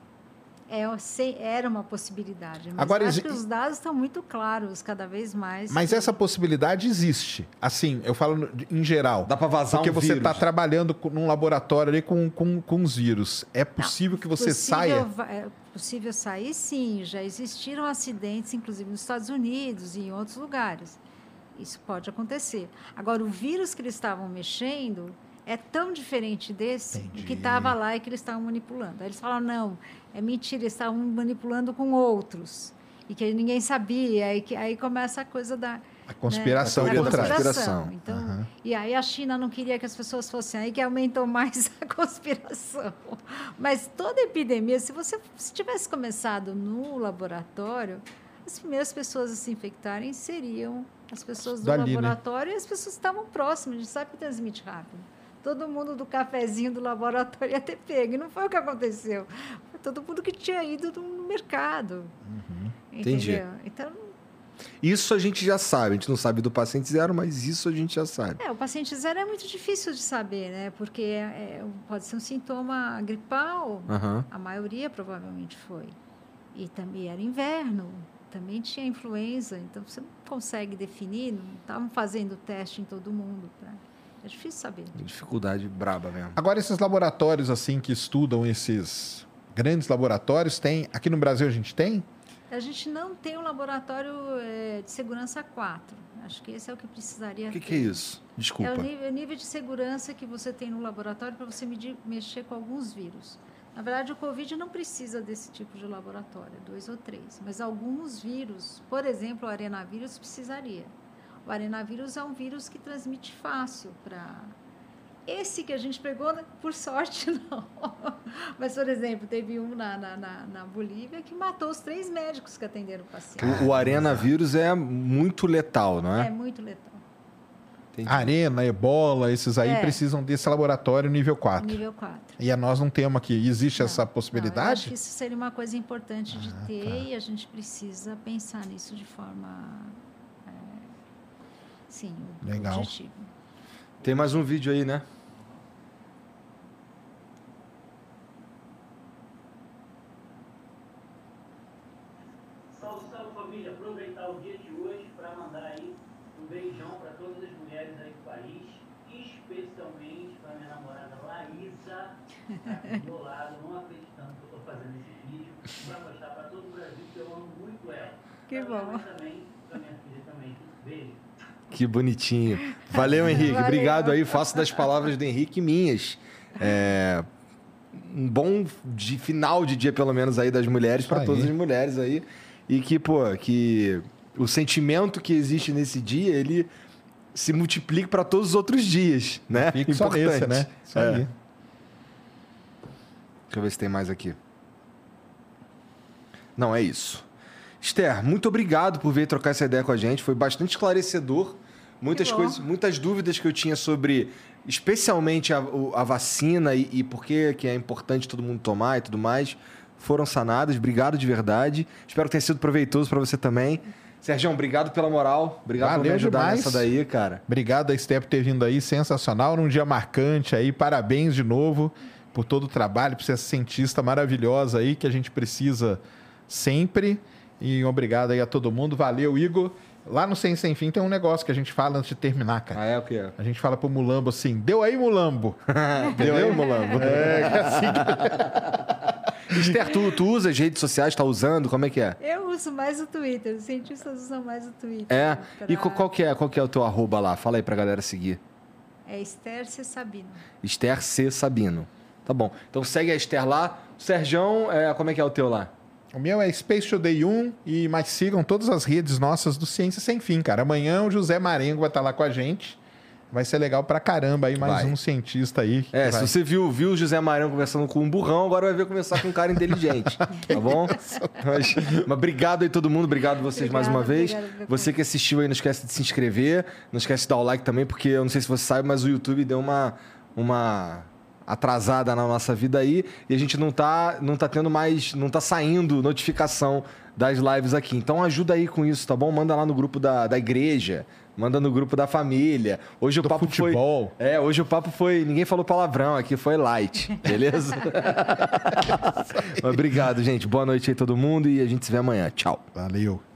É, se- era uma possibilidade, mas Agora, eu acho exi- que os dados estão muito claros, cada vez mais. Mas essa possibilidade existe. Assim, eu falo no- em geral. Dá pra vazar Porque um você vírus. está trabalhando com- num laboratório ali com, com, com os vírus. É possível que você Possível saia... va- É possível sair, sim. Já existiram acidentes, inclusive nos Estados Unidos e em outros lugares. Isso pode acontecer. Agora, o vírus que eles estavam mexendo é tão diferente desse Entendi. que estava lá e que eles estavam manipulando. Aí eles falaram, não, é mentira, eles estavam manipulando com outros. E que ninguém sabia. Aí, que, aí começa a coisa da... A conspiração né, teoria por da trás. conspiração. Então, Aham. E aí a China não queria que as pessoas fossem aí, que aumentou mais a conspiração. Mas toda epidemia, se você se tivesse começado no laboratório, as primeiras pessoas a se infectarem seriam as pessoas do Dali, né? laboratório e as pessoas que estavam próximas. A gente sabe que transmite rápido. Todo mundo do cafezinho do laboratório ia ter pego. E não foi o que aconteceu. Foi todo mundo que tinha ido no mercado. Entendi. Entendeu? Então, Isso a gente já sabe. A gente não sabe do paciente zero, mas isso a gente já sabe. é, o paciente zero é muito difícil de saber, né? Porque é, é, pode ser um sintoma gripal. Aham. A maioria provavelmente foi. E também era inverno. Também tinha influenza. Então, você não consegue definir. Não estavam fazendo teste em todo mundo. Pra... É difícil saber. Dificuldade braba mesmo. Agora, esses laboratórios assim que estudam esses grandes laboratórios, tem... Aqui no Brasil a gente tem? A gente não tem um laboratório é, de segurança quatro. Acho que esse é o que precisaria O que, ter. que é isso? É Desculpa. o nível, o nível de segurança que você tem no laboratório para você medir, mexer com alguns vírus. Na verdade, o Covid não precisa desse tipo de laboratório, dois ou três. Mas alguns vírus, por exemplo, o arenavírus, precisaria. O arenavírus é um vírus que transmite fácil para... Esse que a gente pegou, né, por sorte, não. Mas, por exemplo, teve um na, na, na, na Bolívia que matou os três médicos que atenderam o paciente. O, o arenavírus é muito letal, não É é? muito letal. Entendi. Arena, ebola, esses aí É. precisam desse laboratório nível quatro. Nível quatro. E a nós não temos aqui. Existe Não, essa não, eu possibilidade? acho que isso seria uma coisa importante de Ah, ter tá. e a gente precisa pensar nisso de forma, é, sim, Legal. objetiva. Tem mais um vídeo aí, né? Salve, salve família, aproveitar o dia de hoje para mandar aí um beijão para todas as mulheres aí do país, especialmente para minha namorada Laísa, que tá aqui do meu lado, não acreditando que eu estou fazendo esse vídeo, para mostrar para todo o Brasil que eu amo muito ela. Que Pra minha bom. mãe também, para minha filha também. Beijo. Que bonitinho. Valeu, Henrique. Valeu. Obrigado aí. Faço das palavras do Henrique minhas. É, um bom de, final de dia, pelo menos, aí das mulheres, Isso para aí. todas as mulheres aí. E que, pô, que o sentimento que existe nesse dia, ele se multiplique para todos os outros dias, né? Fica só nesse, né? Isso É. aí. Deixa eu ver se tem mais aqui. Não, é isso. Esther, muito obrigado por vir trocar essa ideia com a gente. Foi bastante esclarecedor Muitas bom. coisas, muitas dúvidas que eu tinha sobre, especialmente a, o- a vacina e, e por que que é importante todo mundo tomar e tudo mais, foram sanadas. Obrigado de verdade. Espero que tenha sido proveitoso para você também. Sergião, obrigado pela moral. Obrigado por me Valeu ajudar demais. nessa daí, cara. Obrigado a Esther por ter vindo aí, sensacional, num dia marcante aí, parabéns de novo por todo o trabalho, por ser essa cientista maravilhosa aí, que a gente precisa sempre, e obrigado aí a todo mundo, valeu, Igor. Lá no Ciência Sem Fim tem um negócio que a gente fala antes de terminar, cara. Ah, é o que é? A gente fala pro Mulambo assim, deu aí, Mulambo. Deu aí, Mulambo? É, que assim... Esther, tu, tu usa as redes sociais, tá usando? Como é que é? Eu uso mais o Twitter, os cientistas usam mais o Twitter. É? pra- E qual, qual que é, qual que é o teu arroba lá? Fala aí pra galera seguir. É Esther C. Sabino. Esther C. Sabino. Tá bom. Então segue a Esther lá. O Sergião, é, como é que é o teu lá? O meu é Space Today um, e mais sigam todas as redes nossas do Ciência Sem Fim, cara. Amanhã o José Marengo vai estar lá com a gente. Vai ser legal pra caramba aí, mais Vai. um cientista aí. que É, vai- se você viu, viu o José Maranhão conversando com um burrão, agora vai ver conversar com um cara inteligente, tá bom? Mas, mas obrigado aí todo mundo, obrigado vocês mais uma Obrigada, vez. obrigada pelo Você que assistiu aí, não esquece de se inscrever, não esquece de dar o like também, porque eu não sei se você sabe, mas o YouTube deu uma, uma atrasada na nossa vida aí e a gente não tá, não tá tendo mais, não tá saindo notificação das lives aqui. Então ajuda aí com isso, tá bom? Manda lá no grupo da, da igreja, manda no grupo da família. Hoje o Do papo futebol. foi... É, hoje o papo foi... Ninguém falou palavrão aqui, foi light, beleza? Mas obrigado, gente. Boa noite aí todo mundo e a gente se vê amanhã. Tchau. Valeu.